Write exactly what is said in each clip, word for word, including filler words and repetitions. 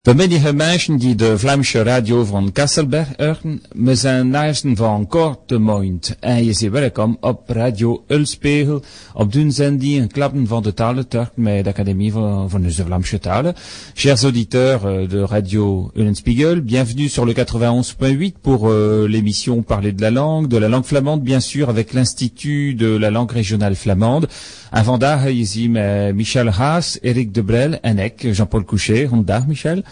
We menige mensen die de Vlaamse radio van Kasselberg horen, we zijn naarsten van korte maand. En je ziet welkom op Radio Ulspegel, op de zending en klappen van de talenturk met de Académie van, van de Vlaamse talen. Chers auditeurs de Radio Eulenspiegel, bienvenue sur le quatre-vingt-onze point huit pour euh, l'émission Parler de la langue, de la langue flamande, bien sûr, avec l'Institut de la langue régionale flamande. En vandaag is hier met Michel Haas, Eric Debrel en ik, Jean-Paul Couchet. Vandaag, Michel.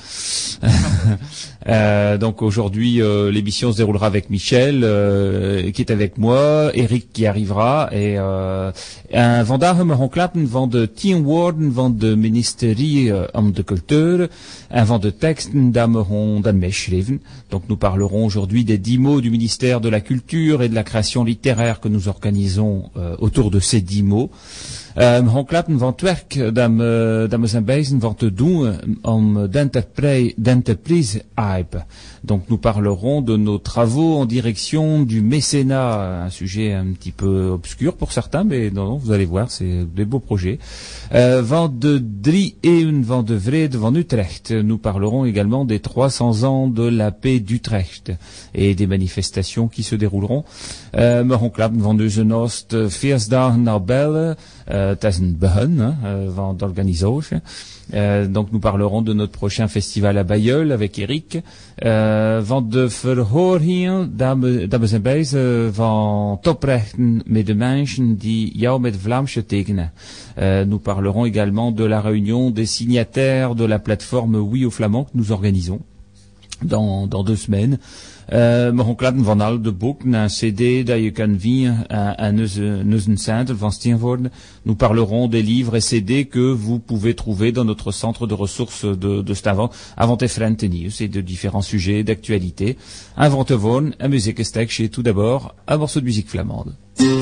euh, donc aujourd'hui, euh, l'émission se déroulera avec Michel, euh, qui est avec moi, Eric qui arrivera, et euh, en vandaag me klappen van de tien woorden van de ministerie om de cultuur en van de teksten dat me dan meeschreven. Donc nous parlerons aujourd'hui des dix mots du ministère de la Culture et de la création littéraire que nous organisons euh, autour de ces dix mots. We gaan klappen van het werk dat we, dat we zijn bezig van te doen om d'entreprise hype. Donc nous parlerons de nos travaux en direction du mécénat, un sujet un petit peu obscur pour certains, mais non, non vous allez voir, c'est des beaux projets. Euh, van de drie eeuwen van de vrede van Utrecht. Nous parlerons également des trois cents ans de la paix d'Utrecht et des manifestations qui se dérouleront. Euh, we gaan klappen van de Zenost feestdagen naar Bellen. Euh, het is een begin uh, van de organisatie. Euh, donc nous parlerons de notre prochain festival à Bailleul avec Eric. Euh, van de verhoringen dat we, dat we zijn bezig van toprechten met de mensen die jou met Vlaamse tekenen. Euh, nous parlerons également de la réunion des signataires de la plateforme Oui au Flamand que nous organisons dans, dans deux semaines. Uh, we gaan klappen van al de boeken, un C D dat je kan vinden à Neuzen Centre van Steenvoorde. Nous parlerons des livres et C D que vous pouvez trouver dans notre centre de ressources de, de Stavant, avant Frente Nieuws, et de différents sujets d'actualité. Invente Vaughan, un musique chez tout d'abord, un morceau de musique flamande.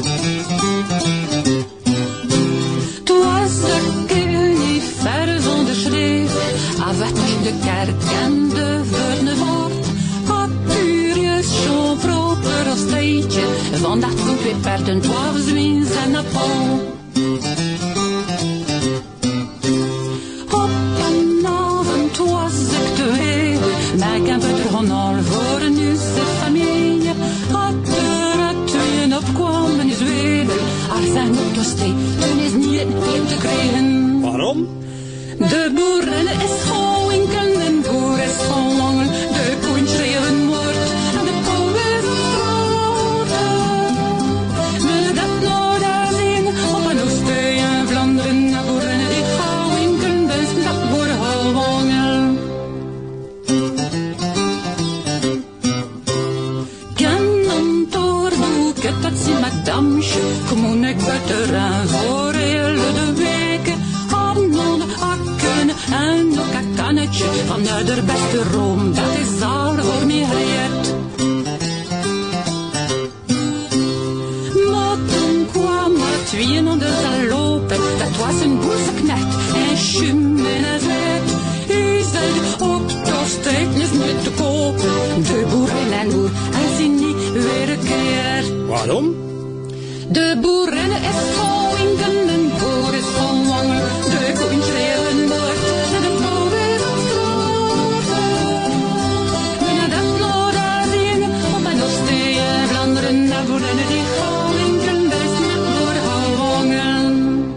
Van dat goed weer perten, twaalf zwins en een pol. Op een avond was ik te weer, maar ik heb het gewoon al voor een nieuwse familie. Had er uit tweeën opkwam en is weer, er zijn op de stee, toen is niet meer te krijgen. Waarom? De boeren is gewoon winkel en boer is gewoon wangel, de koeien schreeuwen moord en de koe is damsje, kom ik buiten en voor hele de week. Handen, akken en ook een kannetje van de beste room, dat is al voor mij gereed. Maar toen kwam er tweeën onder de lopen, dat was een boezenknecht en schum in het wet. Hij zei op de steek is niet te kopen, de boerin en boer en ze niet weer een keer. Waarom? De boeren is gewoon winkel en boer is gewoon wangel. De koeien schreeuwen moord en de koe is ontsloten. Wanneer dat nou daar zingen op een Oostzee en Vlaanderen, de boeren die gewoon winkel is met boer gewoon wangel.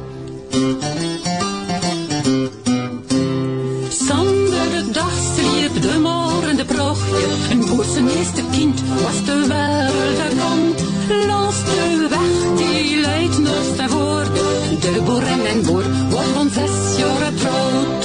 Sander de dag sliep de morgen de prochtje. Een boer zijn eerste kind was de wereld gekomen. Langs de weg die leidt naar Stavoorde, de boerin en boer wordt van zes jaar getrouwd.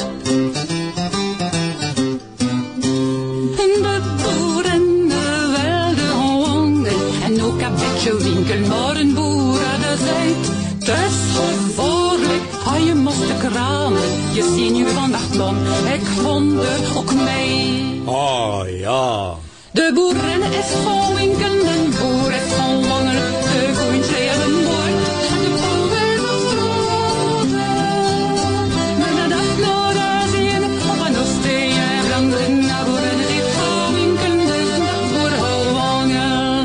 En de boerin wilde hongen en ook een beetje winkel, maar een boer had gezegd, het is gevaarlijk, ah, je moest de kramen, je ziet nu vandaag man, ik vond er ook mee. Oh ja. De boerin is gewoon winkel en boer is gewoon wangel. De koeien schreeuwen moord en de koe is ontsloten. Maar dat nou daar zien op een Oostzee en Vlaanderen, de boeren die gewoon winkel is met boer gewoon wangel.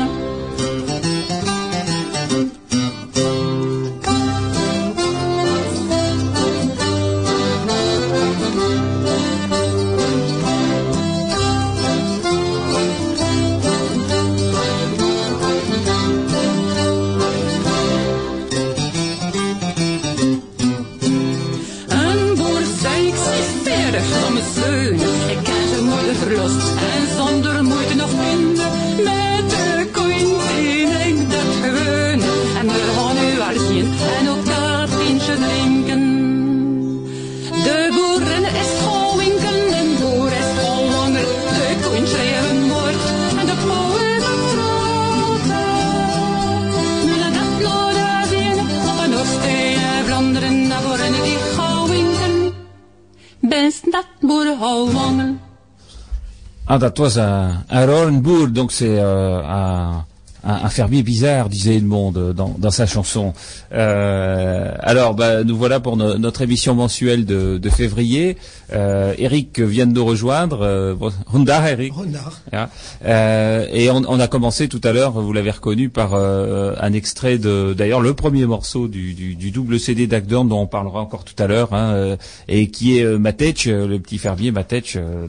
steunen. Ik ken ze moeder verlost en zonder moeite nog vinden. Met de koeien ik dat gewoon. En we gaan nu al zien en ook dat pintje drinken. De boeren is vol winkel en boer is vol honger. De koeien schreeuwen moord en de pauwen vertrouwen. Maar dat nooit zien op een oorsteen en Vlaanderen naar boeren die gaan winken. Best dat boeren gaan wangelen. Ah, dat was un, un Rorenboer, donc c'est euh, un, un, un fermier bizarre, disait Edmond dans, dans sa chanson. Euh, alors, bah, nous voilà pour no, notre émission mensuelle de, de février. Euh, Eric vient de nous rejoindre. Euh, Rundar, Eric. Rundar. Ja. Euh, et on, on a commencé tout à l'heure, vous l'avez reconnu, par euh, un extrait de, d'ailleurs, le premier morceau du, du, du double C D d'Agdorn dont on parlera encore tout à l'heure, hein, euh, et qui est euh, Matech, le petit fermier Matech, euh,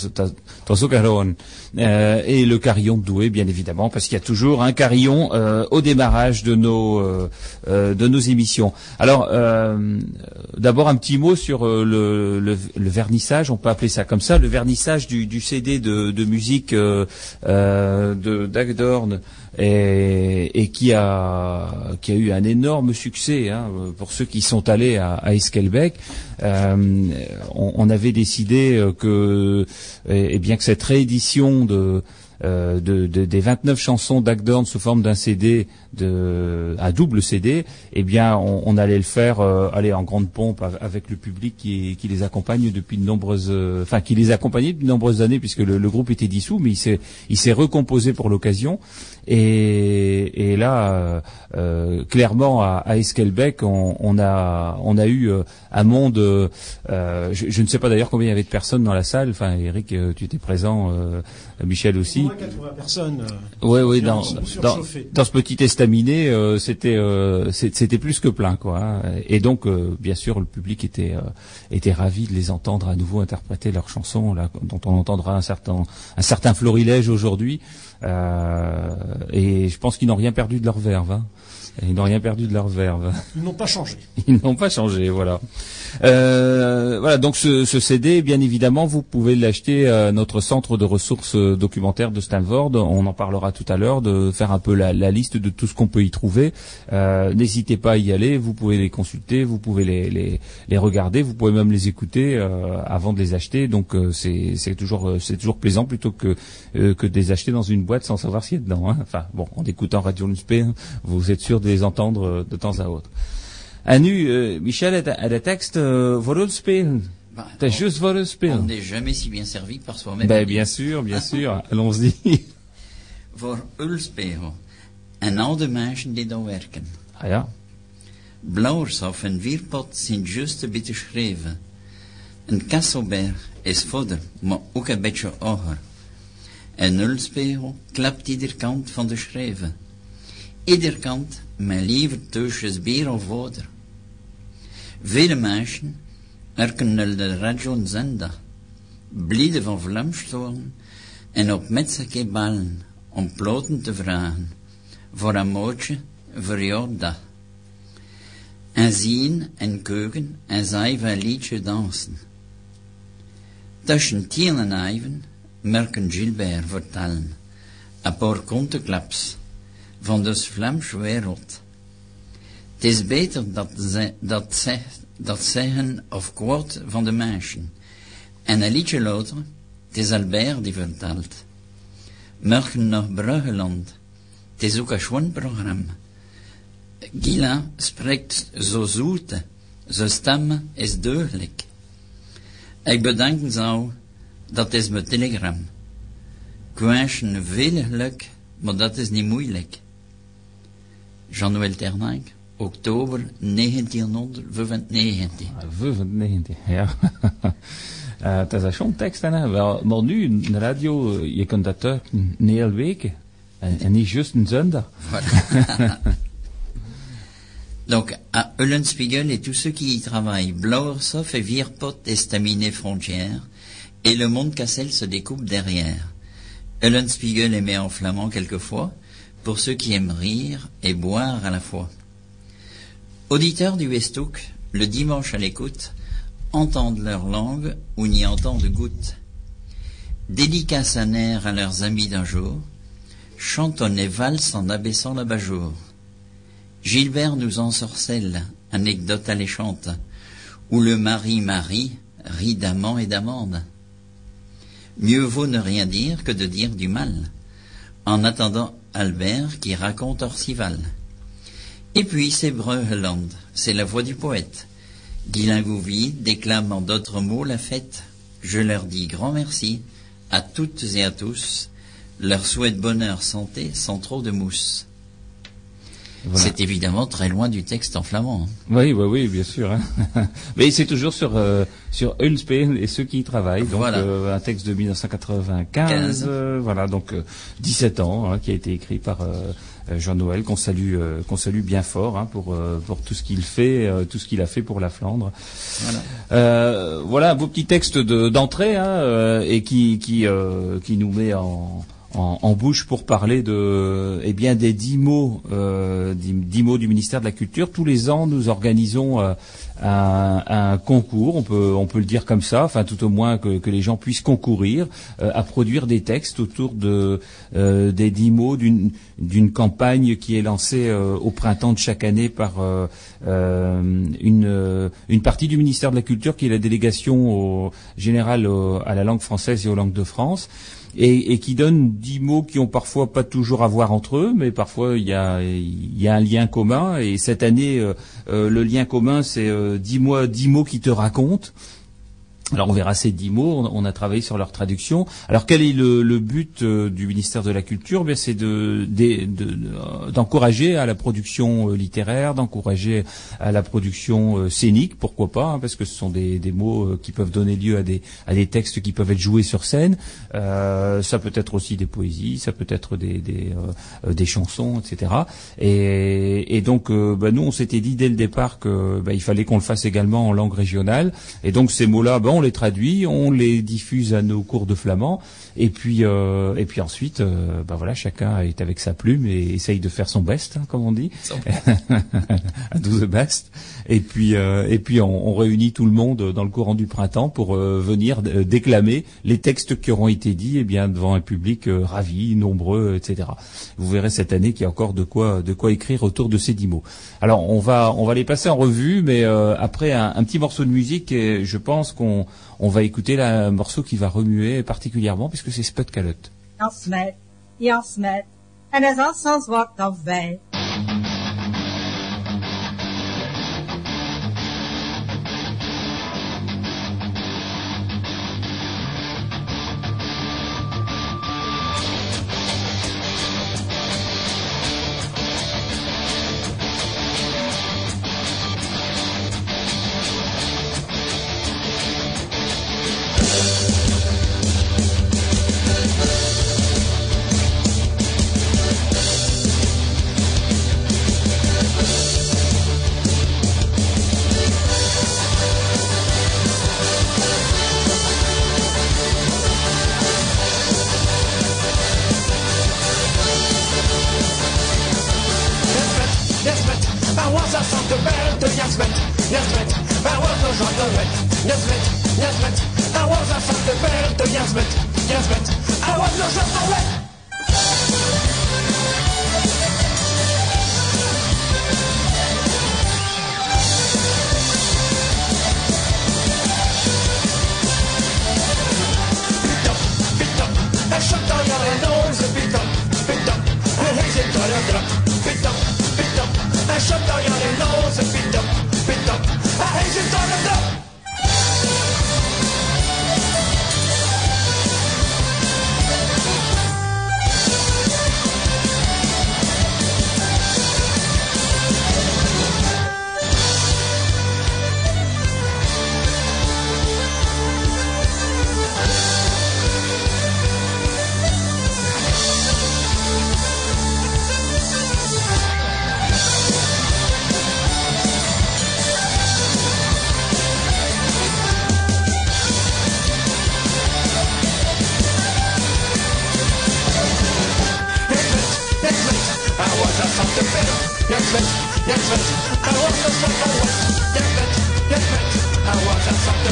euh, et le carillon de Douai, bien évidemment, parce qu'il y a toujours un carillon euh, au démarrage de nos euh, euh, de nos émissions. Alors, euh, d'abord un petit mot sur euh, le, le, le vernissage, on peut appeler ça comme ça, le vernissage du, du C D de, de musique euh, euh, de d'Agdorn. Et, et qui a qui a eu un énorme succès, hein, pour ceux qui sont allés à, à Esquelbecq. Euh, on, on avait décidé que et, et bien que cette réédition de Euh, de, de, des vingt-neuf chansons d'Agdorn sous forme d'un C D, de, un double C D, eh bien, on, on allait le faire, euh, aller en grande pompe avec le public qui, qui les accompagne depuis de nombreuses, euh, enfin, qui les accompagnait depuis de nombreuses années, puisque le, le groupe était dissous, mais il s'est, il s'est recomposé pour l'occasion. Et, et là, euh, euh, clairement, à, à Esquelbecq, on, on a, on a eu euh, un monde. Euh, je, je ne sais pas d'ailleurs combien il y avait de personnes dans la salle. Enfin, Eric, tu étais présent, euh, Michel aussi. quatre-vingts personnes. Euh, oui, oui, dans, dans, dans ce petit estaminet, euh, c'était, euh, c'était plus que plein, quoi. Hein. Et donc, euh, bien sûr, le public était, euh, était ravi de les entendre à nouveau interpréter leurs chansons, là, dont on entendra un certain, un certain florilège aujourd'hui. Euh, et je pense qu'ils n'ont rien perdu de leur verve. Hein. Ils n'ont rien perdu de leur verve. Ils n'ont pas changé. Ils n'ont pas changé, voilà. Euh, voilà, donc ce, ce C D, bien évidemment, vous pouvez l'acheter à notre centre de ressources documentaires de Stanford. On en parlera tout à l'heure, de faire un peu la, la liste de tout ce qu'on peut y trouver. Euh, n'hésitez pas à y aller, vous pouvez les consulter, vous pouvez les, les, les regarder, vous pouvez même les écouter euh, avant de les acheter. Donc euh, c'est, c'est toujours, c'est toujours plaisant plutôt que euh, que de les acheter dans une boîte sans savoir ce qu'il y a dedans. Hein. Enfin bon, en écoutant Radio Nuspé, hein, vous êtes sûr de les entendre de temps à autre. En nu, uh, Michel, est de texte uh, voor ons spelen. Bah, C'est juste voor ons spelen. On n'est jamais si bien servi par soi-même. Ben, bien sûr, bien sûr. Allons-y. Voor ons spelen. Een oude mensen die daar werken. Ah ja. Blauwers of een vierpot zijn juist een beetje geschreven. Een kasselberg is vodder, maar ook een beetje hoger. Een ulspegel klapt ieder kant van de schreven. Ieder kant met liever tussen bier of water. Vele mensen werken naar de radio en zender, blieden van Vlamstoren en op metsake ballen om ploten te vragen voor een mootje voor jouw dag. En zien en keuken en zij een liedje dansen. Tussen tien en even merken Gilbert vertellen, een paar konteklaps van de Vlaamse wereld. Het is beter dat, ze, dat, ze, dat zeggen of quote van de mensen. En een liedje later, het is Albert die vertelt. Morgen naar Bruggeland, het is ook een schoon programma. Gila spreekt zo zoete, zijn stem is deugdelijk. Ik bedank zou, dat is mijn telegram. Ik wens je veel geluk, maar dat is niet moeilijk. Jean-Noël Ternank, oktober negentienhonderdvijfennegentig. vijfennegentig, ja. uh, het is een schoon tekst, hè. Wel, maar nu, in de radio, je kunt dat uit een hele week. En, en niet juist een zondag. Voilà. Donc, à Eulenspiegel et tous ceux qui y travaillent, Blauersoff et Vierpot estaminet frontière, et le monde Cassel se découpe derrière. Eulenspiegel émet en flamand quelquefois, pour ceux qui aiment rire et boire à la fois. Auditeur du Westhoek, le dimanche à l'écoute, entendent leur langue ou n'y entendent goutte. Dédicace un air à leurs amis d'un jour, chantonnent les valses en abaissant l'abat-jour. Gilbert nous ensorcelle, anecdote alléchante, où le mari-mari rit d'amant et d'amande. Mieux vaut ne rien dire que de dire du mal, en attendant Albert qui raconte Orcival. Et puis c'est Breuheland, c'est la voix du poète. Guilingouvy déclame en d'autres mots la fête. Je leur dis grand merci à toutes et à tous, leur souhaite bonheur, santé, sans trop de mousse. Voilà. C'est évidemment très loin du texte en flamand. Oui, oui, oui, bien sûr. Hein. Mais c'est toujours sur euh, sur Ulspel et ceux qui y travaillent. Donc voilà. euh, un texte de mille neuf cent quatre-vingt-quinze, euh, voilà, donc euh, dix-sept ans, hein, qui a été écrit par euh, Jean Noël, qu'on salue, euh, qu'on salue bien fort, hein, pour euh, pour tout ce qu'il fait, euh, tout ce qu'il a fait pour la Flandre. Voilà, euh, voilà un beau petit texte de, d'entrée, hein, euh, et qui qui euh, qui nous met en En, en bouche pour parler de, eh bien, des dix mots, euh, dix, dix mots du ministère de la Culture. Tous les ans, nous organisons euh, un, un concours, on peut, on peut le dire comme ça, enfin tout au moins que, que les gens puissent concourir euh, à produire des textes autour de euh, des dix mots d'une, d'une campagne qui est lancée euh, au printemps de chaque année par euh, euh, une, euh, une partie du ministère de la Culture qui est la délégation au, générale au, à la langue française et aux langues de France. Et, et qui donne dix mots qui ont parfois pas toujours à voir entre eux, mais parfois il y a, il y a un lien commun. Et cette année, euh, euh, le lien commun, c'est euh, dix mots, dix mots qui te racontent. Alors on verra ces dix mots, on, on a travaillé sur leur traduction. Alors quel est le, le but euh, du ministère de la Culture ? Bien, c'est de, de, de, de, d'encourager à la production euh, littéraire, d'encourager à la production euh, scénique, pourquoi pas, hein, parce que ce sont des, des mots euh, qui peuvent donner lieu à des, à des textes qui peuvent être joués sur scène. Euh, ça peut être aussi des poésies, ça peut être des, des, euh, des chansons, et cetera. Et, et donc euh, bah, nous on s'était dit dès le départ que bah, il fallait qu'on le fasse également en langue régionale. Et donc ces mots-là, bah, on les traduit, on les diffuse à nos cours de flamand, et puis euh, et puis ensuite, euh, bah voilà, chacun est avec sa plume et essaye de faire son best, hein, comme on dit, à do the best. Et puis euh, et puis on, on réunit tout le monde dans le courant du printemps pour euh, venir euh, déclamer les textes qui auront été dits, et bien devant un public euh, ravi, nombreux, et cetera. Vous verrez cette année qu'il y a encore de quoi de quoi écrire autour de ces dix mots. Alors on va on va les passer en revue, mais euh, après un, un petit morceau de musique, et je pense qu'on on va écouter là, un morceau qui va remuer particulièrement, puisque c'est Spud Calotte. Jan Smet, Jan Smet, en is als ons wordt of wij. Yes, I was a sucker. Yes, yes, I was a sucker.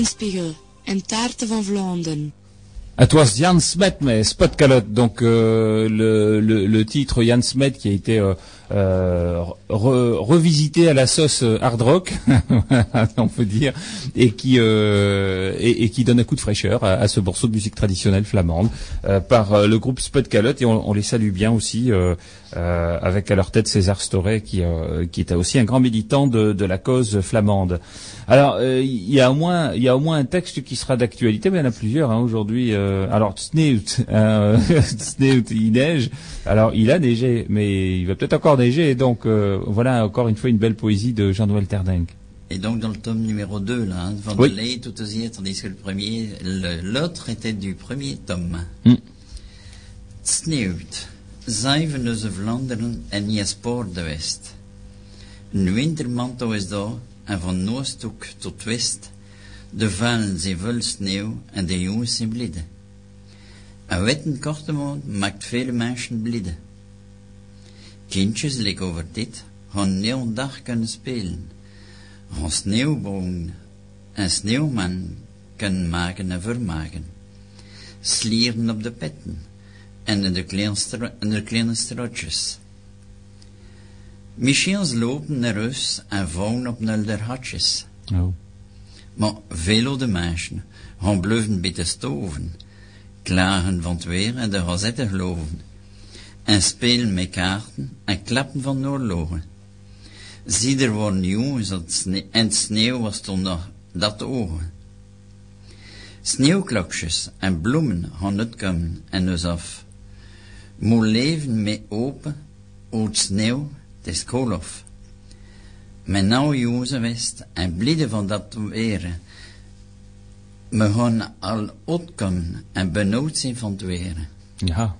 Eulenspiegel en taarten van Vlaanderen. À toi, Jan Smet, mais Spot Calotte. Donc euh, le, le, le titre Jan Smet qui a été euh, euh, re, revisité à la sauce hard rock, on peut dire, et qui euh, et, et qui donne un coup de fraîcheur à, à ce morceau de musique traditionnelle flamande euh, par euh, le groupe Spot Calotte, et on, on les salue bien aussi. Euh, Euh, avec à leur tête César Storey qui, euh, qui était aussi un grand militant de, de la cause flamande. Alors il euh, y a au moins il y a au moins un texte qui sera d'actualité, mais il y en a plusieurs hein, aujourd'hui. Euh, alors Tsneut, euh, Tsneut, il neige. Alors il a neigé, mais il va peut-être encore neiger. Donc euh, voilà encore une fois une belle poésie de Jean-Noël Terdenk. Et donc dans le tome numéro deux, là, hein, Van oui. der Ley, tout aussi, tandis que le premier, le, l'autre était du premier tome. Mm. Tsneut. Zeven onze Vlaanderen en je spoor de west. Een wintermantel is daar, en van noordhoek tot west, de valen zijn vol sneeuw en de jongens zijn blide. Een witte kortemond maakt vele mensen blide. Kindjes, lik over dit, gaan een heel dag kunnen spelen. Gaan sneeuwbogen en sneeuwman kunnen maken en vermaken. Slieren op de petten. En de kleine, stro- en de kleine strootjes. Misschien lopen naar huis en vouwen op naar de hatjes. Oh. Maar veel de mensen gaan blijven bij de stoven, klagen van het weer en de gazetten geloven, en spelen met kaarten en klappen van oorlogen. Zie er worden jongens en het sneeuw was toen nog dat ogen. Sneeuwklokjes en bloemen gaan uitkomen en dus af. Moet leven met open, oud sneeuw, het is koolhof. Mijn nou jongens west en blide van dat weer. We gaan al uitkomen en benauwd zijn van het weer. Ja.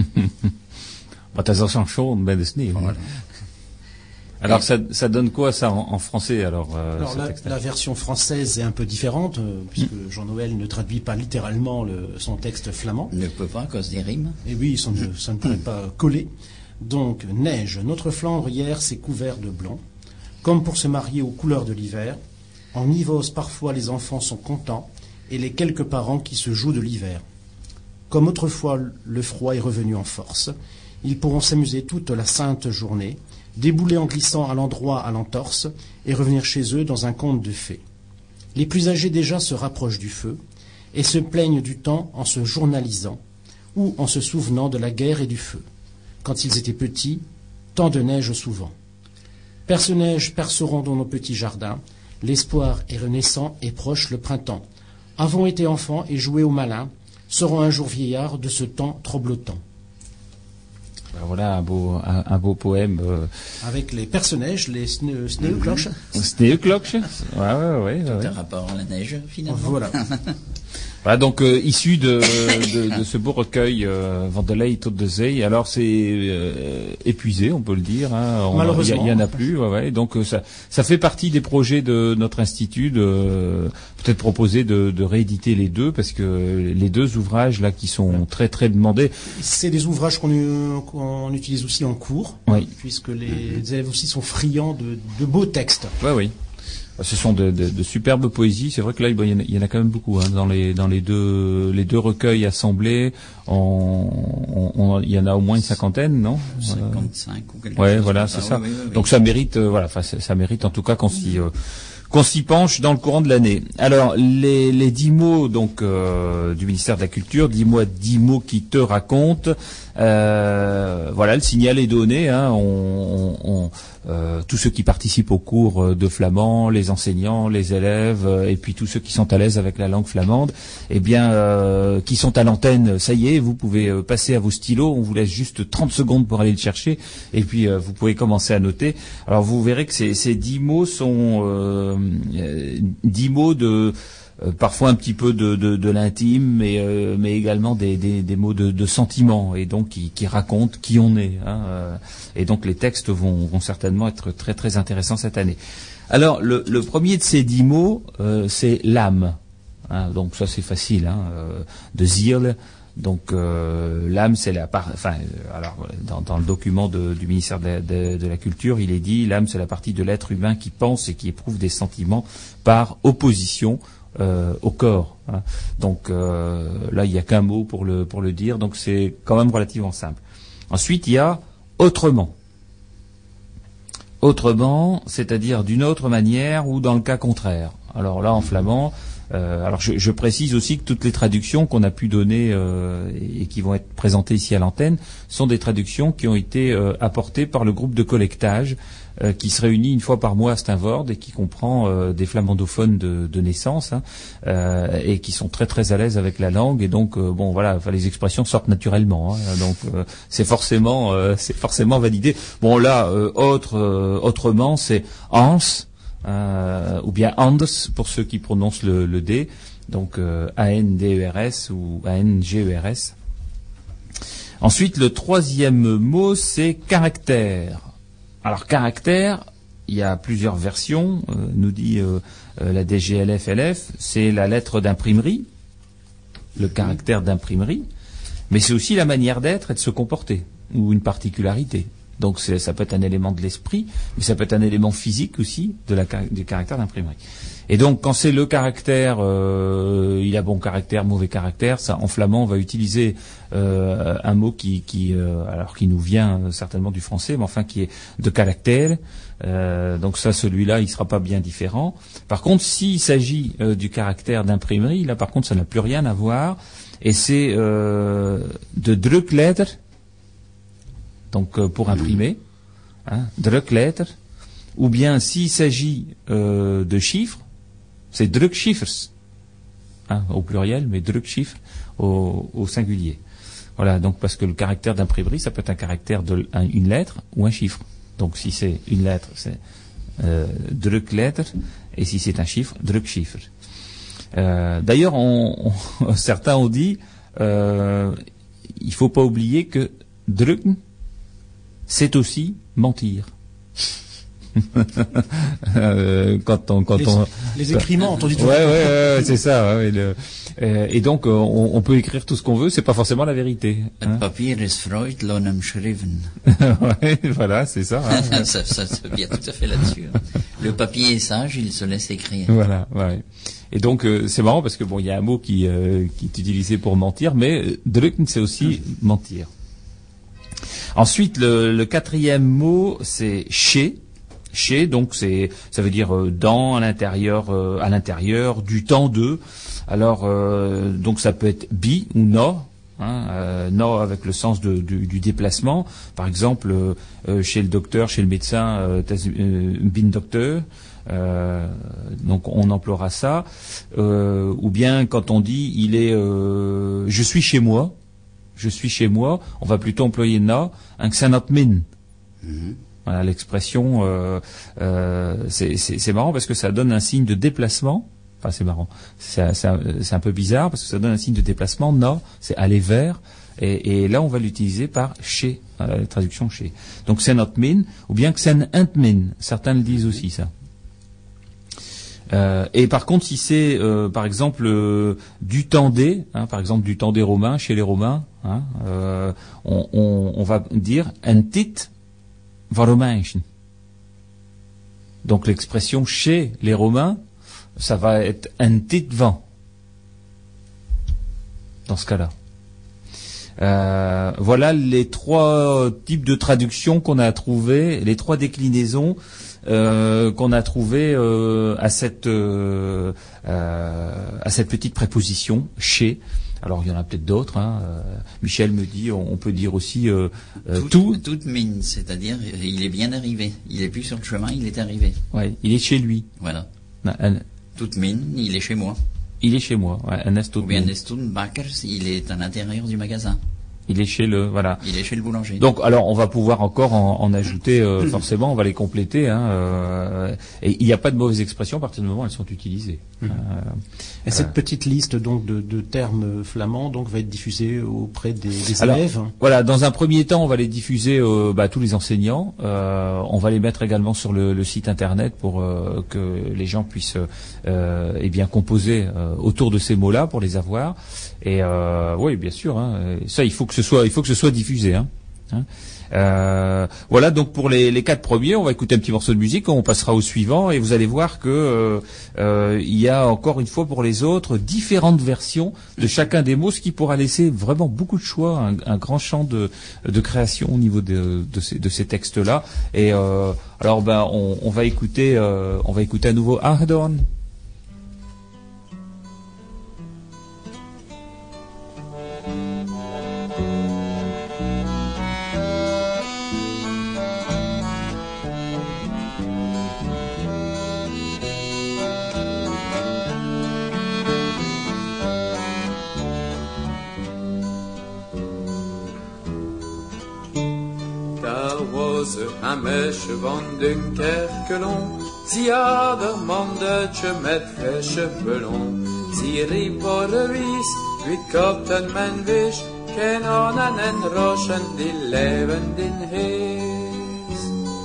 Bah, t'as ça chaud, ben de sneeuw. Voilà. Alors ça, ça donne quoi ça en, en français alors, euh, Alors la, la version française est un peu différente euh, puisque mmh. Jean-Noël ne traduit pas littéralement le, son texte flamand. Ne peut pas à cause des rimes. Et oui, ça ne, ça ne pourrait pas coller. Donc neige, notre Flandre hier s'est couvert de blanc, comme pour se marier aux couleurs de l'hiver. En Nivose parfois les enfants sont contents et les quelques parents qui se jouent de l'hiver. Comme autrefois le froid est revenu en force, ils pourront s'amuser toute la sainte journée, débouler en glissant à l'endroit à l'entorse et revenir chez eux dans un conte de fées. Les plus âgés déjà se rapprochent du feu et se plaignent du temps en se journalisant ou en se souvenant de la guerre et du feu. Quand ils étaient petits, tant de neige souvent. Perce-neige perceront dans nos petits jardins, l'espoir est renaissant et proche le printemps. Avons été enfants et joué au malin, seront un jour vieillards de ce temps tremblotant. Ben voilà un beau, un, un beau poème. Euh... Avec les perce-neige, les sneeuwklokjes. Sneeuwklokjes, ouais, ouais, ouais. Tout ouais. un rapport à la neige, finalement. Voilà. Voilà, donc euh, issu de, de, de ce beau recueil euh, Van der Ley tot de Zee. Alors c'est euh, épuisé, on peut le dire. Hein. On, Malheureusement. Il y, y en a plus. Ouais, ouais. Donc euh, ça, ça fait partie des projets de notre institut de euh, peut-être proposer de, de rééditer les deux parce que les deux ouvrages là qui sont très très demandés. C'est des ouvrages qu'on, qu'on utilise aussi en cours, oui. puisque les élèves aussi sont friands de, de beaux textes. Ouais, oui. Ce sont de, de, de superbes poésies. C'est vrai que là, il y en a, il y en a quand même beaucoup hein, dans les dans les deux les deux recueils assemblés. On, on, on, il y en a au moins une cinquantaine, non cinquante-cinq ou quelque ouais, chose. voilà, comme c'est ça. ça. Oui, oui, oui. Donc ça mérite, euh, voilà, enfin ça, ça mérite en tout cas qu'on s'y euh, qu'on s'y penche dans le courant de l'année. Alors les les dix mots donc euh, du ministère de la Culture, dis-moi dix mots qui te racontent. Euh, voilà, le signal est donné. Hein, on, on, euh, tous ceux qui participent au cours de flamand, les enseignants, les élèves, euh, et puis tous ceux qui sont à l'aise avec la langue flamande, eh bien, euh, qui sont à l'antenne, ça y est, vous pouvez euh, passer à vos stylos. On vous laisse juste trente secondes pour aller le chercher, et puis euh, vous pouvez commencer à noter. Alors vous verrez que ces, ces dix mots sont euh, dix mots de Euh, parfois un petit peu de, de, de l'intime, mais, euh, mais également des, des, des mots de, de sentiment, et donc qui, qui racontent qui on est. Hein, euh, et donc les textes vont, vont certainement être très très intéressants cette année. Alors le, le premier de ces dix mots, euh, c'est l'âme. Hein, donc ça c'est facile, hein, euh, de Ziel. Donc euh, l'âme, c'est la part. Enfin, euh, alors dans, dans le document de, du ministère de, de, de la Culture, il est dit l'âme, c'est la partie de l'être humain qui pense et qui éprouve des sentiments par opposition euh, au corps. Hein. Donc euh, là, il n'y a qu'un mot pour le pour le dire. Donc c'est quand même relativement simple. Ensuite, il y a autrement. Autrement, c'est-à-dire d'une autre manière ou dans le cas contraire. Alors là, en flamand, euh, alors je, je précise aussi que toutes les traductions qu'on a pu donner euh, et qui vont être présentées ici à l'antenne sont des traductions qui ont été euh, apportées par le groupe de collectage euh, qui se réunit une fois par mois à Steenvoorde et qui comprend euh, des flamandophones de, de naissance hein, euh, et qui sont très très à l'aise avec la langue et donc euh, bon voilà, enfin, les expressions sortent naturellement. Hein, donc euh, c'est forcément euh, c'est forcément validé. Bon là, euh, autre euh, autrement, c'est ans. Euh, ou bien anders pour ceux qui prononcent le, le D, donc euh, A N D E R S ou A N G E R S. Ensuite, le troisième mot, c'est caractère. Alors, caractère, il y a plusieurs versions, euh, nous dit euh, euh, la D G L F L F, c'est la lettre d'imprimerie, le caractère d'imprimerie, mais c'est aussi la manière d'être et de se comporter, ou une particularité. Donc c'est, ça peut être un élément de l'esprit, mais ça peut être un élément physique aussi de la, du caractère d'imprimerie. Et donc quand c'est le caractère, euh, il a bon caractère, mauvais caractère, ça en flamand on va utiliser euh, un mot qui, qui euh, alors qui nous vient euh, certainement du français, mais enfin qui est de caractère. Euh, donc ça, celui-là, il sera pas bien différent. Par contre, s'il s'agit euh, du caractère d'imprimerie, là par contre ça n'a plus rien à voir, et c'est euh, de drukletter. Donc euh, pour imprimer, hein, drukletter, ou bien s'il s'agit euh, de chiffres, c'est drukschiffers, hein, au pluriel, mais drukschiffres au, au singulier. Voilà, donc parce que le caractère d'imprimerie, ça peut être un caractère de un, une lettre ou un chiffre. Donc si c'est une lettre, c'est euh, drukletter, et si c'est un chiffre, drukschiffer. Euh, d'ailleurs, on, on, certains ont dit, euh, il faut pas oublier que drucken, c'est aussi mentir. euh, quand on, quand les, on, les écriments, on dit tout. Ouais, ouais, ouais, ouais, c'est ça. Ouais, le, euh, et donc, on, on peut écrire tout ce qu'on veut, c'est pas forcément la vérité. Hein. Le papier ist Freud, l'homme schriven. Ouais, voilà, c'est ça. Hein. ça, ça se vient tout à fait là-dessus. Le papier est sage, il se laisse écrire. Voilà, ouais. Et donc, euh, c'est marrant parce que bon, il y a un mot qui, euh, qui est utilisé pour mentir, mais euh, drucken, c'est aussi mmh. mentir. Ensuite, le, le quatrième mot, c'est chez. Chez, donc c'est, ça veut dire euh, dans, à l'intérieur, euh, à l'intérieur, du temps de. Alors, euh, donc ça peut être bi ou no, hein, euh, no avec le sens de, du, du déplacement. Par exemple, euh, euh, chez le docteur, chez le médecin, euh, euh, bin docteur. Euh, donc on emploiera ça. Euh, ou bien quand on dit, il est, euh, je suis chez moi. Je suis chez moi, on va plutôt employer na, un xanat min. Mm-hmm. Voilà l'expression. Euh, euh, c'est, c'est, c'est marrant parce que ça donne un signe de déplacement. Enfin, c'est marrant. C'est, c'est, un, c'est un peu bizarre parce que ça donne un signe de déplacement. Na, c'est aller vers. Et, et là, on va l'utiliser par chez, la traduction chez. Donc xanat min, ou bien xen int min. Certains le disent aussi ça. Euh, et par contre, si c'est, euh, par exemple, euh, du temps des, hein, par exemple du temps des Romains, chez les Romains, hein, euh, on, on, on va dire un tit va Romeinchen. Donc l'expression chez les Romains, ça va être un tit vent. Dans ce cas-là. Euh, voilà les trois types de traductions qu'on a trouvées, les trois déclinaisons Euh, qu'on a trouvé euh, à cette euh, euh, à cette petite préposition chez. Alors il y en a peut-être d'autres. Hein. Euh, Michel me dit, on, on peut dire aussi euh, euh, tout. Toute mine, c'est-à-dire il est bien arrivé. Il est plus sur le chemin, il est arrivé. Ouais, il est chez lui. Voilà. Un, toute mine, il est chez moi. Il est chez moi. Ouais, un Ou bien Nestunbacker, il est à l'intérieur du magasin. Il est chez le voilà. Il est chez le boulanger. Donc alors on va pouvoir encore en, en ajouter euh, forcément, on va les compléter. Hein, euh, et il n'y a pas de mauvaises expressions à partir du moment où elles sont utilisées. Mmh. Euh, et cette euh, petite liste donc de, de termes flamands donc va être diffusée auprès des, des alors, élèves. Voilà, dans un premier temps on va les diffuser euh, bah, à tous les enseignants. Euh, on va les mettre également sur le, le site internet pour euh, que les gens puissent euh, eh bien composer euh, autour de ces mots-là pour les avoir. Et euh, oui, bien sûr. Hein, ça, il faut que ce soit, il faut que ce soit diffusé. Hein. Hein. Euh, voilà donc pour les, les quatre premiers, on va écouter un petit morceau de musique, on passera au suivant et vous allez voir que euh, euh, il y a encore une fois pour les autres différentes versions de chacun des mots, ce qui pourra laisser vraiment beaucoup de choix, un, un grand champ de, de création au niveau de, de, ces, de ces textes-là. Et euh, alors ben on, on va écouter, euh, on va écouter à nouveau Ahedorn. Een meisje van Dunkerkelon, sie had een mandetje met frisse ballon. Sie riep voor de wies, wie kapten men wist, geen anen en roschen die leven in hees.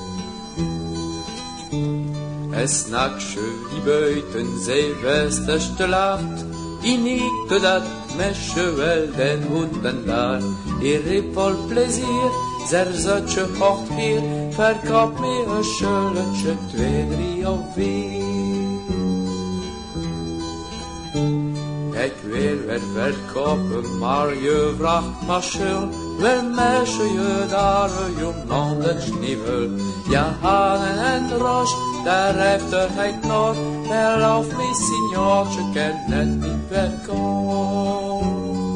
Es nachtje die buiten zee westerste lacht, die niet dat meisje wel den honden daar. Die riep vol plezier, zer zotje hocht hier, verkap me een schulletje, twee, drie of vier. Ik wil weer verkopen, maar je vraagt maar schul, wel meisje je daar je mandetje niet wil. Ja, hanen en roos, daar heeft er het nog, geloof me signortje, ken het niet verkoopt.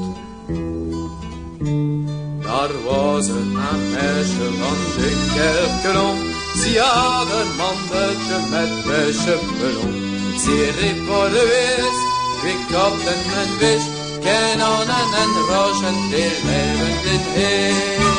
Daar was een meisje van Dunkerkelon, sie had een mandetje met frisse ballon. Sie riep voor de wees, wie kapten men wist, geen anen en rozen die leven in hees.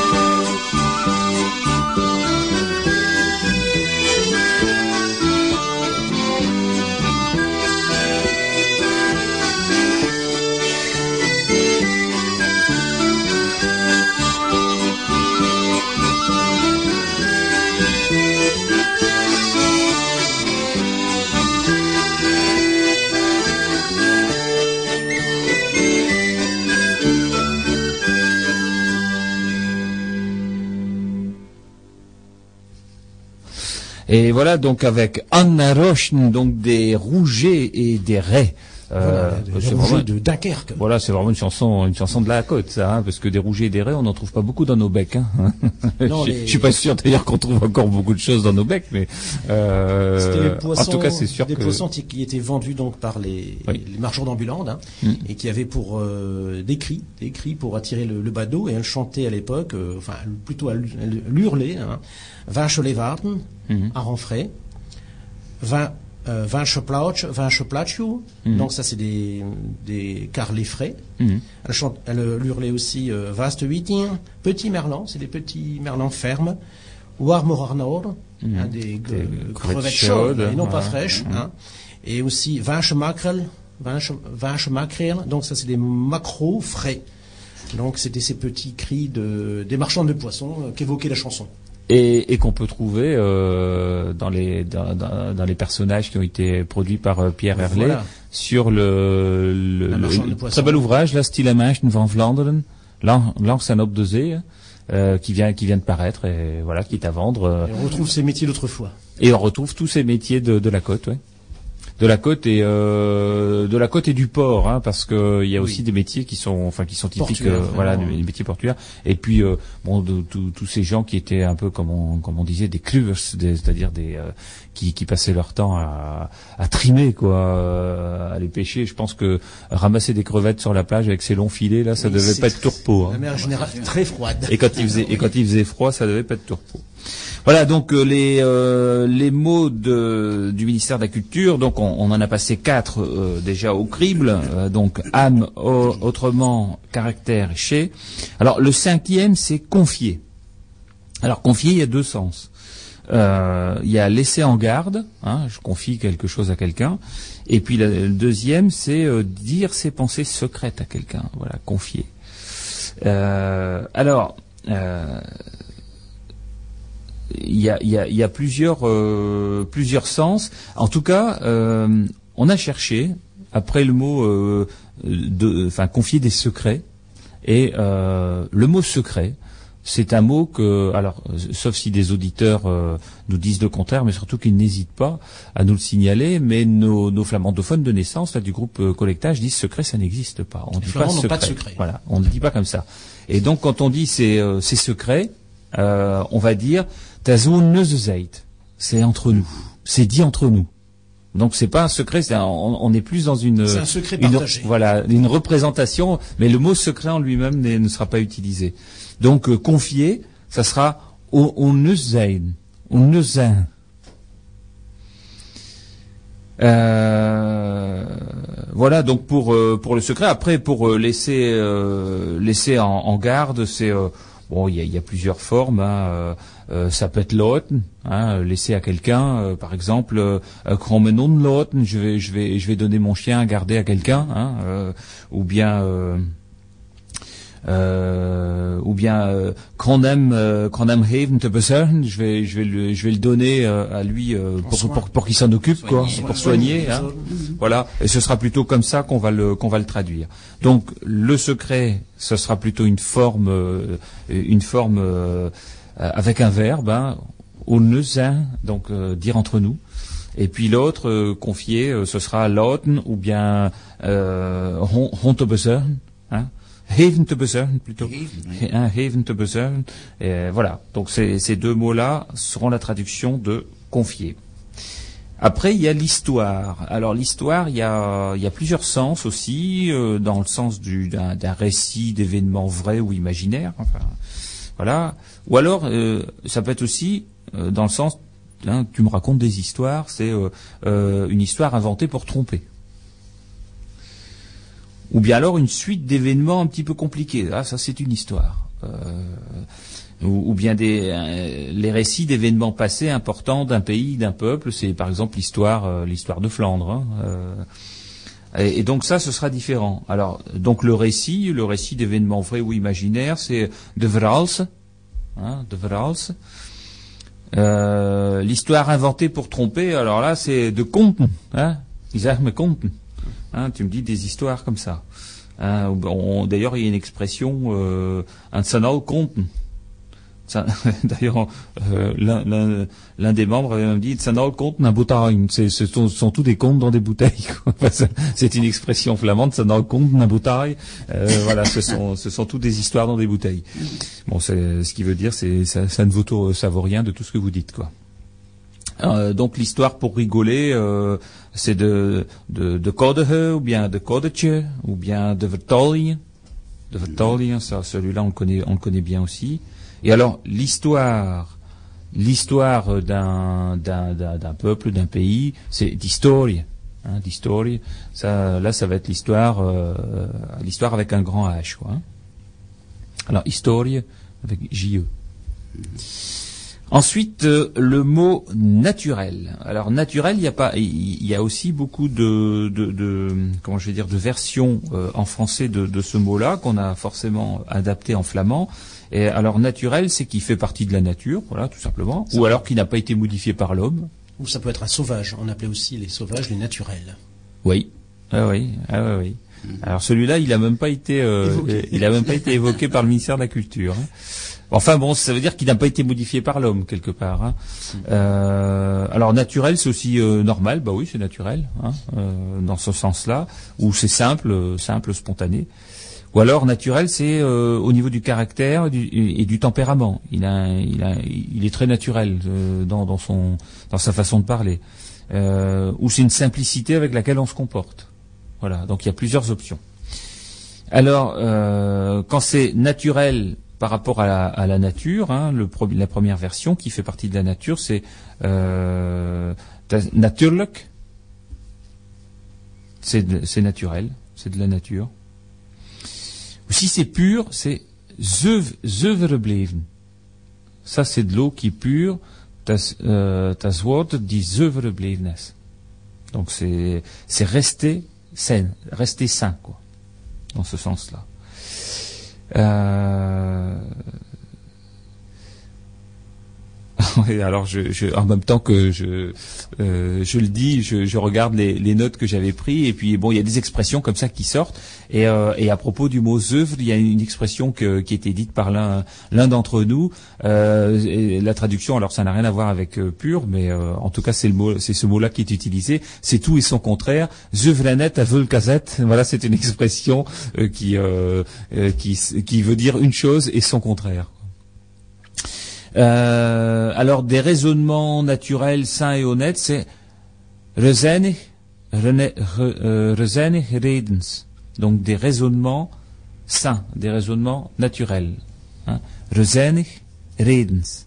Et voilà donc avec Anna Rochen, donc des rougets et des raies. Voilà, Euh, des c'est rougets vraiment- de Dunkerque. Voilà, c'est vraiment une chanson, une chanson de la côte, ça, hein, parce que des rougets et des raies, on n'en trouve pas beaucoup dans nos becs. Hein. Non, je, les- je suis pas sûr d'ailleurs qu'on trouve encore beaucoup de choses dans nos becs, mais euh, C'était les poissons, en tout cas, c'est sûr des que poissons qui qui étaient vendus donc par les, Oui. les marchands d'ambulantes hein, Mm. et qui avaient pour euh, des cris, des cris pour attirer le, le badaud et elles chantaient à l'époque, euh, enfin plutôt à l'hu- à l'hurler, hein, Vache les warten, Mhm. à renfray, vin euh, Vache plauch, Vache plachu, Mhm. donc ça c'est des des carlets frais. Mhm. Elle, chante, elle euh, hurlait aussi euh, Vaste huitin, petit merlan, c'est des petits merlans fermes, Warmor Nord, Mhm. hein, des, Des gue- crevettes crevettes chaudes, chaudes, et non pas ouais. fraîches, Mhm. hein. Et aussi vache maquerelle, vache, vache maquerelle, donc ça c'est des maquereaux frais. Donc c'était ces petits cris de, des marchands de poissons euh, qu'évoquait la chanson. et, et qu'on peut trouver euh, dans les dans, dans, dans les personnages qui ont été produits par euh, Pierre Herlet Voilà. sur le, le, La le- marchande de le poissons. très bel ouvrage, La Stille Menschen van Vlaanderen, Lance en op de zee, euh, qui vient qui vient de paraître et voilà qui est à vendre. euh, Et on retrouve ces métiers d'autrefois. Et on retrouve tous ces métiers de, de la côte, ouais. De la côte et euh, de la côte et du port, hein, parce que il y a Oui. aussi des métiers qui sont, enfin, qui sont typiques, Portuaires, euh, voilà, vraiment. des, des métiers portuaires. Et puis euh, bon, de, de- tous ces gens qui étaient un peu, comme on, comme on disait, des cluvers, des- c'est-à-dire des euh, qui, qui passaient leur temps à, à trimer, quoi, euh, à les pêcher. Je pense que ramasser des crevettes sur la plage avec ces longs filets là, ça Oui, devait c'est pas être tout repos. La Hein. mer générale très froide. Et quand il faisait et quand il faisait froid, ça devait pas être tout repos. Voilà donc euh, les euh, les mots de, du ministère de la Culture. Donc on, on en a passé quatre euh, déjà au crible. Euh, donc âme, au- autrement, caractère, chez. Alors le cinquième c'est confier. Alors confier, il y a deux sens. Euh, il y a laisser en garde. Hein, je confie quelque chose à quelqu'un. Et puis la- le deuxième c'est euh, dire ses pensées secrètes à quelqu'un. Voilà, confier. Euh, alors. Euh, Il y a, il y a, il y a plusieurs, euh, plusieurs sens. En tout cas, euh, on a cherché après le mot, euh, de, enfin, confier des secrets et euh, le mot secret. c'est un mot que, alors, euh, sauf si des auditeurs euh, nous disent le contraire, mais surtout qu'ils n'hésitent pas à nous le signaler, mais nos, nos flamandophones de naissance, là, du groupe euh, Collectage, disent secret, ça n'existe pas. On Les dit pas Flamands n'ont secret. pas de secret. Voilà, on ne dit pas comme ça. Et donc, quand on dit c'est, euh, c'est secret, euh, on va dire das Unnösezeit. C'est entre nous. C'est dit entre nous. Donc c'est pas un secret, c'est un, on, on est plus dans une, C'est un secret une- partagé. voilà, une représentation, mais le mot secret en lui-même n'est- ne sera pas utilisé. Donc euh, confier, ça sera Unnösezeit. Unnösezeit. Euh, voilà donc pour euh, pour le secret. Après pour euh, laisser euh, laisser en, en garde, c'est euh, bon il y a, il y a plusieurs formes. Hein, euh, euh, ça peut être loten, hein, laisser à quelqu'un, euh, par exemple, euh, kromenon loten, je vais je vais je vais donner mon chien à garder à quelqu'un, hein, euh, ou bien euh, euh, ou bien euh, Kronem euh, Kronem Haven te bezorgen, je vais je vais le je vais le donner euh, à lui euh, En pour, soin. pour pour qu'il s'en occupe quoi, Soigner. pour soigner, hein. Soigner. Voilà, et ce sera plutôt comme ça qu'on va le qu'on va le traduire. Donc le secret, ce sera plutôt une forme euh, une forme euh, avec un verbe, hein, unnösen, donc euh, dire entre nous. Et puis l'autre euh, confier, euh, ce sera lauten ou bien euh, hon hon te bezorgen, hein. Haven te bezorgen plutôt. Haven, Un haven te bezorgen. Et voilà. Donc ces, ces deux mots-là seront la traduction de confier. Après, il y a l'histoire. Alors l'histoire, il y a, il y a plusieurs sens aussi, euh, dans le sens du, d'un, d'un récit d'événements vrais ou imaginaires. Enfin, voilà. Ou alors, euh, ça peut être aussi euh, dans le sens, hein, tu me racontes des histoires, c'est euh, euh, une histoire inventée pour tromper. Ou bien alors une suite d'événements un petit peu compliqués. Ah, ça c'est une histoire. Euh, ou, ou bien des, euh, les récits d'événements passés importants d'un pays, d'un peuple. C'est par exemple l'histoire, euh, l'histoire de Flandre. Hein, euh, et, et donc ça, ce sera différent. Alors, donc le récit, le récit d'événements vrais ou imaginaires, c'est de verhals, hein, de verhals. Euh, l'histoire inventée pour tromper. Alors là, c'est de conten, hein, ils me conten. Hein, tu me dis des histoires comme ça. Hein, on- d'ailleurs, il y a une expression, euh, un sanal conten. Ça- D'ailleurs, euh, l'un, l'un, l'un des membres avait même dit sanal conten un bouteille. C'est, ce sont, ce sont tous des contes dans des bouteilles. Quoi. C'est une expression flamande, sanal conten un bouteille. Euh, voilà, ce sont, ce sont toutes des histoires dans des bouteilles. Bon, c'est, ce qui veut dire, c'est ça, ça ne vaut, tout- ça vaut rien de tout ce que vous dites, quoi. Euh, donc l'histoire pour rigoler, euh, c'est de de de Kodehe, ou bien de Kodetje, ou bien de Vertolje. De Vertolje, ça, celui-là on le connaît, on le connaît bien aussi. Et alors l'histoire, l'histoire d'un d'un d'un, d'un peuple, d'un pays, c'est d'historie, hein, d'historie. Ça, là, ça va être l'histoire, euh, l'histoire avec un grand H, quoi. Hein. Alors historie avec J E. Ensuite, euh, le mot naturel. Alors naturel, il y a pas, il y a aussi beaucoup de, de, de comment je vais dire, de versions euh, en français de, de ce mot-là qu'on a forcément adapté en flamand. Et alors naturel, c'est qui fait partie de la nature, voilà, tout simplement, ou alors qui n'a pas été modifié par l'homme. Ou ça peut être un sauvage. On appelait aussi les sauvages les naturels. Oui, ah oui, ah oui, oui. Alors celui-là, il a même pas été, euh, Évoqué. il a même pas été évoqué par le ministère de la Culture. Hein. Enfin bon, ça veut dire qu'il n'a pas été modifié par l'homme quelque part. Hein. Euh, alors naturel, c'est aussi euh, normal. Bah oui, c'est naturel, hein, euh, dans ce sens-là, ou c'est simple, euh, simple, spontané. Ou alors naturel, c'est euh, au niveau du caractère du, et du tempérament. Il a, il a, il est très naturel euh, dans, dans son, dans sa façon de parler. Euh, ou c'est une simplicité avec laquelle on se comporte. Voilà. Donc il y a plusieurs options. Alors, euh, quand c'est naturel par rapport à la, à la nature, hein, le, la première version qui fait partie de la nature, c'est euh, natuurlijk. C'est, c'est naturel, c'est de la nature. Ou si c'est pur, c'est zuiverbleven. Ça, c'est de l'eau qui est pure. Das, euh, das water die zuiverbleven is. Donc c'est c'est rester sain, rester sain, quoi, dans ce sens-là. Euh... Oui, alors je, je, en même temps que je, euh, je le dis, je, je regarde les, les notes que j'avais prises et puis bon, il y a des expressions comme ça qui sortent. Et, euh, et à propos du mot zœuvre, il y a une expression que, qui a été dite par l'un, l'un d'entre nous. Euh, et la traduction, alors ça n'a rien à voir avec euh, pur, mais euh, en tout cas c'est le mot, c'est ce mot-là qui est utilisé. C'est tout et son contraire. Zœuvranet à vulkazet. Voilà, c'est une expression euh, qui, euh, euh, qui, qui veut dire une chose et son contraire. Euh, alors des raisonnements naturels sains et honnêtes, c'est rezenig, rezenig redens, donc des raisonnements sains, des raisonnements naturels. Hein. Rezenig redens.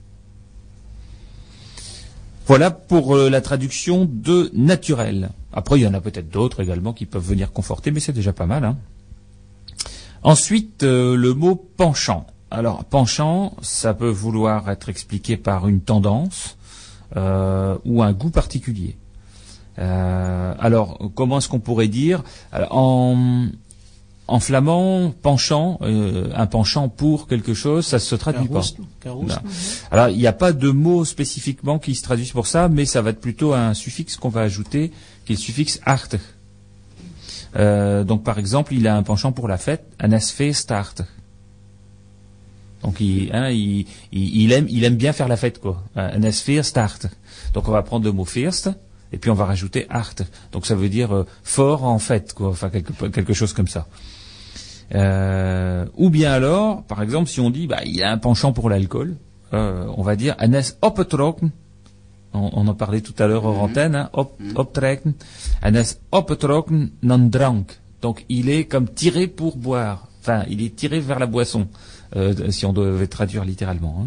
Voilà pour euh, la traduction de naturel. Après, il y en a peut-être d'autres également qui peuvent venir conforter, mais c'est déjà pas mal. Hein. Ensuite, euh, le mot penchant. Alors, penchant, ça peut vouloir être expliqué par une tendance euh, ou un goût particulier. Euh, alors, comment est-ce qu'on pourrait dire alors, en, en flamand, penchant, euh, un penchant pour quelque chose, ça se traduit Carousne, pas. carousne. Alors, il n'y a pas de mot spécifiquement qui se traduise pour ça, mais ça va être plutôt un suffixe qu'on va ajouter, qui est le suffixe art. Euh, donc, par exemple, il a un penchant pour la fête, un asfeestart. Donc il, hein, il, il, il aime, il aime bien faire la fête, quoi. Un asfeestart. Donc on va prendre le mot first et puis on va rajouter art. Donc ça veut dire euh, fort en fête, quoi. Enfin quelque, quelque chose comme ça. Euh, ou bien alors, par exemple, si on dit, bah, il a un penchant pour l'alcool, euh, on va dire anes opgetrokken. On, on en parlait tout à l'heure hors antenne, hein, op, optrekken. Anes opgetrokken nan drank. Donc il est comme tiré pour boire. Enfin, il est tiré vers la boisson. Euh, si on devait traduire littéralement. Hein.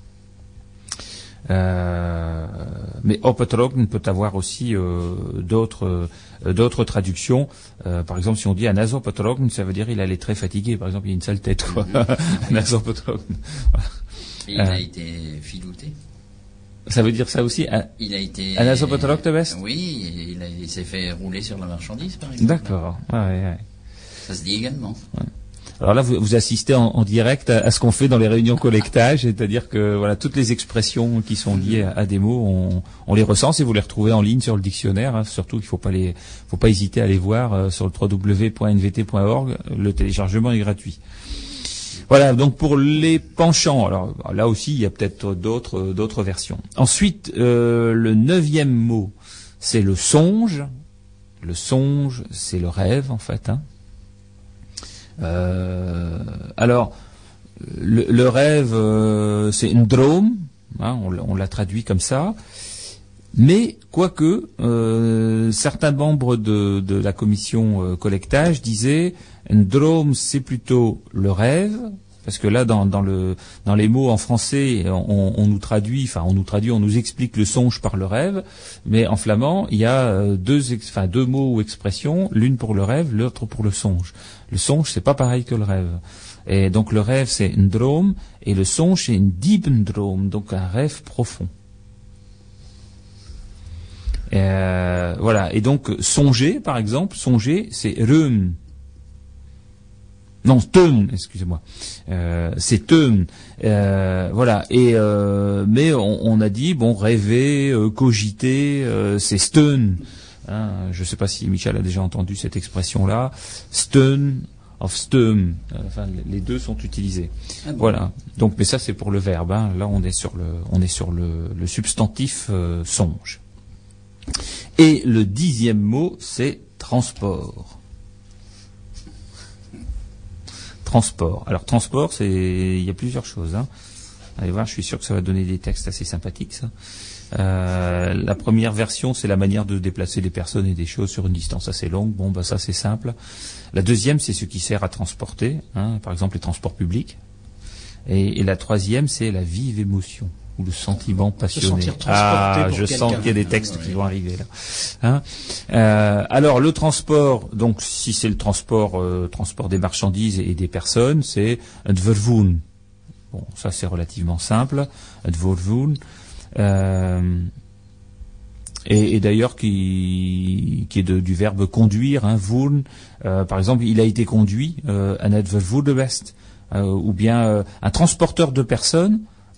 Euh, mais opgetrokken peut avoir aussi euh, d'autres euh, d'autres traductions. Euh, par exemple, si on dit un opgetrokken, ça veut dire il allait très fatigué. Par exemple, il a une sale tête. Quoi. Un opgetrokken. Voilà. Et il euh, a été filouté. Ça veut dire ça aussi. Un, il a été. Un opgetrokken best. Oui, il, a, il s'est fait rouler sur la marchandise, par exemple. D'accord. Ouais, ouais. Ça se dit également. Ouais. Alors là, vous, vous assistez en, en direct à, à ce qu'on fait dans les réunions collectage, c'est-à-dire que voilà, toutes les expressions qui sont liées à, à des mots, on, on les recense et vous les retrouvez en ligne sur le dictionnaire. Hein, surtout qu'il faut pas les, faut pas hésiter à les voir euh, sur le w w w point n v t point org. Le téléchargement est gratuit. Voilà, donc pour les penchants. Alors là aussi, il y a peut-être d'autres, d'autres versions. Ensuite, euh, le neuvième mot, c'est le songe. Le songe, c'est le rêve en fait. Hein. Euh, alors, le, le rêve, euh, c'est un drôme, hein, on, on l'a traduit comme ça. Mais quoique, euh, certains membres de, de la commission euh, collectage disaient un drôme, c'est plutôt le rêve, parce que là, dans, dans le dans les mots en français, on, on nous traduit, enfin, on nous traduit, on nous explique le songe par le rêve, mais en flamand, il y a deux, enfin, deux mots ou expressions, l'une pour le rêve, l'autre pour le songe. Le songe, c'est pas pareil que le rêve. Et donc le rêve, c'est un droom, et le songe, c'est un diependroom, donc un rêve profond. Et euh, voilà. Et donc songer, par exemple, songer, c'est reum. Non, teun, excusez-moi. Euh, c'est teun. Euh, voilà. Et euh, mais on, on a dit bon, rêver, euh, cogiter, euh, c'est steun. Hein, je ne sais pas si Michel a déjà entendu cette expression-là. Steun of steum. Enfin, les deux sont utilisés. Ah bon. Voilà. Donc, mais ça c'est pour le verbe. Hein. Là, on est sur le, on est sur le, le substantif euh, songe. Et le dixième mot, c'est transport. Transport. Alors transport, c'est, il y a plusieurs choses. Hein. Allez voir, je suis sûr que ça va donner des textes assez sympathiques, ça. Euh, la première version, c'est la manière de déplacer des personnes et des choses sur une distance assez longue. Bon, bah ça c'est simple. La deuxième, c'est ce qui sert à transporter, hein, par exemple les transports publics. Et, et la troisième, c'est la vive émotion ou le sentiment passionné. Ah, je sens qu'il y a des textes ah, qui ouais. vont arriver là. Hein euh, alors le transport, donc si c'est le transport, euh, transport des marchandises et des personnes, c'est un vervoer. Bon, ça c'est relativement simple, un vervoer. Euh, et, et d'ailleurs qui, qui est de, du verbe conduire, hein, voeren. Euh, par exemple, il a été conduit, euh, un vervoer de West, euh, ou bien euh, un transporteur de personnes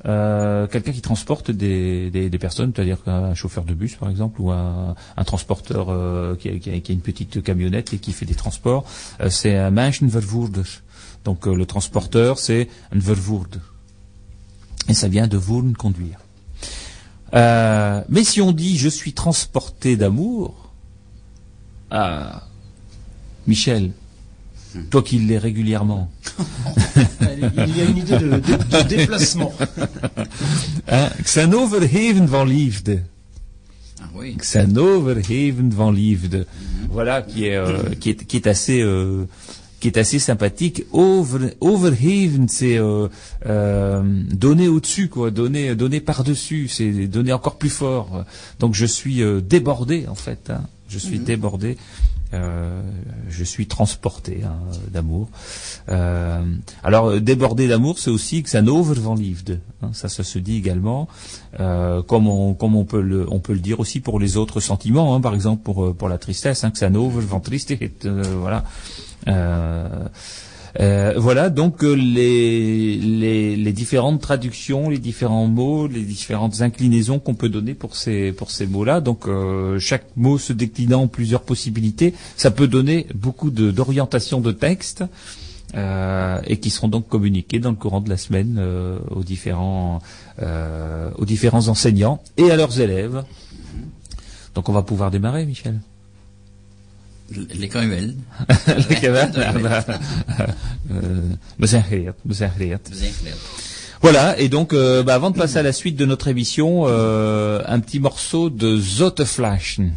euh, quelqu'un qui transporte des, des, des personnes, c'est-à-dire un chauffeur de bus par exemple, ou un, un transporteur euh, qui, a, qui, a, qui a une petite camionnette et qui fait des transports, euh, c'est un Menschenvervoerder. Donc euh, le transporteur, c'est un vervoerder. Et ça vient de voeren, conduire. Euh, mais si on dit je suis transporté d'amour, ah, Michel, toi qui l'es régulièrement. Il y a une idée de, de, de déplacement. Hein, ik zijn overheven van liefde. Ah oui. Ik zijn overheven van liefde. Voilà, qui est, euh, qui est, qui est assez, euh, qui est assez sympathique. Over, overheven, c'est euh, euh, donner au-dessus, quoi, donner, donner par-dessus, c'est donner encore plus fort. Donc je suis euh, débordé, en fait. Hein. Je suis mm-hmm. débordé. Euh, je suis transporté hein, d'amour. Euh, alors débordé d'amour, c'est aussi que ça n'over van liefde. Hein, ça, ça se dit également, euh, comme on comme on peut le on peut le dire aussi pour les autres sentiments. Hein, par exemple pour pour la tristesse, hein, que ça n'over van triestigheid. Euh, voilà. Euh, Euh, voilà donc euh, les, les les différentes traductions, les différents mots, les différentes inclinaisons qu'on peut donner pour ces pour ces mots-là. Donc euh, chaque mot se déclinant en plusieurs possibilités, ça peut donner beaucoup de d'orientation de texte euh, et qui seront donc communiqués dans le courant de la semaine euh, aux différents euh, aux différents enseignants et à leurs élèves. Donc on va pouvoir démarrer, Michel. Les Kruiwel. Les Kruiwel. We zijn geleerd. We zijn geleerd. Voilà, et donc, euh, bah, avant de passer à la suite de notre émission, euh, un petit morceau de Zotteflaschen.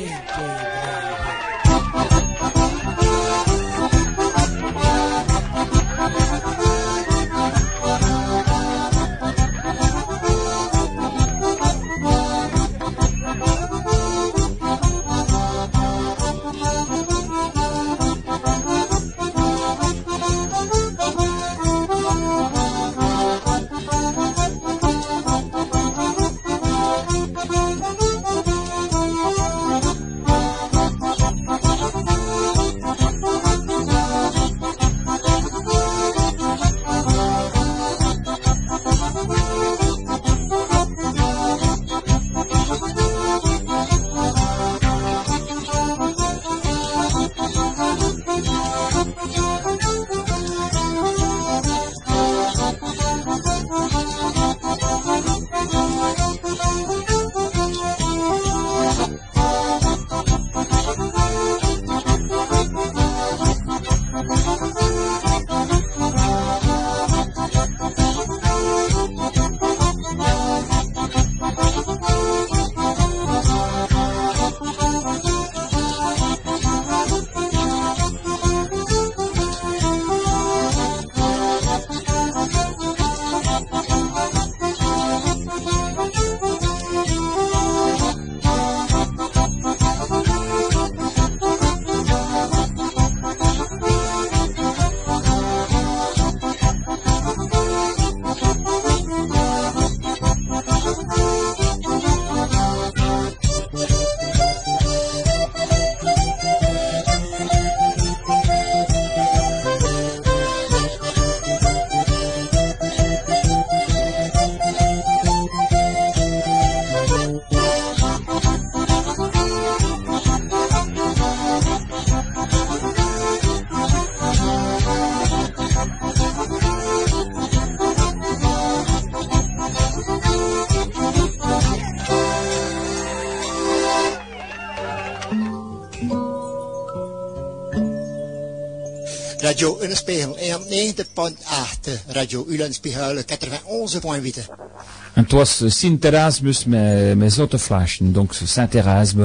Radio Ulenspiegel negentig punt acht, Radio Ulenspiegel quatre-vingt-onze punt huit. Het was Sint-Erasmus met, met Zotteflaschen, donc Saint-Erasme,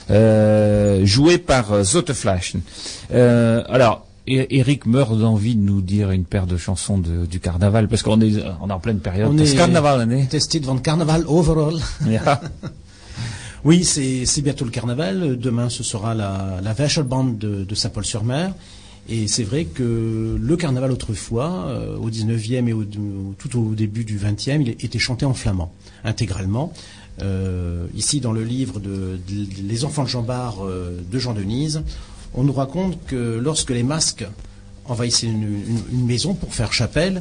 euh, joué par Zotteflaschen. Euh, alors, Eric meurt d'envie de nous dire une paire de chansons de, du carnaval, parce qu'on est, on est en pleine période. On est carnaval, hein. Testé devant le carnaval overall. Ja. Oui, c'est, c'est bientôt le carnaval. Demain, ce sera la, la Wäscherbande de, de Saint-Paul-sur-Mer. Et c'est vrai que le carnaval autrefois, euh, au dix-neuvième et au, tout au début du vingtième, il était chanté en flamand, intégralement. Euh, ici, dans le livre de, de Les enfants de Jean Bart euh, de Jean Denise, on nous raconte que lorsque les masques envahissaient une, une, une maison pour faire chapelle,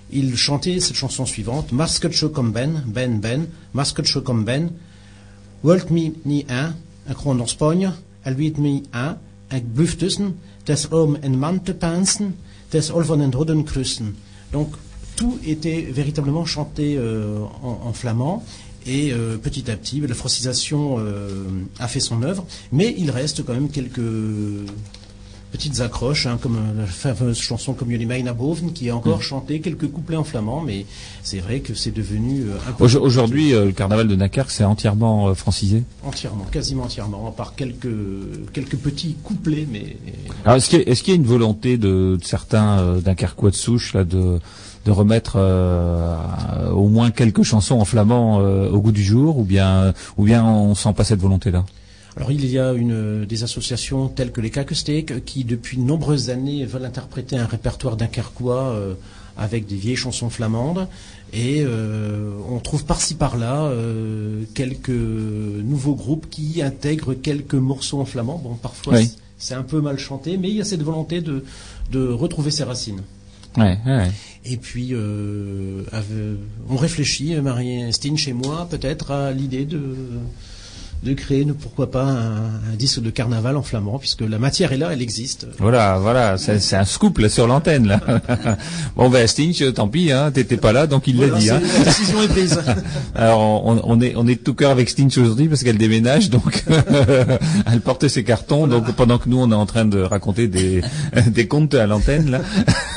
il chantait cette chanson suivante. Masketje kom ben, ben, ben, masketje kom ben, wilt me niet aan, ik gewoon naar Spanje, el weet me aan, ik blijf tussen, des om een man te pansen, des al van een rodden kruisen. Donc, tout était véritablement chanté euh, en, en flamand. Et euh, petit à petit, la francisation euh, a fait son œuvre, mais il reste quand même quelques petites accroches, hein, comme la fameuse chanson comme Jullie Mijna Boven, qui est encore mmh. chantée, quelques couplets en flamand, mais c'est vrai que c'est devenu euh, un peu... Aujourd'hui, euh, le carnaval de Dunkerque, c'est entièrement euh, francisé. Entièrement, quasiment entièrement, à part quelques quelques petits couplets, mais... Alors, est-ce qu'il y a, est-ce qu'il y a une volonté de, de certains euh, Dunkerquois de souche, là, de... de remettre euh, au moins quelques chansons en flamand euh, au goût du jour, ou bien ou bien on sent pas cette volonté-là? Alors il y a une, des associations telles que les Kakesteek qui depuis de nombreuses années veulent interpréter un répertoire dunkerquois euh, avec des vieilles chansons flamandes, et euh, on trouve par-ci par-là euh, quelques nouveaux groupes qui intègrent quelques morceaux en flamand. Bon, parfois oui. c'est un peu mal chanté, mais il y a cette volonté de, de retrouver ses racines. Ouais, ouais. Et puis, euh, on réfléchit, Marie Stinch et moi, peut-être à l'idée de, de créer, pourquoi pas, un, un disque de carnaval en flamand, puisque la matière est là, elle existe. Voilà, voilà, c'est, c'est un scoop là sur l'antenne là. Bon ben Stinch, tant pis, hein, t'étais pas là, donc il voilà, l'a dit. Hein. La décision est prise. Alors on, on est on est de tout cœur avec Stinch aujourd'hui parce qu'elle déménage, donc elle porte ses cartons, voilà. Donc pendant que nous on est en train de raconter des des contes à l'antenne là.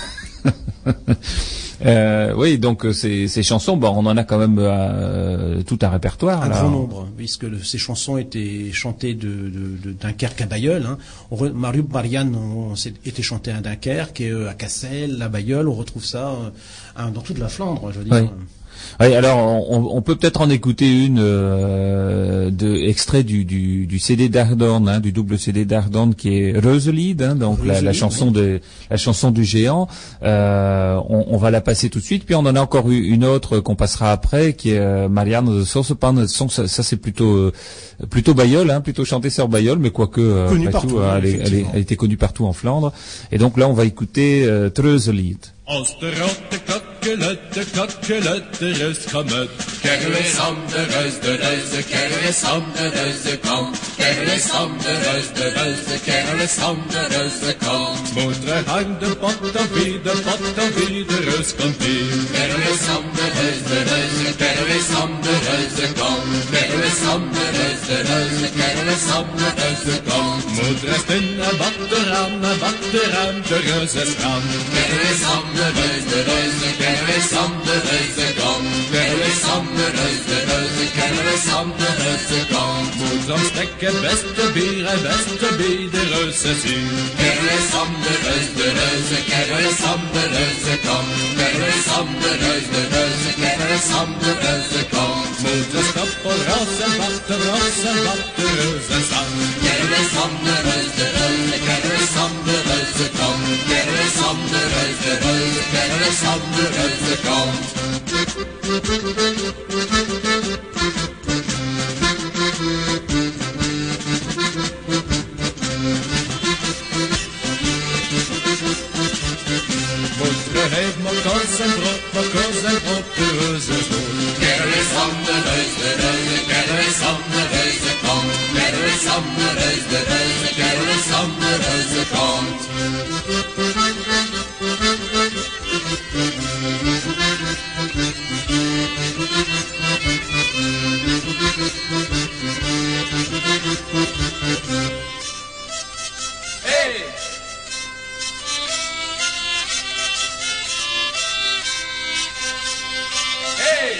Euh, oui, donc ces, ces chansons, bon, on en a quand même euh, tout un répertoire. Un là. grand nombre, puisque le, ces chansons étaient chantées de, de, de Dunkerque à Bailleul. Hein. On, Marius Marianne on, était chanté à Dunkerque, et euh, à Cassel, à Bailleul, on retrouve ça euh, dans toute la Flandre, je veux dire. Oui. Oui, alors on, on peut peut-être en écouter une euh, de extrait du, du, du C D d'Ardorn, hein, du double C D d'Ardorn qui est Reuselied, hein, donc Reuselied, la, la chanson oui. de la chanson du géant. Euh, on, on va la passer tout de suite, puis on en a encore eu une autre qu'on passera après, qui est euh, Marianne de Saucepan. Ça, ça c'est plutôt euh, plutôt Bailleul, hein, plutôt chanté sur Bailleul, mais quoique euh, connue partout, tout, hein, elle, elle, elle, elle était connue partout en Flandre. Et donc là, on va écouter euh, Reuselied. Als de rotte kakkelette, kakkelette, reus gamet. Kerlis om de reus, de reus, de kerlis om de reus, de kom. Kerlis om de reus, de reus, de kerlis om de reus, de kom. Moeder hang de pot of wie, de pot of wie, de reus komt hier. Kerlis om de reus, de reus, de kerlis om de reus, de kom. Kerlis om de reus, de reus, de kerlis om de reus, de kom. Moeder is in een batteraan, een batteraan, de reus is gaan. Kerlis om de reus, de reus, de kerlis om de reus, de kom. Kerlis om de reus, de reus, de kerlis om de reus, de kom. Moet ons stekken, beste bier en beste bier, de reus is hier. Kerlis om de reus, de reus, de kerlis om de reus, de kom. Kerlis om de reus, de reus, de kerlis om de reus, de kom. Moet ons stoppen, ras en wachten, ras en wachten, reus is aan. Kerlis om de reus, de reus, de kerlis om de reus, de kom. Kerlis om de reus, de reus, de kerlis om de reus, de kom. Moeder heeft mokkels en brood, mokkels en brood, de reus is dood. Kerlis om de reus, de reus, de kerlis om de reus, de kom. Kerlis om de reus, de reus, de kerlis om de reus, de komt. Hey! Hey!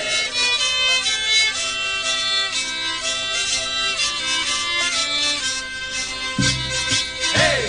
Hey!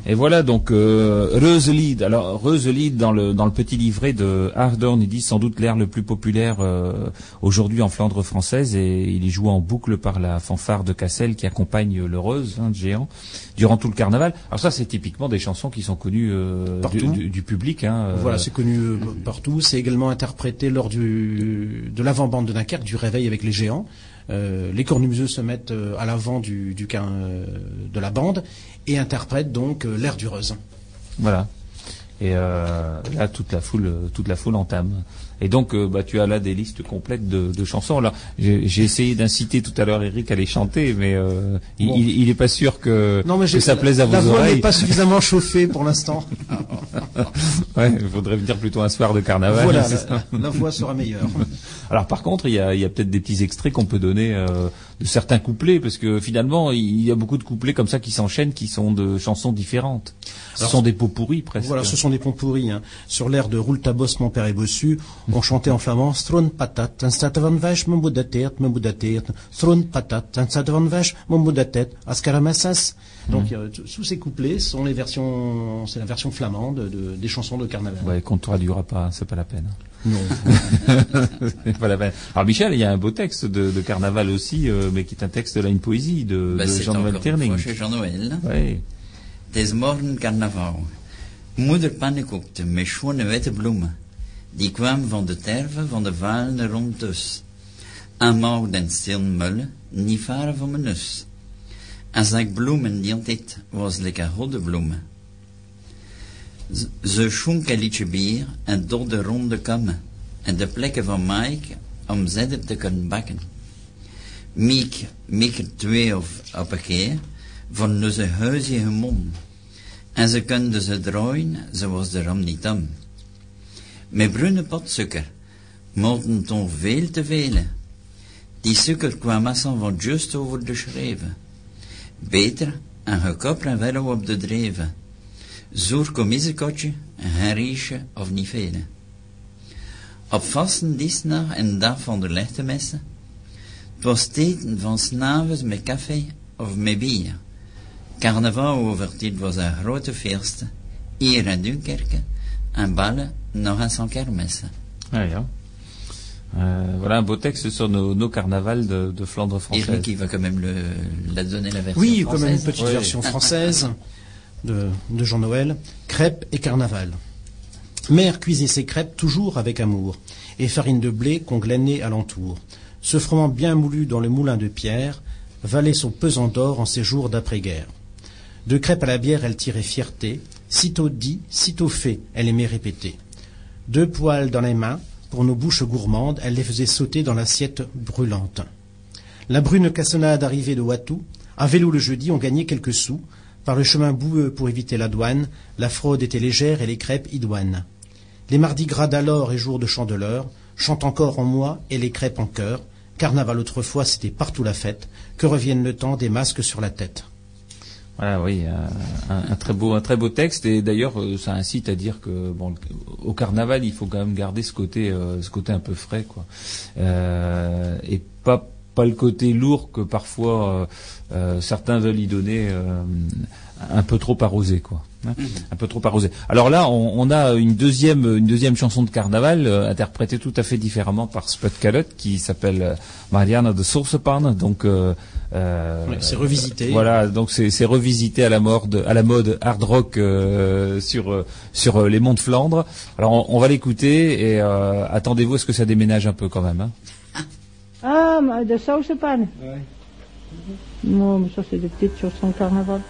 Et voilà donc euh, Reuselid. Alors Reuselid dans le dans le petit livret de Hardorn, il dit sans doute l'air le plus populaire euh, aujourd'hui en Flandre française, et il est joué en boucle par la fanfare de Cassel qui accompagne le Reus, hein, de Géant, durant tout le carnaval. Alors ça, c'est typiquement des chansons qui sont connues euh, du, du, du public. Hein, euh. Voilà, c'est connu euh, partout. C'est également interprété lors du de l'avant-bande de Dunkerque, du réveil avec les géants. Euh, les cornemuseux se mettent euh, à l'avant du, du euh, de la bande et interprètent donc euh, l'air du Reus. Voilà. Et euh, là, toute la foule, toute la foule entame. Et donc, euh, bah, tu as là des listes complètes de, de chansons. Là, j'ai, j'ai essayé d'inciter tout à l'heure Eric à les chanter, mais euh, bon. il, il est pas sûr que, non, mais que ça plaise à vos la voix oreilles. n'est pas suffisamment chauffée pour l'instant. Ouais, il faudrait venir plutôt un soir de carnaval. Voilà, la, la voix sera meilleure. Alors, par contre, il y a, il y a peut-être des petits extraits qu'on peut donner euh, de certains couplets, parce que finalement, il y a beaucoup de couplets comme ça qui s'enchaînent, qui sont de chansons différentes. Ce Alors, sont des pots pourris presque. Voilà, ce sont des pots pourris. Hein. Sur l'air de Roule ta bosse, mon père est bossu, on chantait en flamand Stron patat, un stat van vache, mon bout de tête, mon bout de tête, Stron patat, un stat van vache, mon bout de tête, ascaramassas. Donc, mmh. euh, sous ces couplets sont les versions, c'est la version flamande de, de, des chansons de carnaval. Ouais, qu'on ne traduira pas, c'est pas la peine. Non. C'est pas la peine. Alors Michel, il y a un beau texte de, de carnaval aussi, euh, mais qui est un texte là, une poésie de, bah, de Jean-Noël Terning. C'est Jean-Noël. Oui. Des morgen carnaval. Moeder pannenkoekte met schone witte bloemen. Die kwam van de terve van de Vaalne rond dus. Aan mouw den stil mullen, niet varen van mijn nus. En zag bloemen die dit was lekker hodde bloemen. Ze schonk een liedje bier en door de ronde kammen. En de plekken van Mike om zedder te kunnen bakken. Miek, Miek er twee of op een keer, van onze huizige mom. En ze konden ze draaien, ze was erom niet om. Met bruine potsuiker, mochten ton veel te vele. Die suiker kwam meestal van just over de schreven. Beter en gekopper en verder op de dreven. Zoer komizekotje, een riesje of niet vele. Op vasten dienstdag en dag van de lichte messen. Het was teken van 's avonds met café of met bier. Carnaval over dit was een grote feest. Hier in Dunkerque, en ballen nog eens en kermissen. Ah, ja. Euh, voilà un beau texte sur nos, nos carnavals de, de Flandre française. Eric, il va quand même le, la donner la version oui, française. Oui, comme une petite oui. version française de, de Jean-Noël. Crêpes et carnaval. Mère cuisait ses crêpes toujours avec amour, et farine de blé qu'on glanait alentour. Ce froment bien moulu dans le moulin de pierre valait son pesant d'or en ces jours d'après-guerre. De crêpes à la bière, elle tirait fierté. Sitôt dit, sitôt fait, elle aimait répéter. Deux poils dans les mains, pour nos bouches gourmandes, elle les faisait sauter dans l'assiette brûlante. La brune cassonade arrivée de Watou, à vélo le jeudi, on gagnait quelques sous. Par le chemin boueux pour éviter la douane, la fraude était légère et les crêpes idoines. Les mardis gras d'alors et jours de chandeleur chantent encore en moi et les crêpes en chœur. Carnaval autrefois, c'était partout la fête. Que revienne le temps des masques sur la tête. Voilà, oui, un, un, un très beau, un très beau texte, et d'ailleurs, ça incite à dire que bon, au carnaval, il faut quand même garder ce côté, euh, ce côté un peu frais, quoi, euh, et pas pas le côté lourd que parfois euh, euh, certains veulent y donner, euh, un peu trop arrosé, quoi. Hein, mmh. Un peu trop arrosé. Alors là, on, on a une deuxième, une deuxième chanson de carnaval euh, interprétée tout à fait différemment par Spud Calotte, qui s'appelle euh, Marianne de Sourcepan. Donc, euh, euh, oui, c'est revisité. Voilà, donc c'est, c'est revisité à la mode, à la mode hard rock euh, sur euh, sur euh, les monts de Flandre. Alors, on, on va l'écouter et euh, attendez-vous à ce que ça déménage un peu quand même. Hein. Ah, de Sourcepan. Ouais. Non, mais ça c'est des petites chansons de carnaval.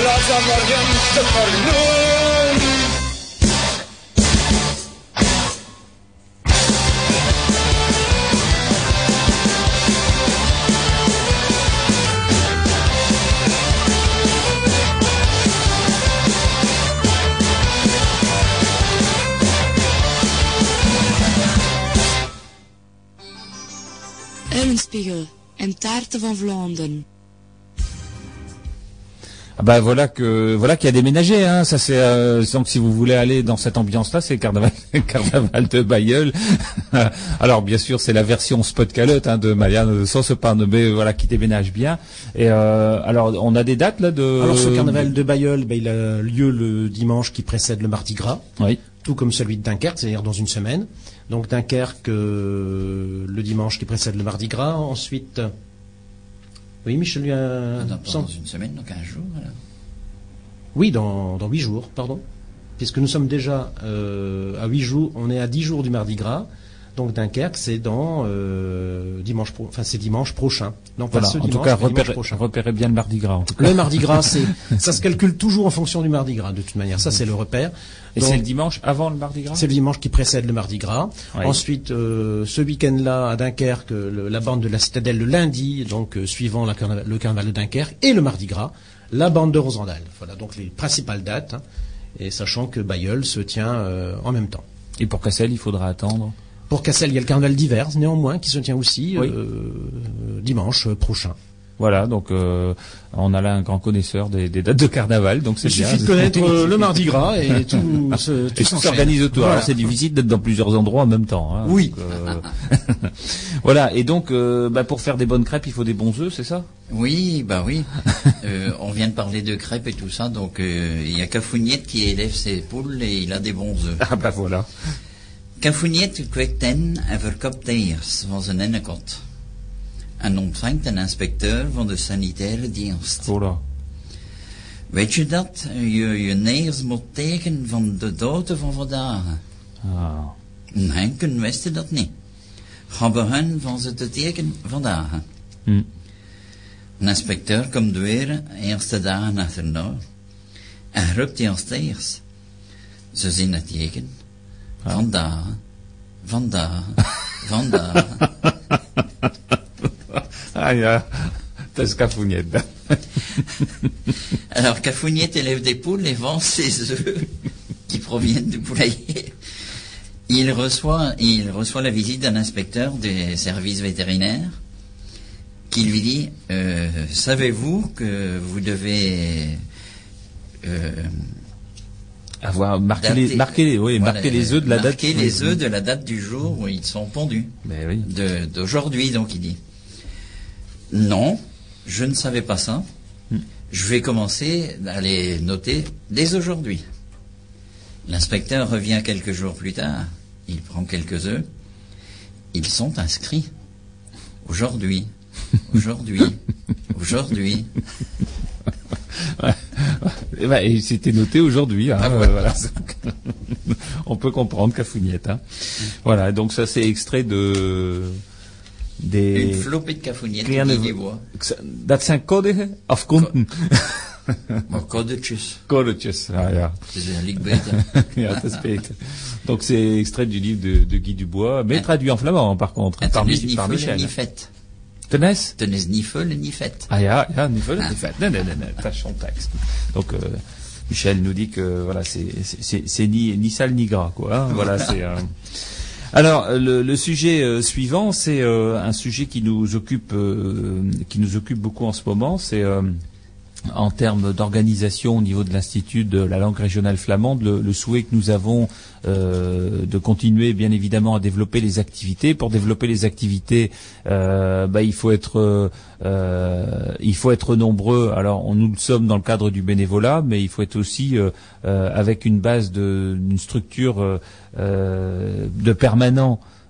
laat dan morgen te vernoen. Eulenspiegel en taarten van Vlaanderen. Ah bah voilà que voilà qu'il y a déménagé, hein. Ça c'est euh, donc si vous voulez aller dans cette ambiance-là, c'est carnaval, carnaval de Bailleul. Alors bien sûr c'est la version spot calotte hein, de Marianne Saucepan, mais voilà qui déménage bien. Et euh, alors on a des dates là de. Alors ce carnaval de Bailleul, ben, il a lieu le dimanche qui précède le Mardi Gras. Oui. Tout comme celui de Dunkerque, c'est-à-dire dans une semaine. Donc Dunkerque euh, le dimanche qui précède le Mardi Gras. Ensuite, oui, Michel lui a... Ah, dans, dans une semaine, donc un jour, voilà. Oui, dans dans huit jours, pardon. Puisque nous sommes déjà euh, à huit jours, on est à dix jours du Mardi Gras. Donc Dunkerque, c'est dans euh, dimanche, pro... enfin c'est dimanche prochain. Donc voilà. ce En dimanche, tout cas, repérez, repérez bien le Mardi Gras. En tout cas. Le Mardi Gras, c'est ça se calcule toujours en fonction du Mardi Gras de toute manière. Ça c'est le repère. Et donc, c'est le dimanche avant le Mardi Gras. C'est le dimanche qui précède le Mardi Gras. Oui. Ensuite, euh, ce week-end-là à Dunkerque, le, la bande de la Citadelle le lundi, donc euh, suivant la carnaval, le carnaval de Dunkerque et le Mardi Gras, la bande de Rosendal. Voilà donc les principales dates. Hein, et sachant que Bailleul se tient euh, en même temps. Et pour Cassel, il faudra attendre. Pour Cassel, il y a le carnaval d'hiver, néanmoins, qui se tient aussi Oui. euh, dimanche prochain. Voilà, donc euh, on a là un grand connaisseur des, des dates de carnaval, donc c'est Il bien. suffit de connaître euh, le Mardi Gras et tout, se, tout Et tout s'enchaîne. s'organise autour. Voilà. Alors c'est difficile d'être dans plusieurs endroits en même temps. Hein, Oui. donc, euh, voilà, et donc euh, bah, pour faire des bonnes crêpes, il faut des bons œufs, c'est ça? Oui, bah oui. euh, on vient de parler de crêpes et tout ça, donc euh, il y a Cafouniette qui élève ses poules et il a des bons œufs. Ah bah voilà. Cafouniette kweekt hen en verkoopt eiers van zijn hennekot. En ontvangt een inspecteur van de sanitaire dienst. Voilà. Weet je dat je je eiers moet tekenen van de datum van vandaag? Ah. Nee, kunnen wisten dat niet. Ga beginnen van ze te tekenen vandaag. Hm. Een inspecteur komt weer, eerste dagen achterna. En rukt hij als eiers. Ze zien het teken. Ah. Vandaag, vandaag, vandaag. Ah ja, dat is Cafouniette. Alors, Cafouniette élève des poules et vend ses œufs qui proviennent du poulailler. Il reçoit, il reçoit la visite d'un inspecteur des services vétérinaires qui lui dit euh, savez-vous que vous devez euh, Avoir marqué dater- les, marqué les, oui, voilà, marquer les œufs de la date. marquer les œufs de la date du jour où ils sont pondus. Mais oui. De, d'aujourd'hui, donc il dit. Non, je ne savais pas ça. Hmm. Je vais commencer à les noter dès aujourd'hui. L'inspecteur revient quelques jours plus tard. Il prend quelques œufs. Ils sont inscrits. Aujourd'hui. Aujourd'hui. Aujourd'hui. Ouais. Et, bah, et c'était noté aujourd'hui. Hein, Ah, euh, voilà. voilà. On peut comprendre Cafouniette. Hein. Voilà, donc ça c'est extrait de des. Une flopée de Cafouniette Kleine- die die bois. Dat zijn codigen of konten. Maar kodetjes. Codetjes. Ah ja. Het is eigenlijk beter. Ja, dat is beter. Donc c'est extrait du livre de, de Guy Dubois, mais En- traduit en flamand par contre, En par, ten is Mi- niet par vul en Michel. niet vet. Tennis? Ten is niet vul en niet vet. Ah ja, ja, niet vullen, niet vet. Nee, nee, nee, nee, tâche son texte. Donc euh, Michel nous dit que voilà, c'est c'est- c'est c'est ni ni sale ni gras quoi. Hein, voilà, c'est. Euh... Alors le, le sujet euh, suivant, c'est euh, un sujet qui nous occupe, euh, qui nous occupe beaucoup en ce moment. C'est euh, en termes d'organisation au niveau de l'Institut de la langue régionale flamande, le, le souhait que nous avons euh, de continuer bien évidemment à développer les activités. Pour développer les activités, euh, bah, il faut être euh, il faut être nombreux. Alors on, nous le sommes dans le cadre du bénévolat, mais il faut être aussi euh, euh, avec une base de d'une structure euh, euh, de permanents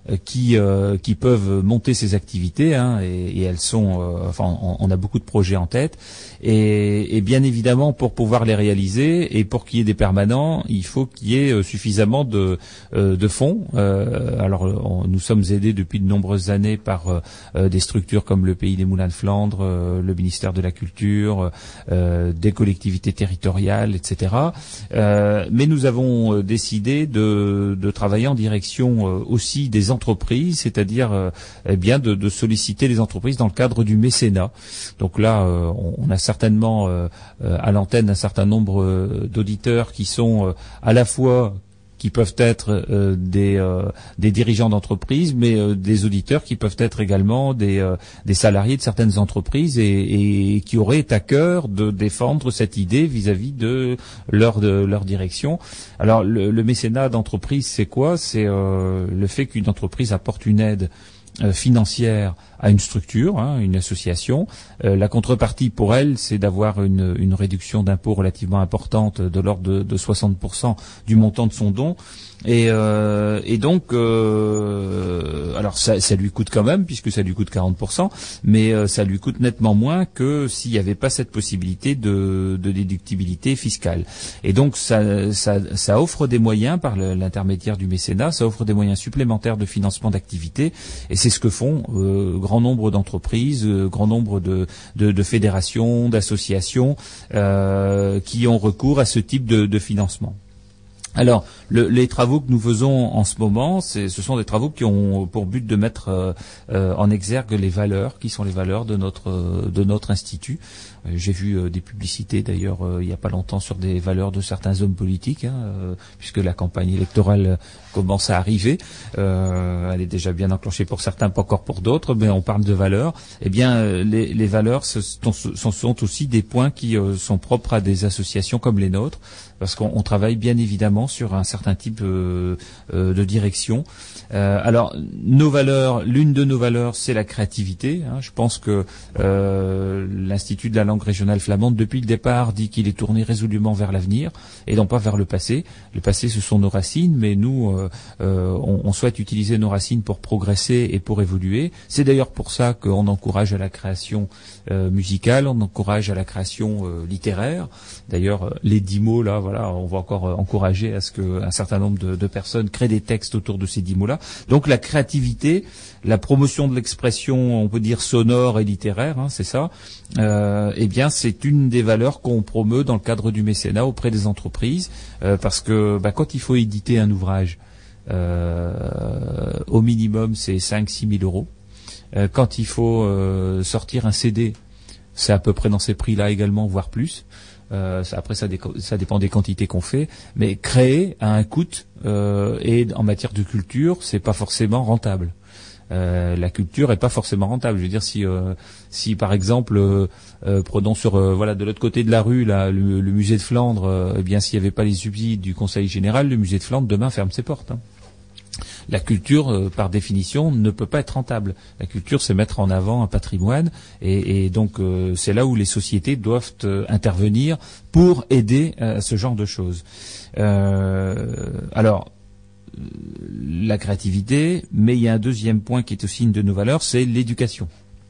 qui euh, qui peuvent monter ces activités, hein, et, et elles sont, euh, enfin, on, on a beaucoup de projets en tête, et, et bien évidemment pour pouvoir les réaliser et pour qu'il y ait des permanents, il faut qu'il y ait suffisamment de euh, de fonds. Euh, alors on, nous sommes aidés depuis de nombreuses années par euh, des structures comme le Pays des Moulins de Flandre, euh, le ministère de la Culture, euh, des collectivités territoriales, et cetera. Euh, mais nous avons décidé de, de travailler en direction euh, aussi des entreprises, c'est-à-dire euh, eh bien de, de solliciter les entreprises dans le cadre du mécénat. Donc là, euh, on, on a certainement euh, euh, à l'antenne un certain nombre euh, d'auditeurs qui sont euh, à la fois qui peuvent être euh, des, euh, des dirigeants d'entreprise, mais euh, des auditeurs qui peuvent être également des, euh, des salariés de certaines entreprises et, et qui auraient à cœur de défendre cette idée vis-à-vis de leur, de leur direction. Alors le, le mécénat d'entreprise, c'est quoi? C'est euh, le fait qu'une entreprise apporte une aide Euh, financière à une structure, hein, une association. Euh, la contrepartie pour elle, c'est d'avoir une, une réduction d'impôt relativement importante de l'ordre de, de soixante pour cent du montant de son don. Et, euh, et donc, euh, alors ça, ça lui coûte quand même, puisque ça lui coûte quarante pour cent, mais euh, ça lui coûte nettement moins que s'il n'y avait pas cette possibilité de, de déductibilité fiscale. Et donc, ça, ça, ça offre des moyens par le, l'intermédiaire du mécénat, ça offre des moyens supplémentaires de financement d'activité, et c'est ce que font euh, grand nombre d'entreprises, euh, grand nombre de, de, de fédérations, d'associations euh, qui ont recours à ce type de, de financement. Alors, le, les travaux que nous faisons en ce moment, c'est, ce sont des travaux qui ont pour but de mettre euh, euh, en exergue les valeurs, qui sont les valeurs de notre euh, de notre institut. Euh, j'ai vu euh, des publicités d'ailleurs euh, il n'y a pas longtemps sur des valeurs de certains hommes politiques, hein, euh, puisque la campagne électorale commence à arriver. Euh, elle est déjà bien enclenchée pour certains, pas encore pour d'autres, mais on parle de valeurs. Eh bien, euh, les, les valeurs, ce sont, ce sont aussi des points qui euh, sont propres à des associations comme les nôtres, parce qu'on on travaille bien évidemment sur un certain type euh, euh, de direction. Euh, alors, nos valeurs, l'une de nos valeurs, c'est la créativité. Hein. Je pense que euh, l'Institut de la langue régionale flamande, depuis le départ, dit qu'il est tourné résolument vers l'avenir et non pas vers le passé. Le passé, ce sont nos racines, mais nous, euh, euh, on, on souhaite utiliser nos racines pour progresser et pour évoluer. C'est d'ailleurs pour ça qu'on encourage à la création euh, musicale, on encourage à la création euh, littéraire. D'ailleurs, euh, les dix mots, là, voilà, on va encore euh, encourager à ce qu'un certain nombre de, de personnes créent des textes autour de ces dix mots-là. Donc la créativité, la promotion de l'expression, on peut dire sonore et littéraire, hein, c'est ça. Euh, eh bien, c'est une des valeurs qu'on promeut dans le cadre du mécénat auprès des entreprises, euh, parce que bah, quand il faut éditer un ouvrage, euh, au minimum c'est cinq six mille euros. Euh, quand il faut euh, sortir un C D, c'est à peu près dans ces prix-là également, voire plus. Euh, ça, après, ça, dé- ça dépend des quantités qu'on fait, mais créer a un coût, euh, et en matière de culture, c'est pas forcément rentable. Euh, la culture est pas forcément rentable. Je veux dire, si, euh, si par exemple, euh, euh, prenons sur, euh, voilà, de l'autre côté de la rue, là, le, le musée de Flandre, euh, eh bien, s'il n'y avait pas les subsides du Conseil général, le musée de Flandre demain ferme ses portes. Hein. La culture, euh, par définition, ne peut pas être rentable. La culture, c'est mettre en avant un patrimoine, et, et donc euh, c'est là où les sociétés doivent euh, intervenir pour aider à ce genre de choses. Euh, alors, la créativité, mais il y a un deuxième point qui est aussi une de nos valeurs, c'est l'éducation.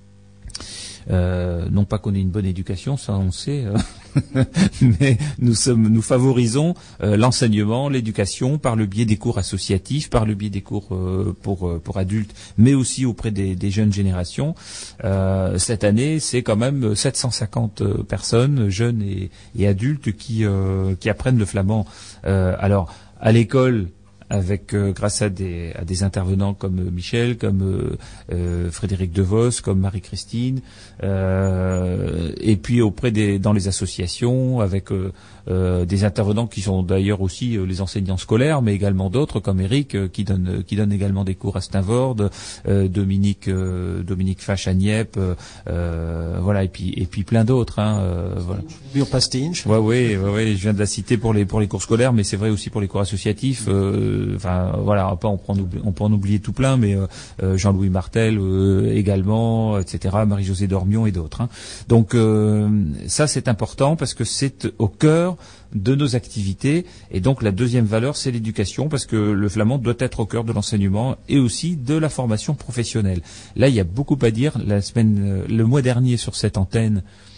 Euh, non pas qu'on ait une bonne éducation, ça on sait, euh, mais nous sommes, nous favorisons euh, l'enseignement, l'éducation par le biais des cours associatifs, par le biais des cours euh, pour euh, pour adultes, mais aussi auprès des, des jeunes générations. Euh, cette année, c'est quand même sept cent cinquante personnes, jeunes et, et adultes, qui euh, qui apprennent le flamand. Euh, alors à l'école, avec euh, grâce à des, à des intervenants comme euh, Michel, comme euh, euh, Frédéric Devos, comme Marie-Christine, euh, et puis auprès des dans les associations, avec euh, euh, des intervenants qui sont d'ailleurs aussi euh, les enseignants scolaires, mais également d'autres comme Eric euh, qui donne qui donne également des cours à Steinvord, euh, Dominique euh, Dominique Fache à Nieppe, euh, voilà, et puis et puis plein d'autres. Hein, euh, voilà. Burpastinch. Ouais, ouais, ouais, ouais, je viens de la citer pour les pour les cours scolaires, mais c'est vrai aussi pour les cours associatifs. Euh, de, enfin voilà, on peut en prendre, on peut en oublier tout plein, mais euh, euh, Jean-Louis Martel euh, également, et cetera. Marie-Josée Dormion et d'autres. Hein. Donc euh, ça c'est important parce que c'est au cœur de nos activités. Et donc la deuxième valeur, c'est l'éducation, parce que le flamand doit être au cœur de l'enseignement et aussi de la formation professionnelle. Là, il y a beaucoup à dire. La semaine, le mois dernier, sur cette antenne,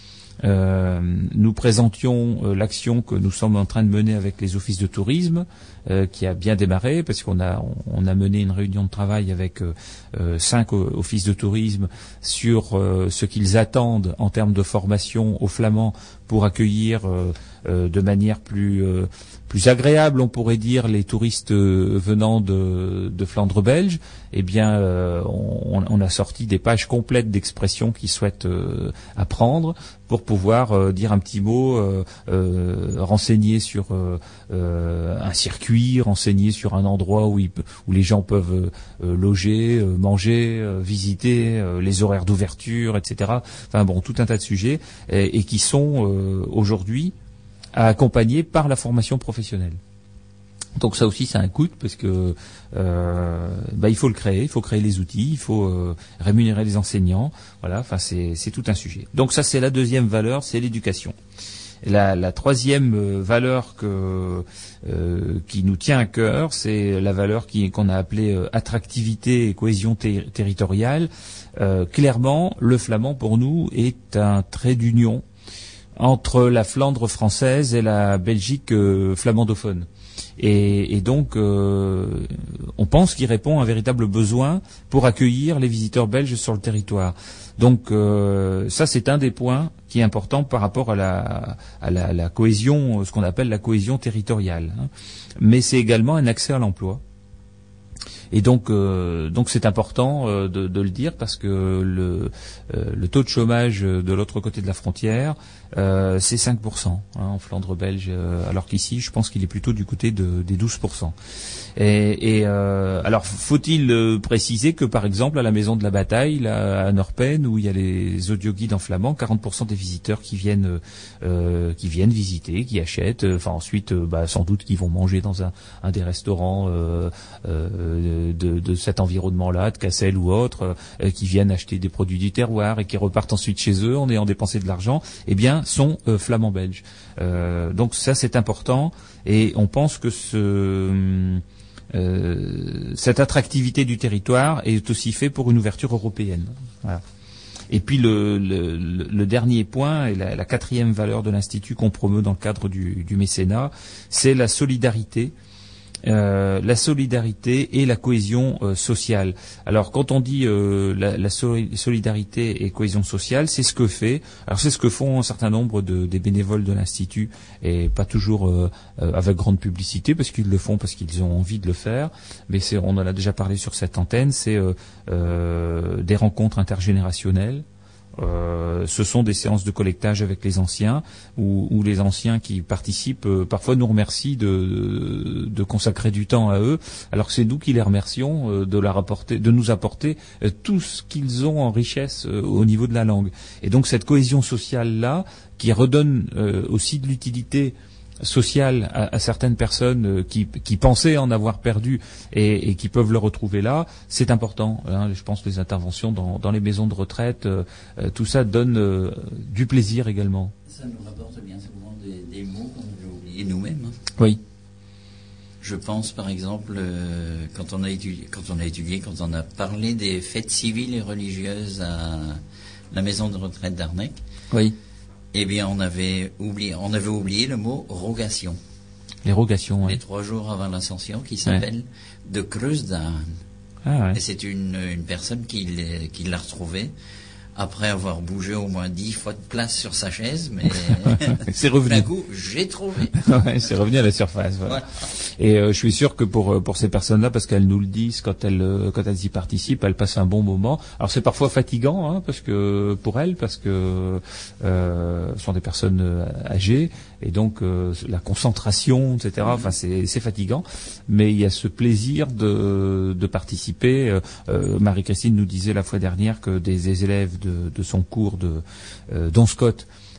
euh, nous présentions euh, l'action que nous sommes en train de mener avec les offices de tourisme, euh, qui a bien démarré, parce qu'on a on, on a mené une réunion de travail avec euh, euh, cinq offices de tourisme sur euh, ce qu'ils attendent en termes de formation aux flamands pour accueillir euh, euh, de manière plus euh, plus agréable, on pourrait dire, les touristes euh, venant de, de Flandre belge. Eh bien, euh, on, on a sorti des pages complètes d'expressions qu'ils souhaitent euh, apprendre pour pouvoir euh, dire un petit mot, euh, euh, renseigner sur euh, euh, un circuit, renseigner sur un endroit où, il, où les gens peuvent euh, loger, euh, manger, euh, visiter, euh, les horaires d'ouverture, et cetera. Enfin bon, tout un tas de sujets et, et qui sont euh, aujourd'hui accompagnés par la formation professionnelle. Donc ça aussi, c'est un coût parce que euh, bah, il faut le créer, il faut créer les outils, il faut euh, rémunérer les enseignants. Voilà, enfin c'est, c'est tout un sujet. Donc ça, c'est la deuxième valeur, c'est l'éducation. La, la troisième euh, valeur que, euh, qui nous tient à cœur, c'est la valeur qui, qu'on a appelée euh, attractivité et cohésion ter- territoriale. Euh, clairement, le flamand pour nous est un trait d'union entre la Flandre française et la Belgique euh, flamandophone. Et, et donc, euh, on pense qu'il répond à un véritable besoin pour accueillir les visiteurs belges sur le territoire. Donc, euh, ça, c'est un des points qui est important par rapport à la, à la, la cohésion, ce qu'on appelle la cohésion territoriale. Hein. Mais c'est également un accès à l'emploi. Et donc, euh, donc c'est important euh, de, de le dire parce que le, euh, le taux de chômage de l'autre côté de la frontière, euh, c'est cinq pour cent hein, en Flandre belge, euh, alors qu'ici, je pense qu'il est plutôt du côté de, des douze pour cent. Et, et euh, alors, faut-il euh, préciser que, par exemple, à la Maison de la Bataille, là, à Norpen, où il y a les audioguides en flamand, quarante pour cent des visiteurs qui viennent, euh, qui viennent visiter, qui achètent, enfin ensuite, euh, bah, sans doute qu'ils vont manger dans un, un des restaurants euh, euh, de, de cet environnement-là, de Cassel ou autre, euh, qui viennent acheter des produits du terroir et qui repartent ensuite chez eux en ayant dépensé de l'argent, eh bien, sont euh, flamands belges. Euh, donc ça, c'est important, et on pense que ce Euh, cette attractivité du territoire est aussi fait pour une ouverture européenne. Voilà. Et puis le, le, le dernier point, et la, la quatrième valeur de l'Institut qu'on promeut dans le cadre du, du mécénat, c'est la solidarité. Euh, la solidarité et la cohésion euh, sociale. Alors quand on dit euh, la, la solidarité et cohésion sociale, c'est ce que fait, alors c'est ce que font un certain nombre de, des bénévoles de l'Institut, et pas toujours euh, euh, avec grande publicité, parce qu'ils le font parce qu'ils ont envie de le faire, mais c'est, on en a déjà parlé sur cette antenne, c'est euh, euh, des rencontres intergénérationnelles. Euh, ce sont des séances de collectage avec les anciens, où, où les anciens qui participent euh, parfois nous remercient de, de consacrer du temps à eux, alors que c'est nous qui les remercions euh, de, leur apporter, de nous apporter euh, tout ce qu'ils ont en richesse euh, au niveau de la langue. Et donc cette cohésion sociale-là, qui redonne euh, aussi de l'utilité sociale à, à certaines personnes euh, qui, qui pensaient en avoir perdu et, et qui peuvent le retrouver là, c'est important. Hein, je pense que les interventions dans, dans les maisons de retraite, euh, euh, tout ça donne euh, du plaisir également. Ça nous rapporte bien souvent des, des mots qu'on avait oubliés nous-mêmes. Hein. Oui. Je pense par exemple, euh, quand, on a étudié, quand on a étudié, quand on a parlé des fêtes civiles et religieuses à la maison de retraite d'Arnec. Oui. Eh bien, on avait oublié, on avait oublié le mot rogation. Les rogations, oui. Les trois jours avant l'Ascension, qui s'appelle ouais. de Kreusdaan. Ah, ouais. Et c'est une, une personne qui, qui l'a retrouvé après avoir bougé au moins dix fois de place sur sa chaise, mais c'est revenu. D'un coup, j'ai trouvé. Ouais, c'est revenu à la surface. Voilà. Voilà. Et euh, je suis sûr que pour pour ces personnes-là, parce qu'elles nous le disent quand elles quand elles y participent, elles passent un bon moment. Alors c'est parfois fatigant, hein, parce que pour elles, parce que euh, ce sont des personnes âgées, et donc euh, la concentration, et cetera. Enfin, c'est c'est fatigant, mais il y a ce plaisir de de participer. Euh, Marie-Christine nous disait la fois dernière que des, des élèves de, de son cours de euh, Don Scott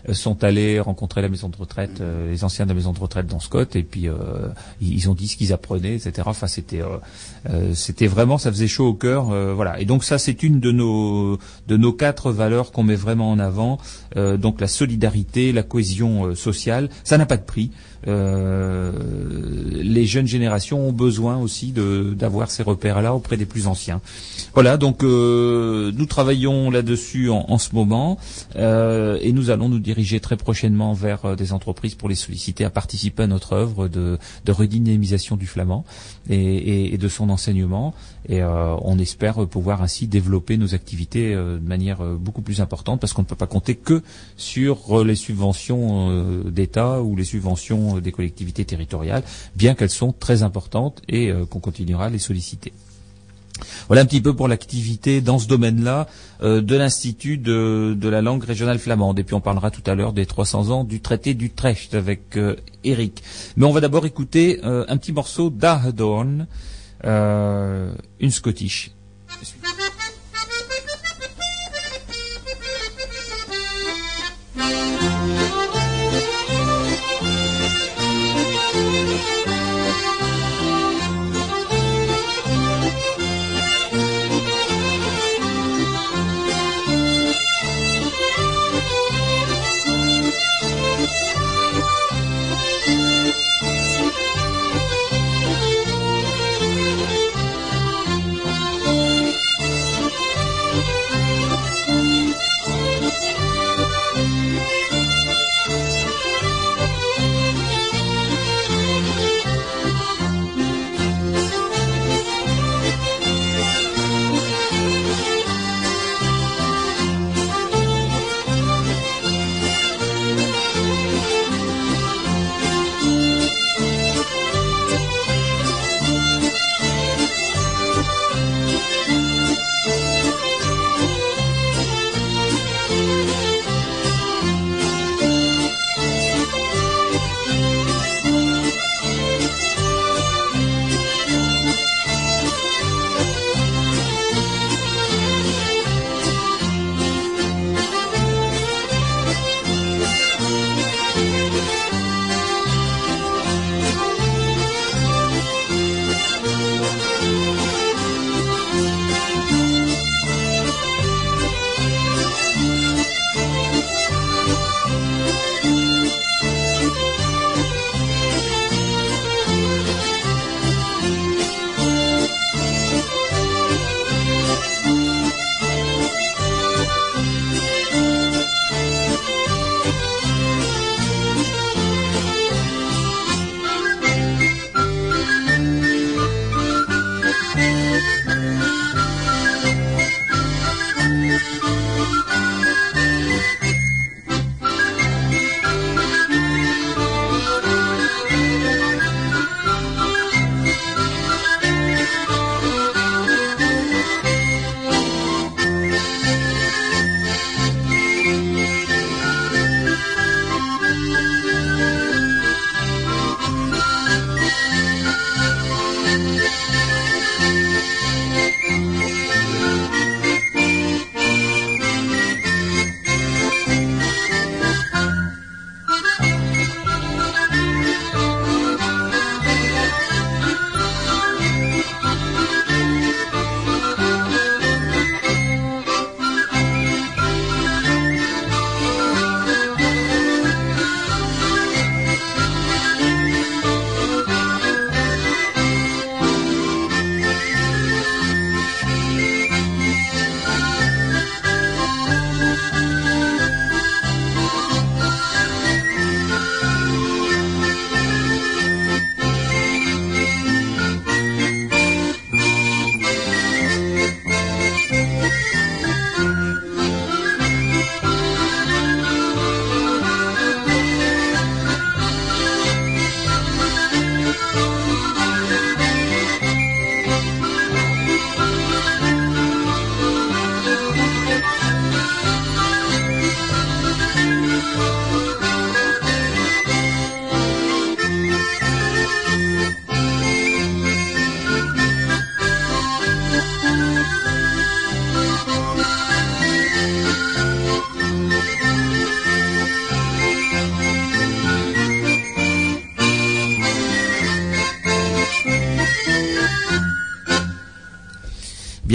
euh, sont allés rencontrer la maison de retraite, euh, les anciens de la maison de retraite dans Scott, et puis euh, ils ont dit ce qu'ils apprenaient, et cetera. Enfin, c'était, euh, euh, c'était vraiment, ça faisait chaud au cœur, euh, voilà. Et donc ça, c'est une de nos de nos quatre valeurs qu'on met vraiment en avant. Euh, donc la solidarité, la cohésion euh, sociale, ça n'a pas de prix. Euh, les jeunes générations ont besoin aussi de d'avoir ces repères-là auprès des plus anciens. Voilà, donc euh, nous travaillons là-dessus en, en ce moment euh, et nous allons nous diriger très prochainement vers euh, des entreprises pour les solliciter à participer à notre œuvre de, de redynamisation du flamand et, et, et de son enseignement. Et euh, on espère pouvoir ainsi développer nos activités euh, de manière euh, beaucoup plus importante, parce qu'on ne peut pas compter que sur euh, les subventions euh, d'État ou les subventions euh, des collectivités territoriales, bien qu'elles sont très importantes et euh, qu'on continuera à les solliciter. Voilà un petit peu pour l'activité dans ce domaine-là euh, de l'Institut de, de la langue régionale flamande. Et puis on parlera tout à l'heure des trois cents ans du traité d'Utrecht avec euh, Eric. Mais on va d'abord écouter euh, un petit morceau d'Ahedorn, euh, une Scottish. Thank you.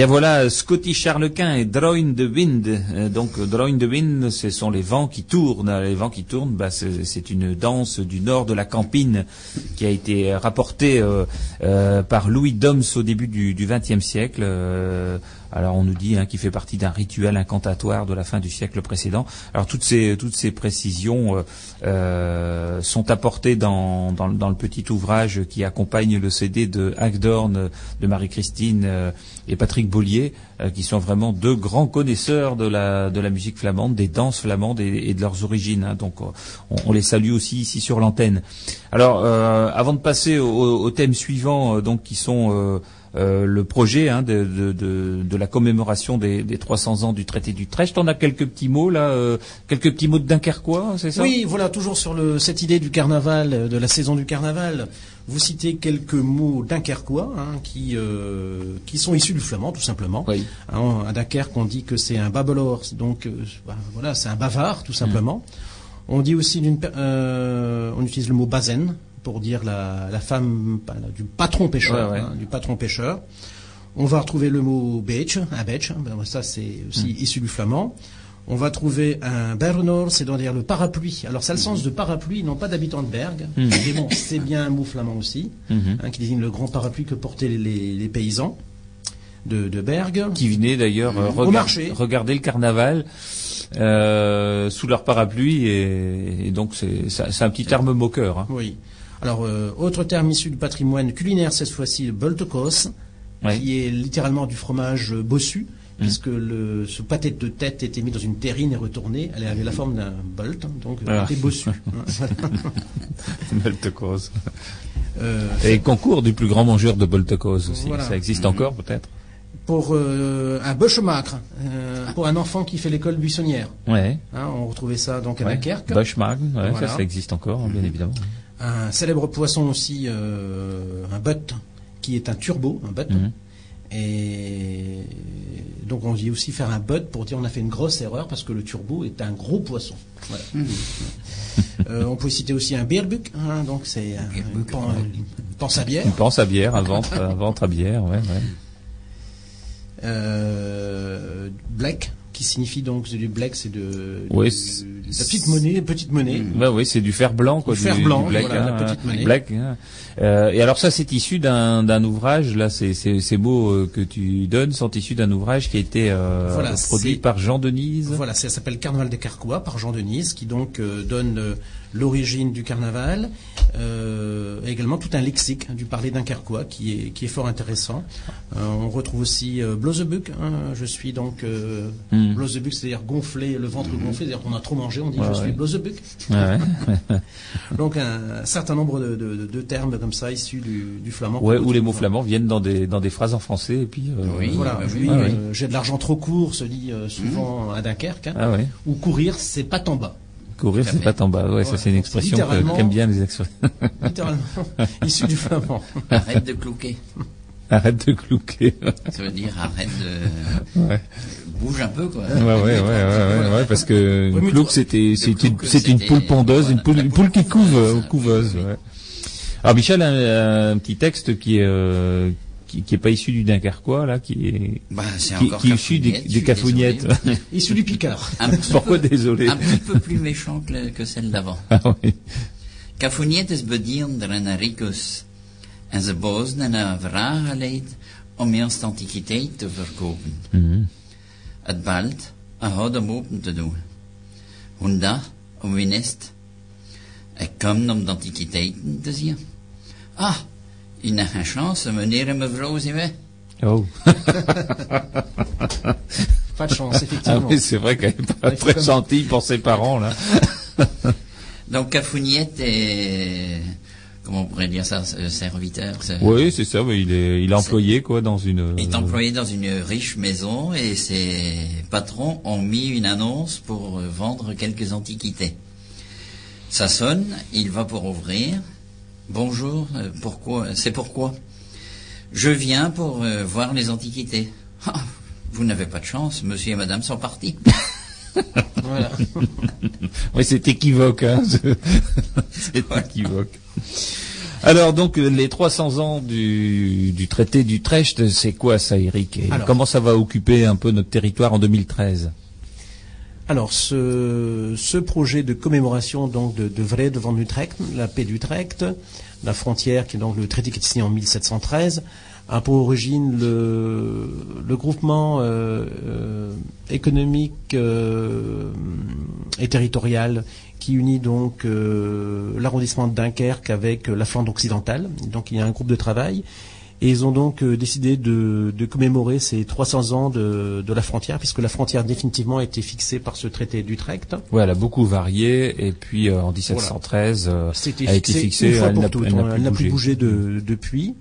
Bien voilà, Scottish Harlequin et Drawing the Wind. Euh, donc Drawing the Wind, ce sont les vents qui tournent. Les vents qui tournent, bah, c'est, c'est une danse du nord de la Campine qui a été rapportée euh, euh, par Louis Doms au début du vingtième siècle. Euh, alors on nous dit hein, qu'il fait partie d'un rituel incantatoire de la fin du siècle précédent. Alors toutes ces toutes ces précisions euh, euh, sont apportées dans, dans dans le petit ouvrage qui accompagne le C D de Hagedorn de Marie-Christine euh, et Patrick Bollier, euh, qui sont vraiment deux grands connaisseurs de la de la musique flamande, des danses flamandes et, et de leurs origines. Hein. Donc on, on les salue aussi ici sur l'antenne. Alors euh, avant de passer au, au thème suivant, euh, donc qui sont euh, Euh, le projet hein, de, de, de, de la commémoration des, des trois cents ans du traité d'Utrecht. On a quelques petits mots là, euh, quelques petits mots de Dunkerquois, c'est ça? Oui, voilà, toujours sur le, cette idée du carnaval, de la saison du carnaval. Vous citez quelques mots dunkerquois hein, qui, euh, qui sont issus du flamand, tout simplement. Oui. Hein, à Dunkerque, on dit que c'est un babelor, donc euh, bah, voilà, c'est un bavard, tout simplement. Mmh. On dit aussi, d'une, euh, on utilise le mot bazen pour dire la, la femme du patron pêcheur, ouais, ouais. Hein, du patron pêcheur. On va retrouver le mot beach, un beach, ben ça c'est aussi mmh. issu du flamand. On va trouver un bernor, c'est dans dire le parapluie. Alors ça a le sens de parapluie, ils n'ont pas d'habitants de Bergue, mmh. mais bon, c'est bien un mot flamand aussi, mmh. hein, qui désigne le grand parapluie que portaient les, les paysans de, de Bergue. Qui venaient d'ailleurs mmh. regard, au marché. regarder le carnaval. Euh, sous leur parapluie et, et donc c'est, c'est un petit terme moqueur. Hein. Oui. Alors, euh, autre terme issu du patrimoine culinaire, cette fois-ci, le boltekos, oui. qui est littéralement du fromage bossu, mmh. puisque le, ce pâté de tête était mis dans une terrine et retourné. Elle avait la forme d'un bolt, hein, donc elle était bossu. Boltekos. Euh, et concours du plus grand mangeur de boltekos aussi. Voilà. Ça existe mmh. encore peut-être. Pour euh, un bushmaker, euh, pour un enfant qui fait l'école buissonnière. Ouais. Hein, on retrouvait ça donc à ouais. Dunkerque. Bushmaker, ouais, voilà. ça, ça existe encore, mmh. bien évidemment. Un célèbre poisson aussi, euh, un butt, qui est un turbo, un butt. Mmh. Et donc on dit aussi faire un butt pour dire on a fait une grosse erreur parce que le turbo est un gros poisson. Voilà. Mmh. euh, on peut citer aussi un beerbuk, hein, donc c'est un, une, pan, une panse à bière. Une panse à bière, un ventre, un ventre à bière, ouais. ouais. Euh, black, qui signifie donc du black, c'est de, oui, de, de la petite monnaie, petite monnaie. Bah oui, c'est du fer blanc, quoi. Du, du fer blanc, du black, voilà, hein, la petite monnaie. Black, hein. Euh, et alors ça, c'est issu d'un, d'un ouvrage. Là, c'est, c'est, ces mots euh, que tu donnes sont issus d'un ouvrage qui a été euh, voilà, produit par Jean Denise. Voilà, ça s'appelle Carnaval des Carquois par Jean Denise, qui donc euh, donne euh, l'origine du carnaval, euh, et également tout un lexique hein, du parler d'un carquois qui est qui est fort intéressant. Euh, on retrouve aussi euh, Blozebuk. Hein, je suis donc euh, mm. Blozebuk, c'est-à-dire gonflé, le ventre mm. gonflé, c'est-à-dire qu'on a trop mangé, on dit ouais, je ouais. suis Blozebuk. Ouais. Donc un, un certain nombre de, de, de termes comme ça issus du, du flamand. Ouais, où les mots flamands viennent dans des dans des phrases en français et puis. Euh, oui. Voilà. Oui, oui, ah, euh, oui. J'ai de l'argent trop court, se dit euh, souvent mm. à Dunkerque. Hein, ah, ouais. Ou courir, c'est pas en bas. Courir, c'est pas en bas. Ouais, ouais, ça c'est une expression que, qu'aiment bien les expressions. Littéralement, issu du flamand. Arrête de clouquer. Arrête de clouquer. Ça veut dire arrête de. Ouais. Bouge un peu, quoi. Ouais, ouais, ouais, ouais, ouais, ouais, parce que une clouque, c'était, c'est une, c'est une poule pondeuse, une poule, une poule qui couve, couveuse, ouais. Alors, Michel a un, un petit texte qui est, euh, qui, qui est pas issu du Dunkerquois, là, qui est, bah, c'est qui, qui est issu des, des cafounettes. Issu du Picard. Pourquoi peu, désolé? Un petit peu plus méchant que, que celle d'avant. Ah oui. Cafounettes bedienen en Arikus. En ze bozen en een vraag geleid om eerst antiquiteit te verkopen. Mm-hmm. Het balt een houden open te doen. Honda, om winest. Ik kom om de antiquiteiten te zien. Ah, il n'a geen chance, meneer en mevrouw zijn wij. Oh. Pas de chance, effectivement. Ah oui, c'est vrai qu'elle n'est pas très gentille pour ses parents, là. Donc, Cafouniette est, comment on pourrait dire ça, serviteur. Oui, c'est ça, mais il est, il est employé, quoi, dans une... Il est employé dans une riche maison et ses patrons ont mis une annonce pour vendre quelques antiquités. Ça sonne, il va pour ouvrir. Bonjour, pourquoi, c'est pourquoi? Je viens pour euh, voir les antiquités. Ah, vous n'avez pas de chance, monsieur et madame sont partis. Voilà. Oui, c'est équivoque, hein. C'est voilà. équivoque. Alors donc les trois cents ans du, du traité d'Utrecht, c'est quoi ça, Eric? Et Alors, comment ça va occuper un peu notre territoire en deux mille treize? Alors, ce, ce projet de commémoration donc de, de Vrede van Utrecht, la paix d'Utrecht, la frontière qui est donc le traité qui est signé en mille sept cent treize, a pour origine le, le groupement euh, euh, économique euh, et territorial qui unit donc euh, l'arrondissement de Dunkerque avec la Flandre occidentale. Donc, il y a un groupe de travail. Et ils ont donc euh, décidé de, de commémorer ces trois cents ans de, de la frontière, puisque la frontière définitivement a été fixée par ce traité d'Utrecht. Oui, elle a beaucoup varié, et puis euh, en dix-sept cent treize, voilà. euh, C'était a été fixée, une fois elle pour n'a toutes. elle n'a Elle n'a plus plus bougé. bougé de, depuis.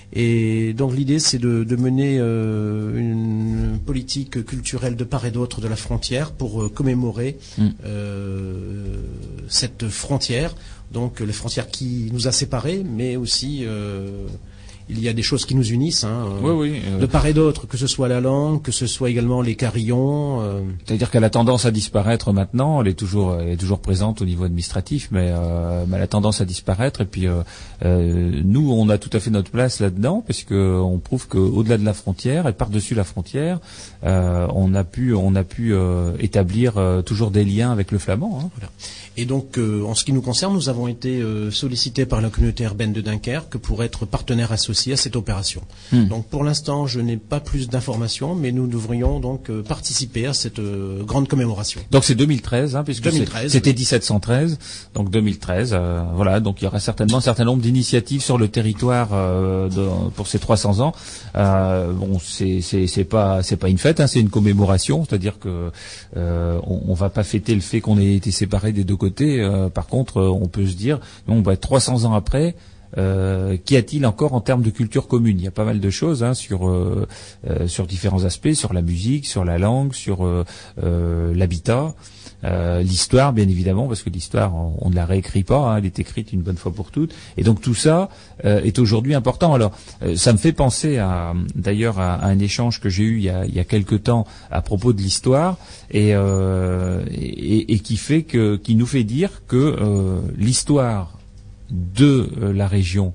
Et donc l'idée, c'est de, de mener euh, une politique culturelle de part et d'autre de la frontière pour euh, commémorer mm. euh, cette frontière, donc les frontières qui nous a séparés, mais aussi... Euh, il y a des choses qui nous unissent, hein, oui, oui, euh, de part et d'autre, que ce soit la langue, que ce soit également les carillons. Euh... C'est-à-dire qu'elle a tendance à disparaître maintenant, elle est toujours, elle est toujours présente au niveau administratif, mais, euh, mais elle a tendance à disparaître. Et puis euh, euh, nous, on a tout à fait notre place là-dedans, parce que on prouve qu'au-delà de la frontière et par-dessus la frontière, euh, on a pu, on a pu euh, établir euh, toujours des liens avec le flamand. Hein. Voilà. Et donc, euh, en ce qui nous concerne, nous avons été euh, sollicités par la communauté urbaine de Dunkerque pour être partenaire associé à cette opération. Hmm. Donc, pour l'instant, je n'ai pas plus d'informations, mais nous devrions donc euh, participer à cette euh, grande commémoration. Donc, c'est deux mille treize, hein, puisque deux mille treize, c'était oui. dix-sept cent treize, donc deux mille treize. Euh, voilà, donc il y aura certainement un certain nombre d'initiatives sur le territoire euh, de, pour ces trois cents ans. Euh, bon, c'est c'est c'est pas c'est pas une fête, hein, c'est une commémoration, c'est-à-dire que euh, on, on va pas fêter le fait qu'on ait été séparés des deux côté. Euh, par contre, euh, on peut se dire, on va être trois cents ans après, euh, qu'y a-t-il encore en termes de culture commune? Il y a pas mal de choses hein, sur euh, euh, sur différents aspects, sur la musique, sur la langue, sur euh, euh, l'habitat. Euh, l'histoire, bien évidemment, parce que l'histoire, on, on ne la réécrit pas, hein, elle est écrite une bonne fois pour toutes. Et donc tout ça euh, est aujourd'hui important. Alors, euh, ça me fait penser, à, d'ailleurs, à, à un échange que j'ai eu il y a, il y a quelque temps à propos de l'histoire, et, euh, et, et qui fait que, qui nous fait dire que euh, l'histoire de euh, la région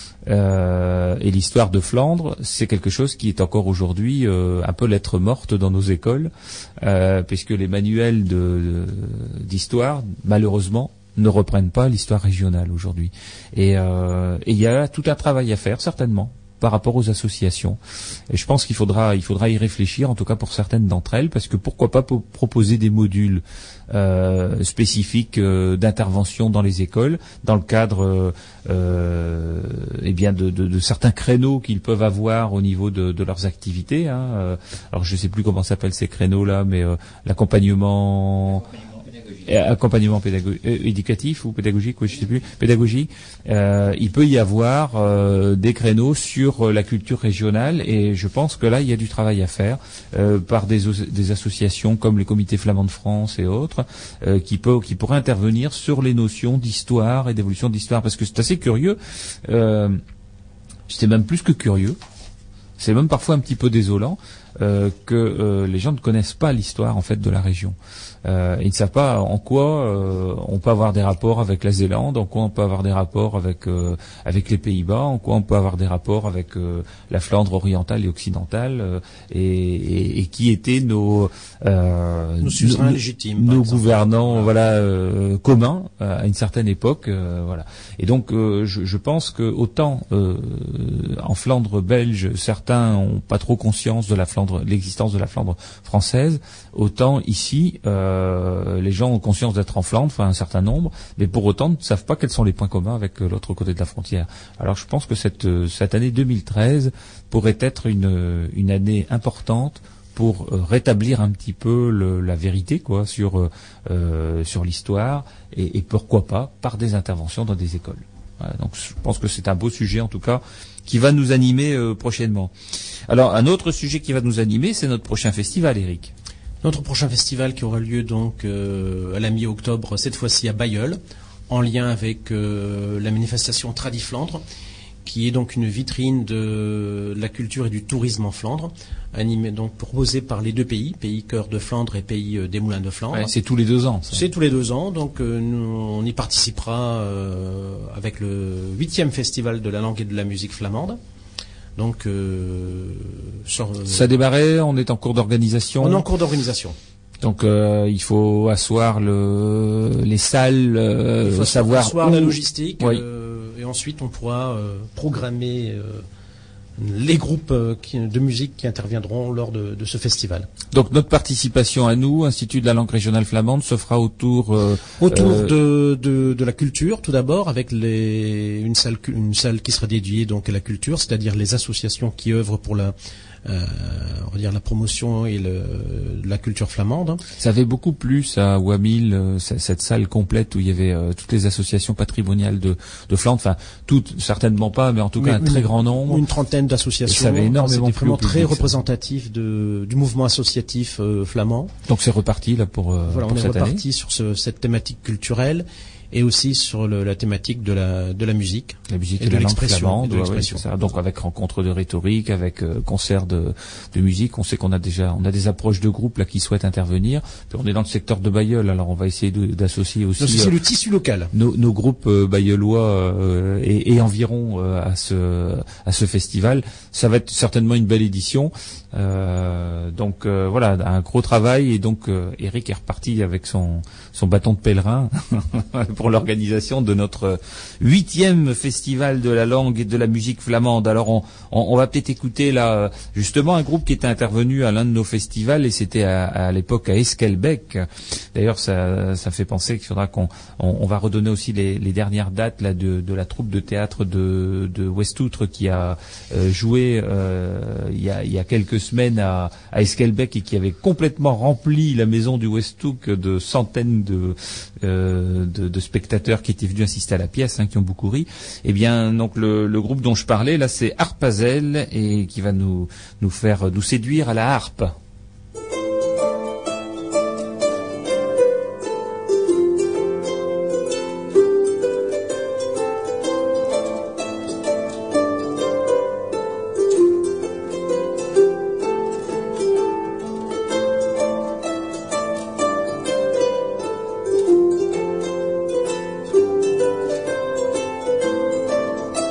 Euh, et l'histoire de Flandre, c'est quelque chose qui est encore aujourd'hui euh, un peu lettre morte dans nos écoles, euh, puisque les manuels de, de, d'histoire, malheureusement, ne reprennent pas l'histoire régionale aujourd'hui. Et euh, et il y a tout un travail à faire, certainement, par rapport aux associations. Et je pense qu'il faudra, il faudra y réfléchir, en tout cas pour certaines d'entre elles, parce que pourquoi pas po- proposer des modules euh, spécifiques euh, d'intervention dans les écoles, dans le cadre euh, euh, eh bien de, de, de certains créneaux qu'ils peuvent avoir au niveau de, de leurs activités. Hein. Euh, alors je ne sais plus comment s'appellent ces créneaux-là, mais euh, l'accompagnement... accompagnement pédagogique, euh, éducatif ou pédagogique, oui, je sais plus, pédagogique, euh, il peut y avoir euh, des créneaux sur euh, la culture régionale, et je pense que là il y a du travail à faire euh, par des, des associations comme les comités flamands de France et autres euh, qui peut, qui pourraient intervenir sur les notions d'histoire et d'évolution d'histoire, parce que c'est assez curieux. Euh, c'est même plus que curieux. C'est même parfois un petit peu désolant euh, que euh, les gens ne connaissent pas l'histoire en fait de la région. Euh, ils ne savent pas en quoi euh, on peut avoir des rapports avec la Zélande, en quoi on peut avoir des rapports avec euh, avec les Pays-Bas, en quoi on peut avoir des rapports avec euh, la Flandre orientale et occidentale, euh, et, et, et qui étaient nos euh, nos suzerains nos, légitimes, nos gouvernants, voilà, euh, communs euh, à une certaine époque, euh, voilà. Et donc euh, je, je pense que autant euh, en Flandre belge, certains ont pas trop conscience de la Flandre, l'existence de la Flandre française, autant ici euh, Euh, les gens ont conscience d'être en Flandre, enfin un certain nombre, mais pour autant ne savent pas quels sont les points communs avec euh, l'autre côté de la frontière. Alors je pense que cette, euh, cette année deux mille treize pourrait être une, une année importante pour euh, rétablir un petit peu le, la vérité quoi sur, euh, sur l'histoire, et, et pourquoi pas par des interventions dans des écoles. Voilà, donc je pense que c'est un beau sujet en tout cas qui va nous animer euh, prochainement. Alors un autre sujet qui va nous animer, c'est notre prochain festival, Eric. Notre prochain festival qui aura lieu donc euh, à la mi-octobre, cette fois-ci à Bailleul, en lien avec euh, la manifestation Tradi Flandre, qui est donc une vitrine de la culture et du tourisme en Flandre, animé donc proposé par les deux pays, pays Cœur de Flandre et pays euh, des Moulins de Flandre. Ouais, c'est tous les deux ans. Ça. C'est tous les deux ans, donc euh, nous, on y participera euh, avec le huitième festival de la langue et de la musique flamande. Donc, euh, sur, euh, ça démarrait, on est en cours d'organisation. On est en cours d'organisation. Donc euh, il faut asseoir le, les salles, euh, il faut savoir asseoir où... la logistique, oui. euh, et ensuite on pourra euh, programmer euh, les groupes euh, qui, de musique qui interviendront lors de, de ce festival. Donc notre participation à nous, Institut de la langue régionale flamande, se fera autour euh, autour euh, de, de de la culture tout d'abord, avec les une salle une salle qui sera dédiée donc à la culture, c'est-à-dire les associations qui œuvrent pour la Euh, on va dire la promotion et le, la culture flamande. Ça avait beaucoup plus à Wamil, euh, cette salle complète où il y avait euh, toutes les associations patrimoniales de, de Flandre, enfin toutes certainement pas, mais en tout mais cas un une, très grand nombre. Une trentaine d'associations. Ça avait énormément C'était vraiment public, très ça. représentatif de, du mouvement associatif euh, flamand. Donc c'est reparti là pour, euh, voilà, pour on est cette reparti année. sur ce, cette thématique culturelle. Et aussi sur le, la thématique de la de la musique, la musique et, et de la langue l'expression, flamande, et de ouais, l'expression. ouais, c'est ça. Donc avec rencontres de rhétorique, avec euh, concerts de, de musique, on sait qu'on a déjà on a des approches de groupes là qui souhaitent intervenir. Puis on est dans le secteur de Bailleul, alors on va essayer de, d'associer aussi Donc, c'est euh, le tissu local. Nos, nos groupes euh, bailleullois euh, et, et environ euh, à ce à ce festival. Ça va être certainement une belle édition. Euh, donc euh, voilà, un gros travail, et donc euh, Eric est reparti avec son son bâton de pèlerin pour l'organisation de notre huitième festival de la langue et de la musique flamande. Alors on, on, on va peut-être écouter là justement un groupe qui était intervenu à l'un de nos festivals, et c'était à, à l'époque à Esquelbec. D'ailleurs ça, ça fait penser qu'il faudra qu'on on, on va redonner aussi les, les dernières dates là de, de la troupe de théâtre de, de Westoutre qui a euh, joué euh, il y a, il y a quelques semaines à, à Esquelbec et qui avait complètement rempli la maison du Westouc de centaines de, euh, de, de spectateurs qui étaient venus assister à la pièce, hein, qui ont beaucoup ri. Eh bien, donc le, le groupe dont je parlais là, c'est Harpazel, et qui va nous nous faire nous séduire à la harpe.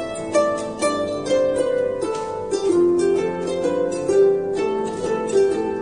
Thank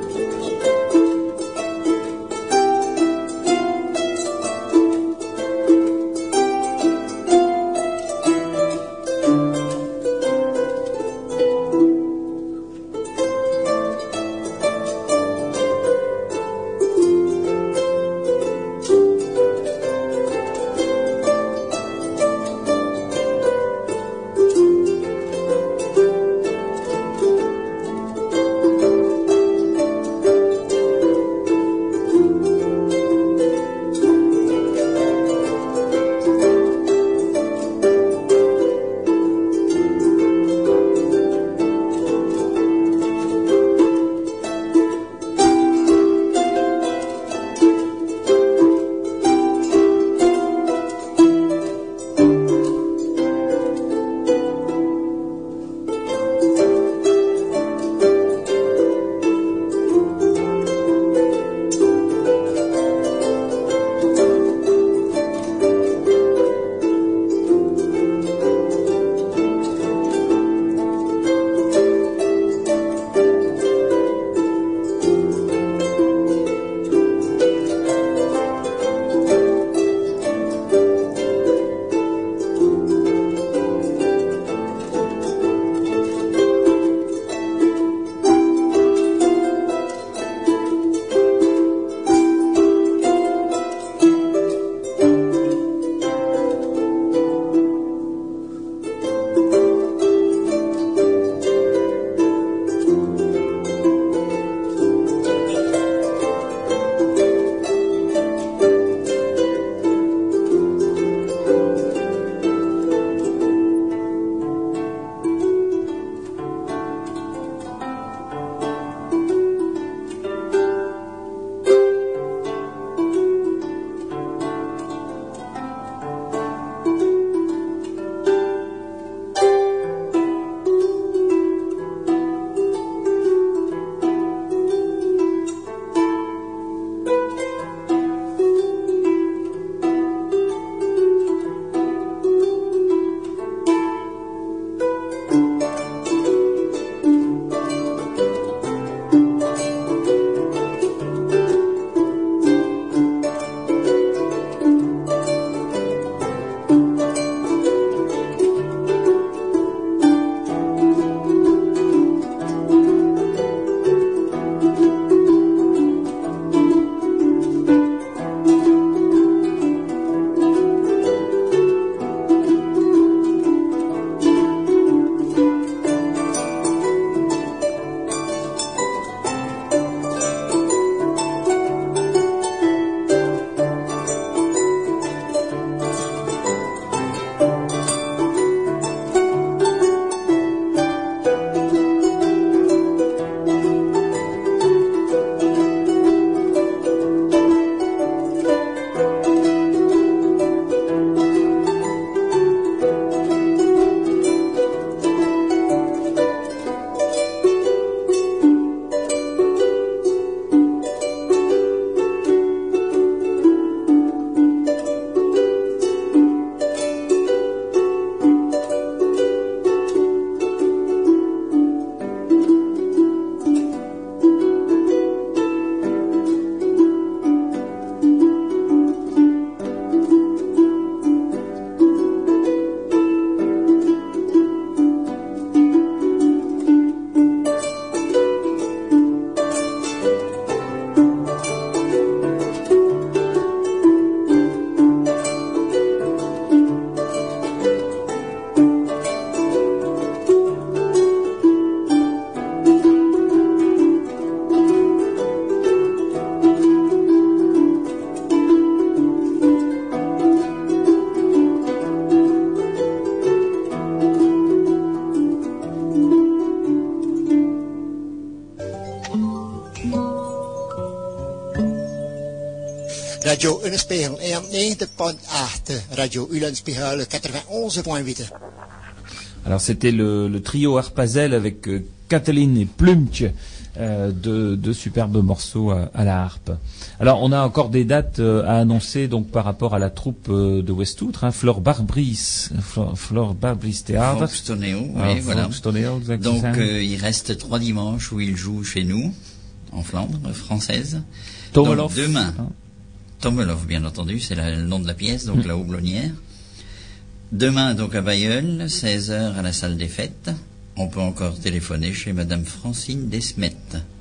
Radio Ulenspiegel eenennegentig punt acht, Radio Ulenspiegel quatre-vingt-onze point huit. Alors c'était le, le trio Harpazel avec euh, Kathleen et Plumtje, euh, deux, deux superbes morceaux à, à la harpe. Alors on a encore des dates euh, à annoncer donc par rapport à la troupe euh, de Westoutre, hein, Flore Barbris, Flore, Flore Barbris Théâtre. Volkstoneo, oui, Ah, voilà. Volkstoneo, exactement. Donc euh, il reste trois dimanches où il joue chez nous, en Flandre française. Tomelov. Donc, demain, Ah. Tomelov bien entendu, c'est la- le nom de la pièce, donc Mm. la houblonnière. Demain donc à Bailleul, seize heures à la salle des fêtes. On peut encore téléphoner chez Madame Francine Desmet.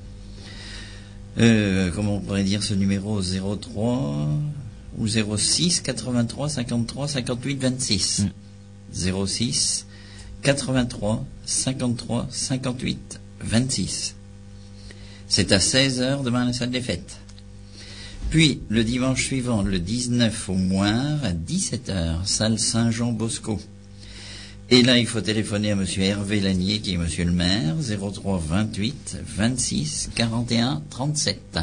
Euh, comment on pourrait dire ce numéro, zéro trois ou zéro six quatre-vingt-trois cinquante-trois cinquante-huit vingt-six. Mm. zéro six quatre-vingt-trois cinquante-trois cinquante-huit vingt-six. C'est à seize heures demain à la salle des fêtes. Puis, le dimanche suivant, le dix-neuf au Moire, à dix-sept heures, salle Saint-Jean-Bosco. Et là, il faut téléphoner à monsieur Hervé Lanier, qui est monsieur le maire, zéro trois vingt-huit vingt-six quarante et un trente-sept.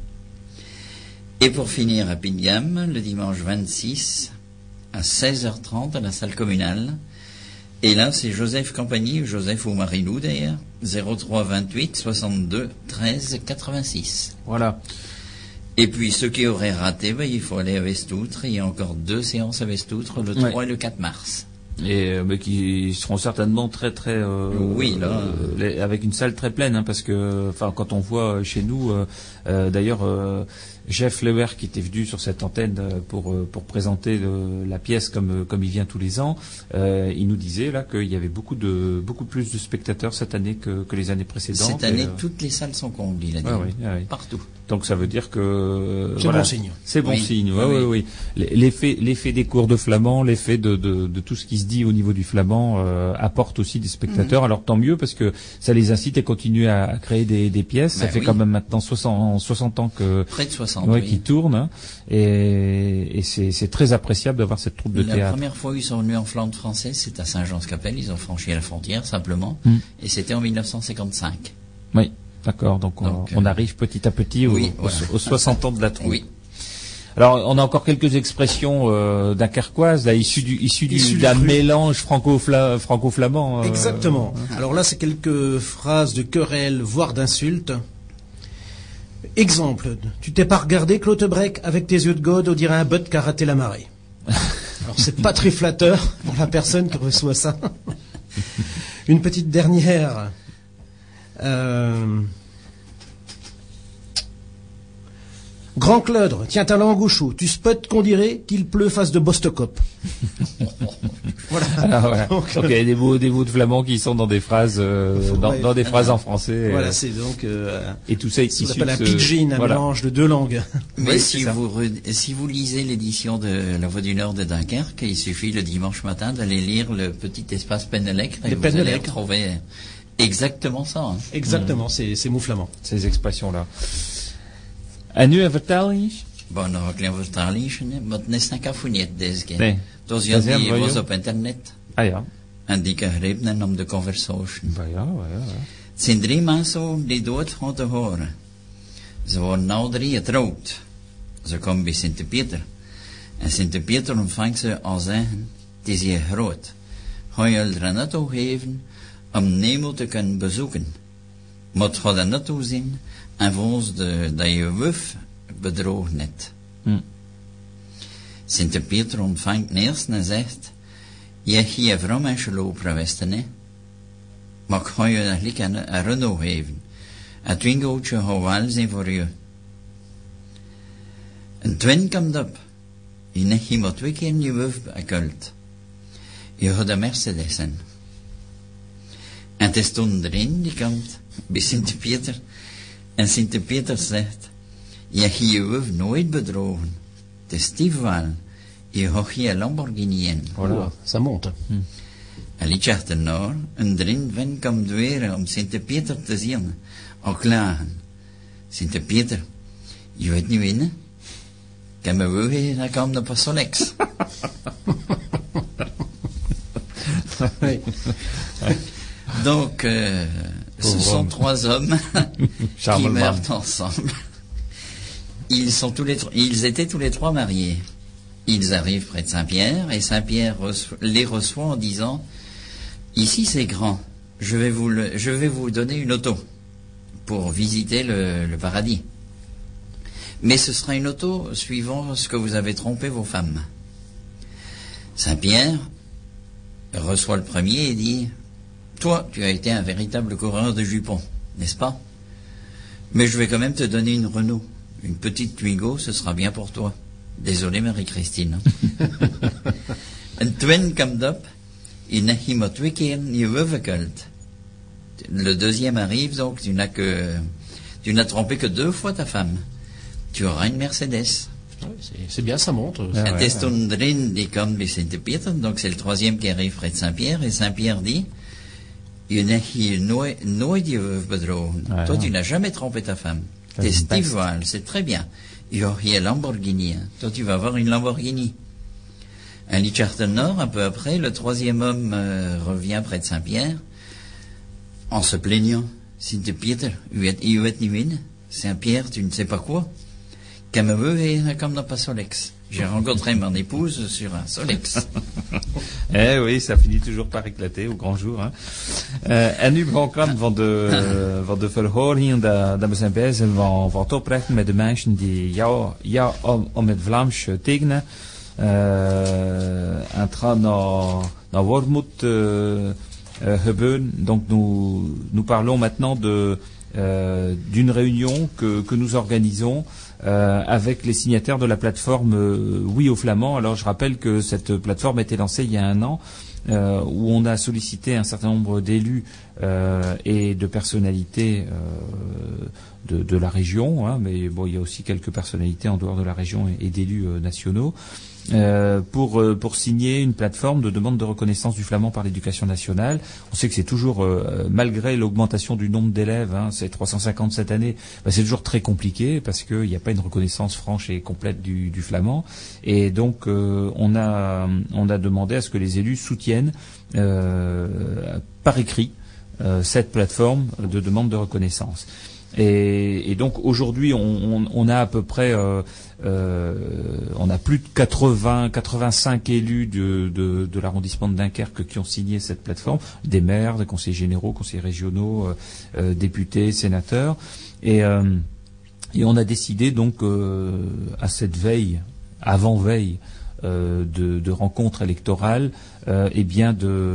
Et pour finir à Pidgam, le dimanche vingt-six, à seize heures trente, à la salle communale. Et là, c'est Joseph Campagny, Joseph ou Marie-Lou d'ailleurs, zéro trois vingt-huit soixante-deux treize quatre-vingt-six. Voilà. Et puis, ceux qui auraient raté, ben, il faut aller à Westoutre. Il y a encore deux séances à Westoutre, le trois Ouais. et le quatre mars. Et euh, mais qui seront certainement très très euh, Oui, là, euh, les- avec une salle très pleine, hein, parce que enfin quand on voit chez nous, euh, euh, d'ailleurs euh, Jeff Lewer qui était venu sur cette antenne euh, pour euh, pour présenter le- la pièce comme euh, comme il vient tous les ans, euh, il nous disait là qu'il y avait beaucoup de beaucoup plus de spectateurs cette année que, que les années précédentes. Cette année, Et, euh, toutes les salles sont comblées, il a dit. ouais, ouais, ouais, ouais. Partout. Donc ça veut dire que euh, C'est voilà, bon signe. C'est bon Oui. signe. Ouais, Oui, ouais, oui. oui. L'effet, l'effet des cours de flamand, l'effet de, de, de tout ce qui se dit au niveau du flamand euh, apporte aussi des spectateurs. Alors tant mieux parce que ça les incite à continuer à, à créer des, des pièces. ça Ben fait oui. quand même maintenant soixante, soixante ans que Près de soixante, ouais, oui. qui tournent, hein. et, et c'est, c'est très appréciable d'avoir cette troupe de La théâtre. première fois où ils sont venus en Flandre française, c'est à Saint-Jean-Scapelle. Ils ont franchi la frontière, simplement. Mm. Et c'était en mille neuf cent cinquante-cinq. Oui, d'accord. Donc, on, Donc, on euh, arrive petit à petit au- oui, aux, voilà. aux soixante ans de la troupe. Oui. Alors, on a encore quelques expressions euh, dunkerquoises, là, issues du, issues du, Issues du d'un cru. mélange franco-fla- franco-flamand. euh, Exactement. Alors là, c'est quelques phrases de querelle, voire d'insultes. Exemple, tu t'es pas regardé, Claude Breck, avec tes yeux de god, on dirait un bot qui a raté la marée. Alors c'est pas très flatteur pour la personne qui reçoit ça. Une petite dernière. Euh... Grand Claude, tiens ta langue au chaud. Tu spots qu'on dirait qu'il pleut face de Bostocop. Voilà. Ah, voilà. Donc, Donc, il y a des mots, des mots de flamand qui sont dans des phrases, euh, dans, Ouais. dans des phrases en français. euh, Voilà, c'est donc euh, et tout ça est ce qu'on issu appelle un de ce- pidgin, un voilà. mélange de deux langues. Mais Oui, si, c'est ça. vous re- si vous lisez l'édition de La Voix du Nord de Dunkerque, il suffit le dimanche matin d'aller lire le petit espace Penelec et Le vous allez Penelec. retrouver exactement ça. Hein. Exactement, c'est c'est mots flamands. Ces expressions-là. En nu een vertaling? Bon, nog een klein vertaling, maar het is een kafunet deze keer. Nee. Dus Dat ja, is die heel was mooi, op internet Ah ja. en die gegrepen om de conversation. Bah ja, ja, ja. Het zijn drie mensen die dood gaan te horen. Ze worden alle drie getrouwd. Ze komen bij Sint-Pieter. En Sint-Pieter ontvangt ze al zeggen, het is hier groot. Ga je er naartoe geven om Nemo te kunnen bezoeken. Maar het gaat er naartoe zijn en volgens de, dat je wuf bedrogen hebt. Hm. Sint-Pieter ontvangt eerst en zegt, je hebt hier vrouw mensen lopen westen, hè. Maar ik ga je gelijk een, een Renault geven. Het twingootje gaat wel zijn voor je. Een twin komt op. Je hebt hier maar twee keer in je wuf gekult. Je gaat een Mercedes zijn. En het is toen erin, die komt bij Sint-Pieter. En Sint-Pieter zegt, je hebt je wuf nooit bedrogen. Het is stief wel. Je gaat hier een Lamborghini in. Voilà, ça monte. En liedje achterna, een drin van komt weer om Sint-Pieter te zien. Al klagen. Sint-Pieter, je weet niet winnen. Ik heb me wel gezegd, dan kwam de Passolex. Oui. Donc, euh, ce Pauvre sont homme. trois hommes qui Charmant. meurent ensemble. Ils sont tous les tro- ils étaient tous les trois mariés. Ils arrivent près de Saint-Pierre et Saint-Pierre reço- les reçoit en disant « Ici c'est grand, je vais vous, le- je vais vous donner une auto pour visiter le, le paradis. Mais ce sera une auto suivant ce que vous avez trompé vos femmes. » Saint-Pierre reçoit le premier et dit « Toi, tu as été un véritable coureur de jupons, n'est-ce pas? Mais je vais quand même te donner une Renault. Une petite Twingo, ce sera bien pour toi. Désolé, Marie-Christine. Een twin komt op, il n'a pas twee keer je verkeld. Le deuxième arrive, donc tu n'as que, tu n'as trompé que deux fois ta femme. Tu auras une Mercedes. Ouais, c'est, c'est bien, ça monte. Ah, Het ouais, is toen erin, die kan bij Sint-Pieter, donc c'est le troisième qui arrive près de Saint-Pierre, et Saint-Pierre dit, je n'ai hier nooit, nooit je bedrogen. Ouais, Toi, ouais. tu n'as jamais trompé ta femme. Ça, T'es c'est une Steve peste. Weil, c'est très bien. Je hier Lamborghini. Hein. Toi, tu vas avoir une Lamborghini. Un Lichtenor, un peu après, le troisième homme euh, revient près de Saint-Pierre, en se plaignant. Sint-Pieter, u weet, u weet niet winnen. Saint-Pierre, tu ne sais pas quoi. Qu'elle me veut et comme dans pas Solex. J'ai rencontré mon épouse sur un Solex. Eh oui, ça finit toujours par éclater au grand jour. Hein. Uh, en nu begon ik aan van de, uh, van de verhoring dat, dat we zijn bij zijn van, van het oprechten met de mensen die jou, jou om, om het Vlaams tekenen. Uh, en het gaat naar, naar wat moet uh, uh, gebeuren. Donc nous, nous parlons maintenant de, euh, d'une réunion que, que nous organisons Euh, avec les signataires de la plateforme euh, Oui aux Flamands. Alors je rappelle que cette plateforme a été lancée il y a un an, euh, où on a sollicité un certain nombre d'élus euh, et de personnalités euh, de, de la région, hein, mais bon, il y a aussi quelques personnalités en dehors de la région et, et d'élus euh, nationaux, euh, pour euh, pour signer une plateforme de demande de reconnaissance du flamand par l'éducation nationale. On sait que c'est toujours, euh, malgré l'augmentation du nombre d'élèves, hein, c'est trois cent cinquante cette année, bah, c'est toujours très compliqué parce qu'il n'y a pas une reconnaissance franche et complète du, du flamand. Et donc euh, on a on a demandé à ce que les élus soutiennent euh, par écrit euh, cette plateforme de demande de reconnaissance. Et, et donc aujourd'hui, on, on, on a à peu près, euh, euh, on a plus de quatre-vingts, quatre-vingt-cinq élus de, de, de l'arrondissement de Dunkerque qui ont signé cette plateforme, des maires, des conseillers généraux, conseillers régionaux, euh, euh, députés, sénateurs, et, euh, et on a décidé donc euh, à cette veille, avant veille. Euh, de, de rencontres électorales, euh, eh bien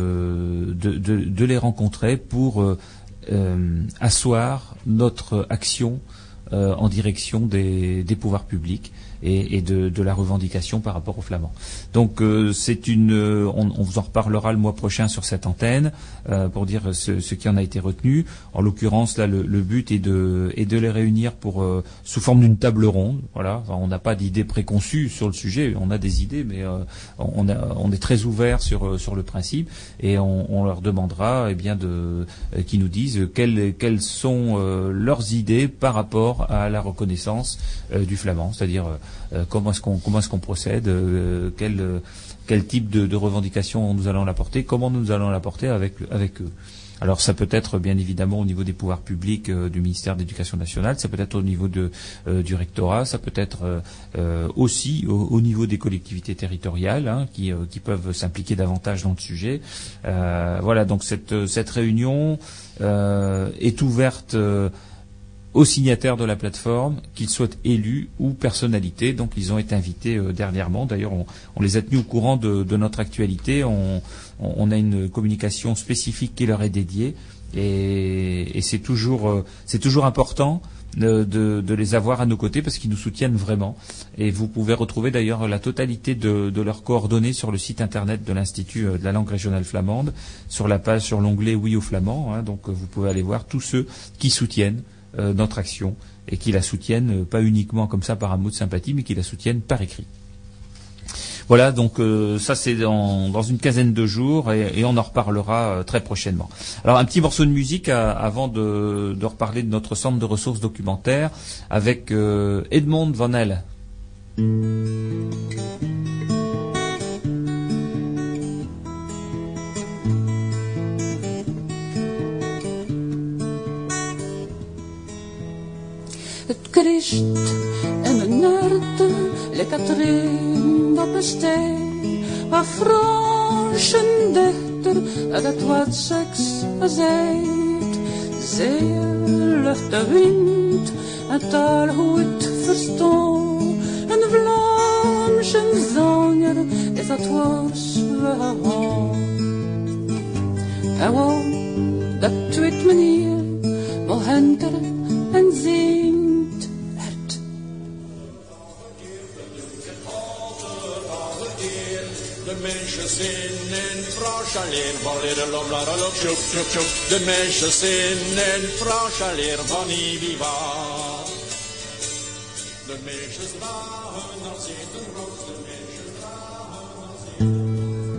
de, de, de, de les rencontrer pour euh, euh, asseoir notre action euh, en direction des, des pouvoirs publics et, et de, de la revendication par rapport aux Flamands. Donc euh, c'est une, euh, on, on vous en reparlera le mois prochain sur cette antenne euh, pour dire ce, ce qui en a été retenu. En l'occurrence, là, le, le but est de, est de les réunir pour euh, sous forme d'une table ronde. Voilà, enfin, on n'a pas d'idées préconçues sur le sujet, on a des idées, mais euh, on, a, on est très ouvert sur sur le principe et on, on leur demandera, eh bien, de euh, qu'ils nous disent quelles quelles sont euh, leurs idées par rapport à la reconnaissance euh, du flamand, c'est-à-dire euh, comment est-ce qu'on comment est-ce qu'on procède, euh, quel euh, quel type de, de revendication nous allons l'apporter, comment nous allons l'apporter avec avec eux. Alors ça peut être bien évidemment au niveau des pouvoirs publics euh, du ministère de l'Éducation nationale, ça peut être au niveau de, euh, du rectorat, ça peut être euh, euh, aussi au, au niveau des collectivités territoriales, hein, qui, euh, qui peuvent s'impliquer davantage dans le sujet. Euh, voilà, donc cette, cette réunion euh, est ouverte euh, aux signataires de la plateforme, qu'ils soient élus ou personnalités. Donc ils ont été invités euh, dernièrement. D'ailleurs, on, on les a tenus au courant de, de notre actualité. On, on, on a une communication spécifique qui leur est dédiée. Et, et c'est toujours, euh, c'est toujours important de, de, de les avoir à nos côtés parce qu'ils nous soutiennent vraiment. Et vous pouvez retrouver d'ailleurs la totalité de, de leurs coordonnées sur le site internet de l'Institut de la langue régionale flamande, sur la page, sur l'onglet Oui aux Flamands. Hein, donc vous pouvez aller voir tous ceux qui soutiennent Euh, notre action et qui la soutiennent euh, pas uniquement comme ça par un mot de sympathie, mais qui la soutiennent par écrit. Voilà, donc euh, ça c'est dans, dans une quinzaine de jours et, et on en reparlera euh, très prochainement. Alors un petit morceau de musique à, avant de, de reparler de notre centre de ressources documentaires avec euh, Edmond Van Elle. Het Christ en een nerde, le Katrien op een steen, a Franschen dichter, en dat wat seks gezegd. Zeer lucht de wind, en taal goed verstaan, een Vlaamse zanger is dat was we gaan. En wou, dat weet meneer, wel henter en zingt het. De mensen zien in Frans alleen, van leren lom, la lom, sjoep, sjoep, sjoep. De mensen zien in Frans alleen, van Ibiza. De mensen dragen als eten rood, de mensen dragen als eten.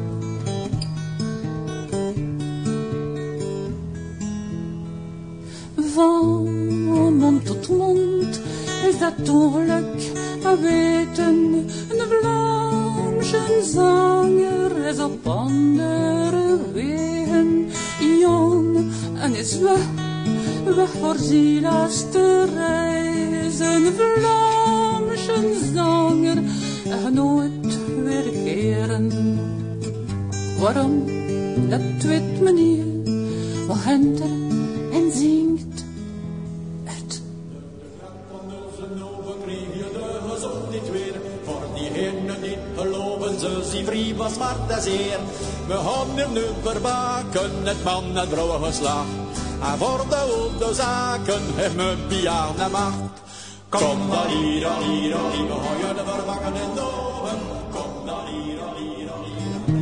Van mond tot mond is dat toerlijk a weten. Een Vlaamse zanger is op andere wegen. Jong en is weg, weg voor ziela's te reizen. Een Vlaamse zanger en nooit weer keren. Waarom? Dat weet meneer, wat hent er en zingt het. Van onze noven kreeg je de gezond niet weer. Voor diegenen die geloven, ze zien vrij was smart en zeer. We gaan er nu verbaken, het man en vrouw geslacht. En voor de oude zaken heeft me piano macht. Kom dan hier, hier, hier, we gaan je de verbakken en doven. Kom dan hier, hier, hier.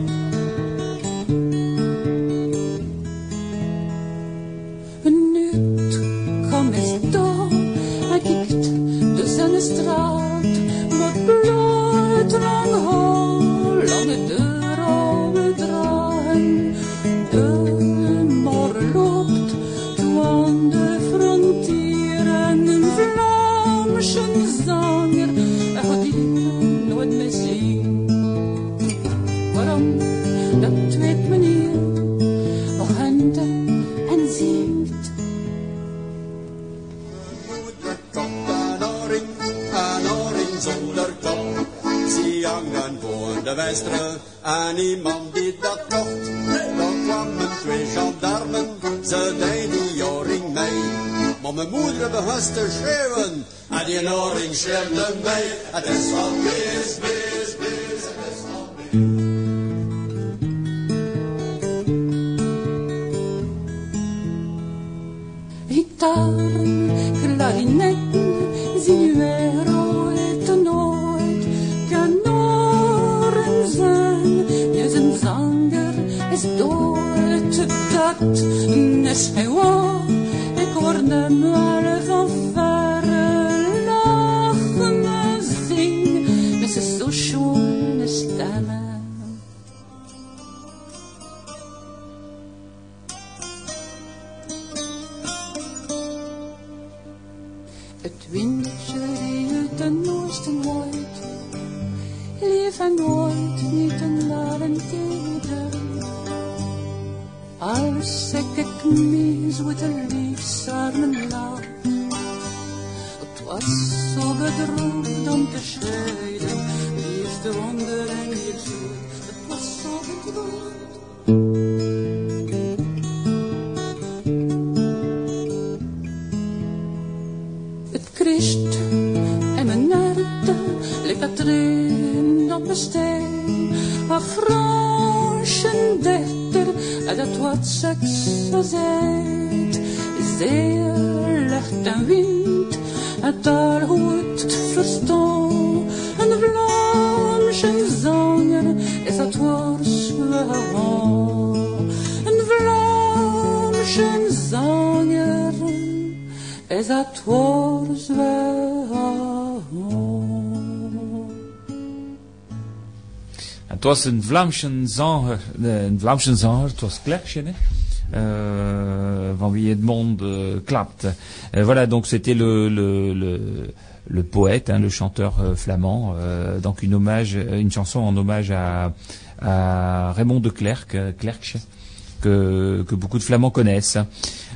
Kom eens door, hij kijkt dus aan de straat. Wat bloed lang haar, lange deur oude dragen. De maar loopt toe aan de frontieren. Een Vlaamse zanger, hij gaat hier nooit meer zingen. Waarom? Dat weet meneer, wat hent er en zingt. Zonder kop, zie hangen voor de wijstere en iemand die dat kocht. Dan kwamen twee gendarmen, ze deden die oorring mee. Maar mijn moeder begon te schreeuwen en die oorring schreeuwde mee. Het is van bis, bis, bis, het is van bis. Gitaren, klarinetten, zinuero. Is dood dat is gewoon. Ik hoorde maar van verre lachen en zingen met zijn zo schone stemmen. Het windje die uit de noosten waait, lief en nooit niet een larenteder. Als ik mis met een liefsarmen lach. Het was zo bedroefd om te scheiden, liefde onder en liefde. Het was zo bedroefd. Het Christ en mijn nerde, le Katrien op een steen, a Franschen dichter. En dat wat seks gezegd, zeer licht en wind, het daar goed verstaan. Een Vlaamse zanger is dat was we gaan. Een Vlaamse zanger is dat was we gaan. Het was een Vlaamse zanger, een Vlaamse zanger, het was Klerkje, hè, euh, van wie Edmond euh, klapte. Euh, voilà, donc c'était le, le, le, le poète, hein, le chanteur euh, flamand, euh, donc une hommage, une chanson en hommage à, à Raymond de Klerk, Klerkje, que, que beaucoup de Flamands connaissent.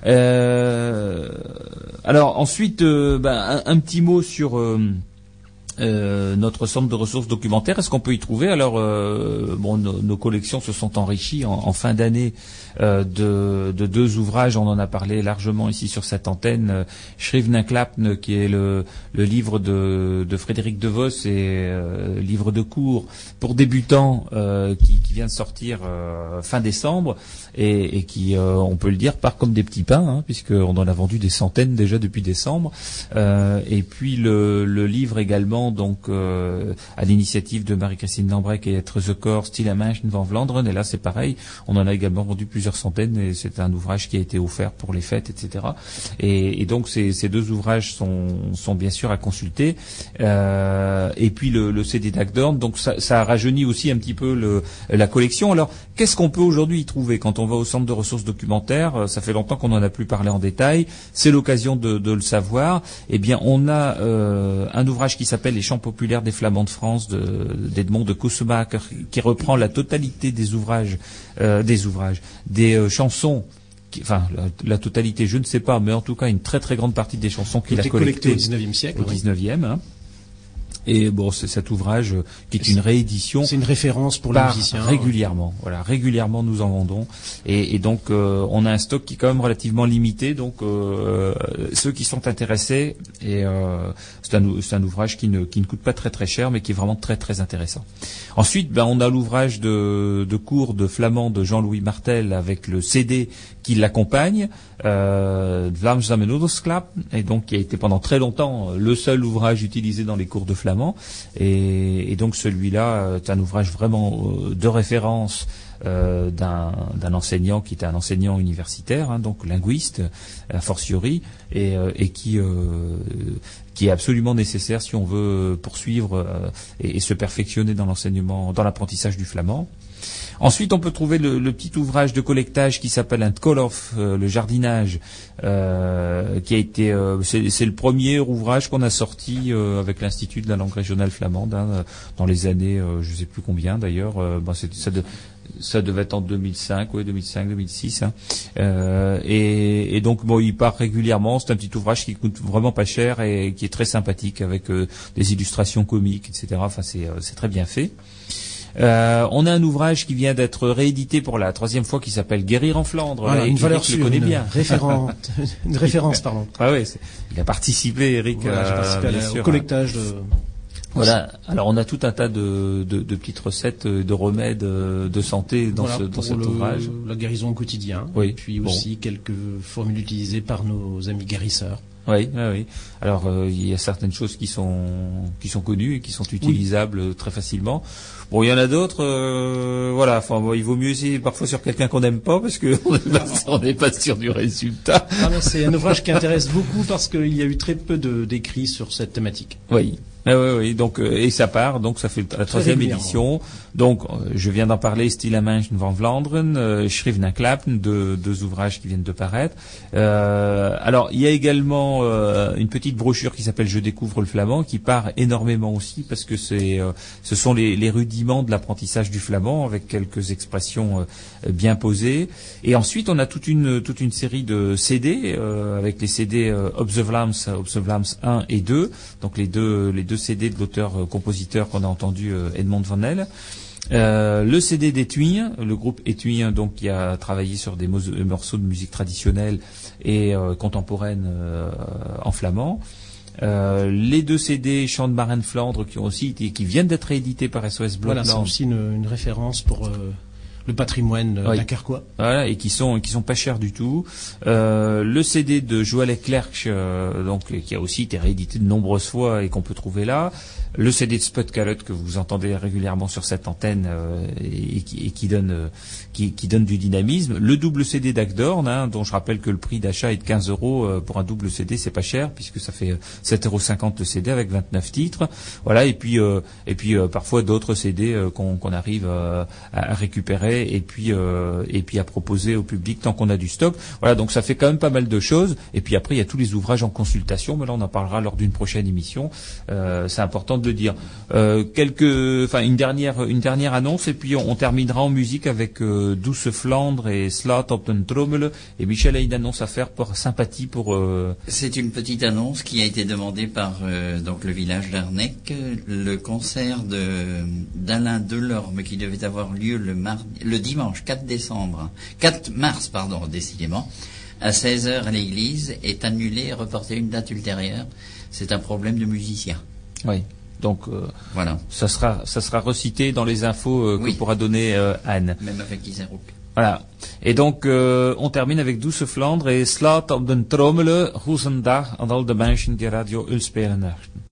Euh, alors ensuite, euh, ben, un, un petit mot sur... Euh, Euh, notre centre de ressources documentaires, est-ce qu'on peut y trouver? Alors, euh, bon, nos, nos collections se sont enrichies en, en fin d'année euh, de, de deux ouvrages. On en a parlé largement ici sur cette antenne. Euh, Schriften Klappen, qui est le, le livre de, de Frédéric De Vos, et euh, livre de cours pour débutants euh, qui, qui vient de sortir euh, fin décembre et, et qui, euh, on peut le dire, part comme des petits pains, hein, puisqu'on en a vendu des centaines déjà depuis décembre. Euh, et puis le, le livre également, donc euh, à l'initiative de Marie-Christine Lambrecq et Être The Core, Stille Menschen van Vlaanderen, et là c'est pareil, on en a également vendu plusieurs centaines, et c'est un ouvrage qui a été offert pour les fêtes, et cetera. Et, et donc ces, ces deux ouvrages sont, sont bien sûr à consulter. Euh, et puis le, le C D d'Agdorn, donc ça, ça a rajeuni aussi un petit peu le, la collection. Alors qu'est-ce qu'on peut aujourd'hui y trouver quand on va au centre de ressources documentaires? Ça fait longtemps qu'on n'en a plus parlé en détail, c'est l'occasion de, de le savoir. Eh bien on a euh, un ouvrage qui s'appelle Les chants populaires des Flamands de France de, d'Edmond de Kossemaker, qui reprend la totalité des ouvrages, euh, des ouvrages, des euh, chansons, qui, enfin la, la totalité, je ne sais pas, mais en tout cas une très très grande partie des chansons qu'il a collectées au dix-neuvième siècle. Au dix-neuvième, hein. Et bon, c'est cet ouvrage euh, qui est une réédition. C'est une référence pour les musiciens. Régulièrement, voilà, régulièrement nous en vendons. Et, et donc, euh, on a un stock qui est quand même relativement limité. Donc, euh, ceux qui sont intéressés, et euh, c'est un, c'est un ouvrage qui ne, qui ne coûte pas très très cher, mais qui est vraiment très très intéressant. Ensuite, ben, on a l'ouvrage de, de cours de flamand de Jean-Louis Martel avec le C D qui l'accompagne, euh, Vlaamse Oudersklap, et donc qui a été pendant très longtemps le seul ouvrage utilisé dans les cours de flamand. Et, et donc celui-là est un ouvrage vraiment de référence euh, d'un, d'un enseignant qui était un enseignant universitaire, hein, donc linguiste a fortiori, et, euh, et qui euh, qui est absolument nécessaire si on veut poursuivre euh, et, et se perfectionner dans l'enseignement, dans l'apprentissage du flamand. Ensuite, on peut trouver le, le petit ouvrage de collectage qui s'appelle un Tkolof, euh, le jardinage, euh, qui a été, euh, c'est, c'est le premier ouvrage qu'on a sorti euh, avec l'Institut de la langue régionale flamande, hein, dans les années, euh, je ne sais plus combien d'ailleurs. Euh, ben c'est, ça, de, ça devait être en deux mille cinq, oui, deux mille cinq, deux mille six. Hein. Euh, et, et donc, bon, il part régulièrement. C'est un petit ouvrage qui coûte vraiment pas cher et qui est très sympathique avec euh, des illustrations comiques, et cetera. Enfin, c'est, euh, c'est très bien fait. Euh, on a un ouvrage qui vient d'être réédité pour la troisième fois qui s'appelle Guérir en Flandre. Voilà, une valeur sûre, connaît une, bien. Référente, une référence, pardon. Ah oui, il a participé, Eric, voilà, j'ai participé euh, à la, bien sûr, au collectage de... Voilà. Alors on a tout un tas de, de, de petites recettes, de remèdes de santé dans, voilà, ce, dans cet le, ouvrage. La guérison au quotidien. Oui. Et puis bon. aussi quelques formules utilisées par nos amis guérisseurs. Oui, oui, oui. Alors euh, il y a certaines choses qui sont qui sont connues et qui sont utilisables oui. très facilement. Bon, il y en a d'autres, euh, voilà. Enfin, bon, il vaut mieux essayer parfois sur quelqu'un qu'on n'aime pas parce que on n'est pas, on n'est pas sûr du résultat. Ah, mais c'est un ouvrage qui intéresse beaucoup parce qu'il y a eu très peu de, d'écrits sur cette thématique. Oui. Ah oui, oui, donc euh, et ça part, donc ça fait la troisième édition. Donc euh, je viens d'en parler, Stille Menschen van Vlaanderen, euh, Schriften Klappen, deux, deux ouvrages qui viennent de paraître. Euh, alors il y a également euh, une petite brochure qui s'appelle Je découvre le flamand, qui part énormément aussi parce que c'est, euh, ce sont les, les rudiments de l'apprentissage du flamand avec quelques expressions euh, bien posées. Et ensuite on a toute une toute une série de C D euh, avec les C D euh, Op the Vlaams, Op the Vlaams un et deux, donc les deux les deux C D de l'auteur-compositeur euh, qu'on a entendu, euh, Edmond Van Helle. Euh, le C D d'Etuyen, le groupe Etuyen, donc qui a travaillé sur des mo- morceaux de musique traditionnelle et euh, contemporaine euh, en flamand. Euh, les deux C D Chants de Marraine Flandre qui ont aussi été, qui viennent d'être réédités par S O S Blotland. Voilà, c'est aussi une, une référence pour euh, le patrimoine oui. dunkerquois. Voilà, et qui sont qui sont pas chers du tout. Euh, le C D de Joël Leclerc, euh, donc qui a aussi été réédité de nombreuses fois et qu'on peut trouver là. Le C D de Spot Calotte que vous entendez régulièrement sur cette antenne euh, et, qui, et qui donne euh, qui, qui donne du dynamisme. Le double C D d'Agdorn, hein, dont je rappelle que le prix d'achat est de quinze euros euh, pour un double C D, c'est pas cher puisque ça fait sept euros cinquante le C D avec vingt-neuf titres. Voilà, et puis euh, et puis euh, parfois d'autres C D euh, qu'on, qu'on arrive euh, à récupérer préparer et puis euh, et puis à proposer au public tant qu'on a du stock. Voilà, donc ça fait quand même pas mal de choses. Et puis après, il y a tous les ouvrages en consultation, mais là on en parlera lors d'une prochaine émission. Euh, c'est important de le dire. Euh, quelques, enfin une dernière une dernière annonce et puis on, on terminera en musique avec euh, Douce Flandre et Slaat op den Trommel. Et Michel a une annonce à faire pour sympathie pour. Euh... C'est une petite annonce qui a été demandée par euh, donc le village d'Arnec. Le concert de d'Alain Delorme qui devait avoir lieu le mardi, le dimanche quatre décembre, quatre mars pardon, décidément, à seize heures à l'église est annulé et reporté à une date ultérieure. C'est un problème de musicien. Oui. Donc euh, voilà. Ça sera ça sera recité dans les infos euh, que oui. pourra donner euh, Anne. Même avec Iserouk. Voilà. Et donc euh, on termine avec Douce Flandre et Slaat op den Trommel. Goedendag aan al de mensen die Radio Ulspelen nachten.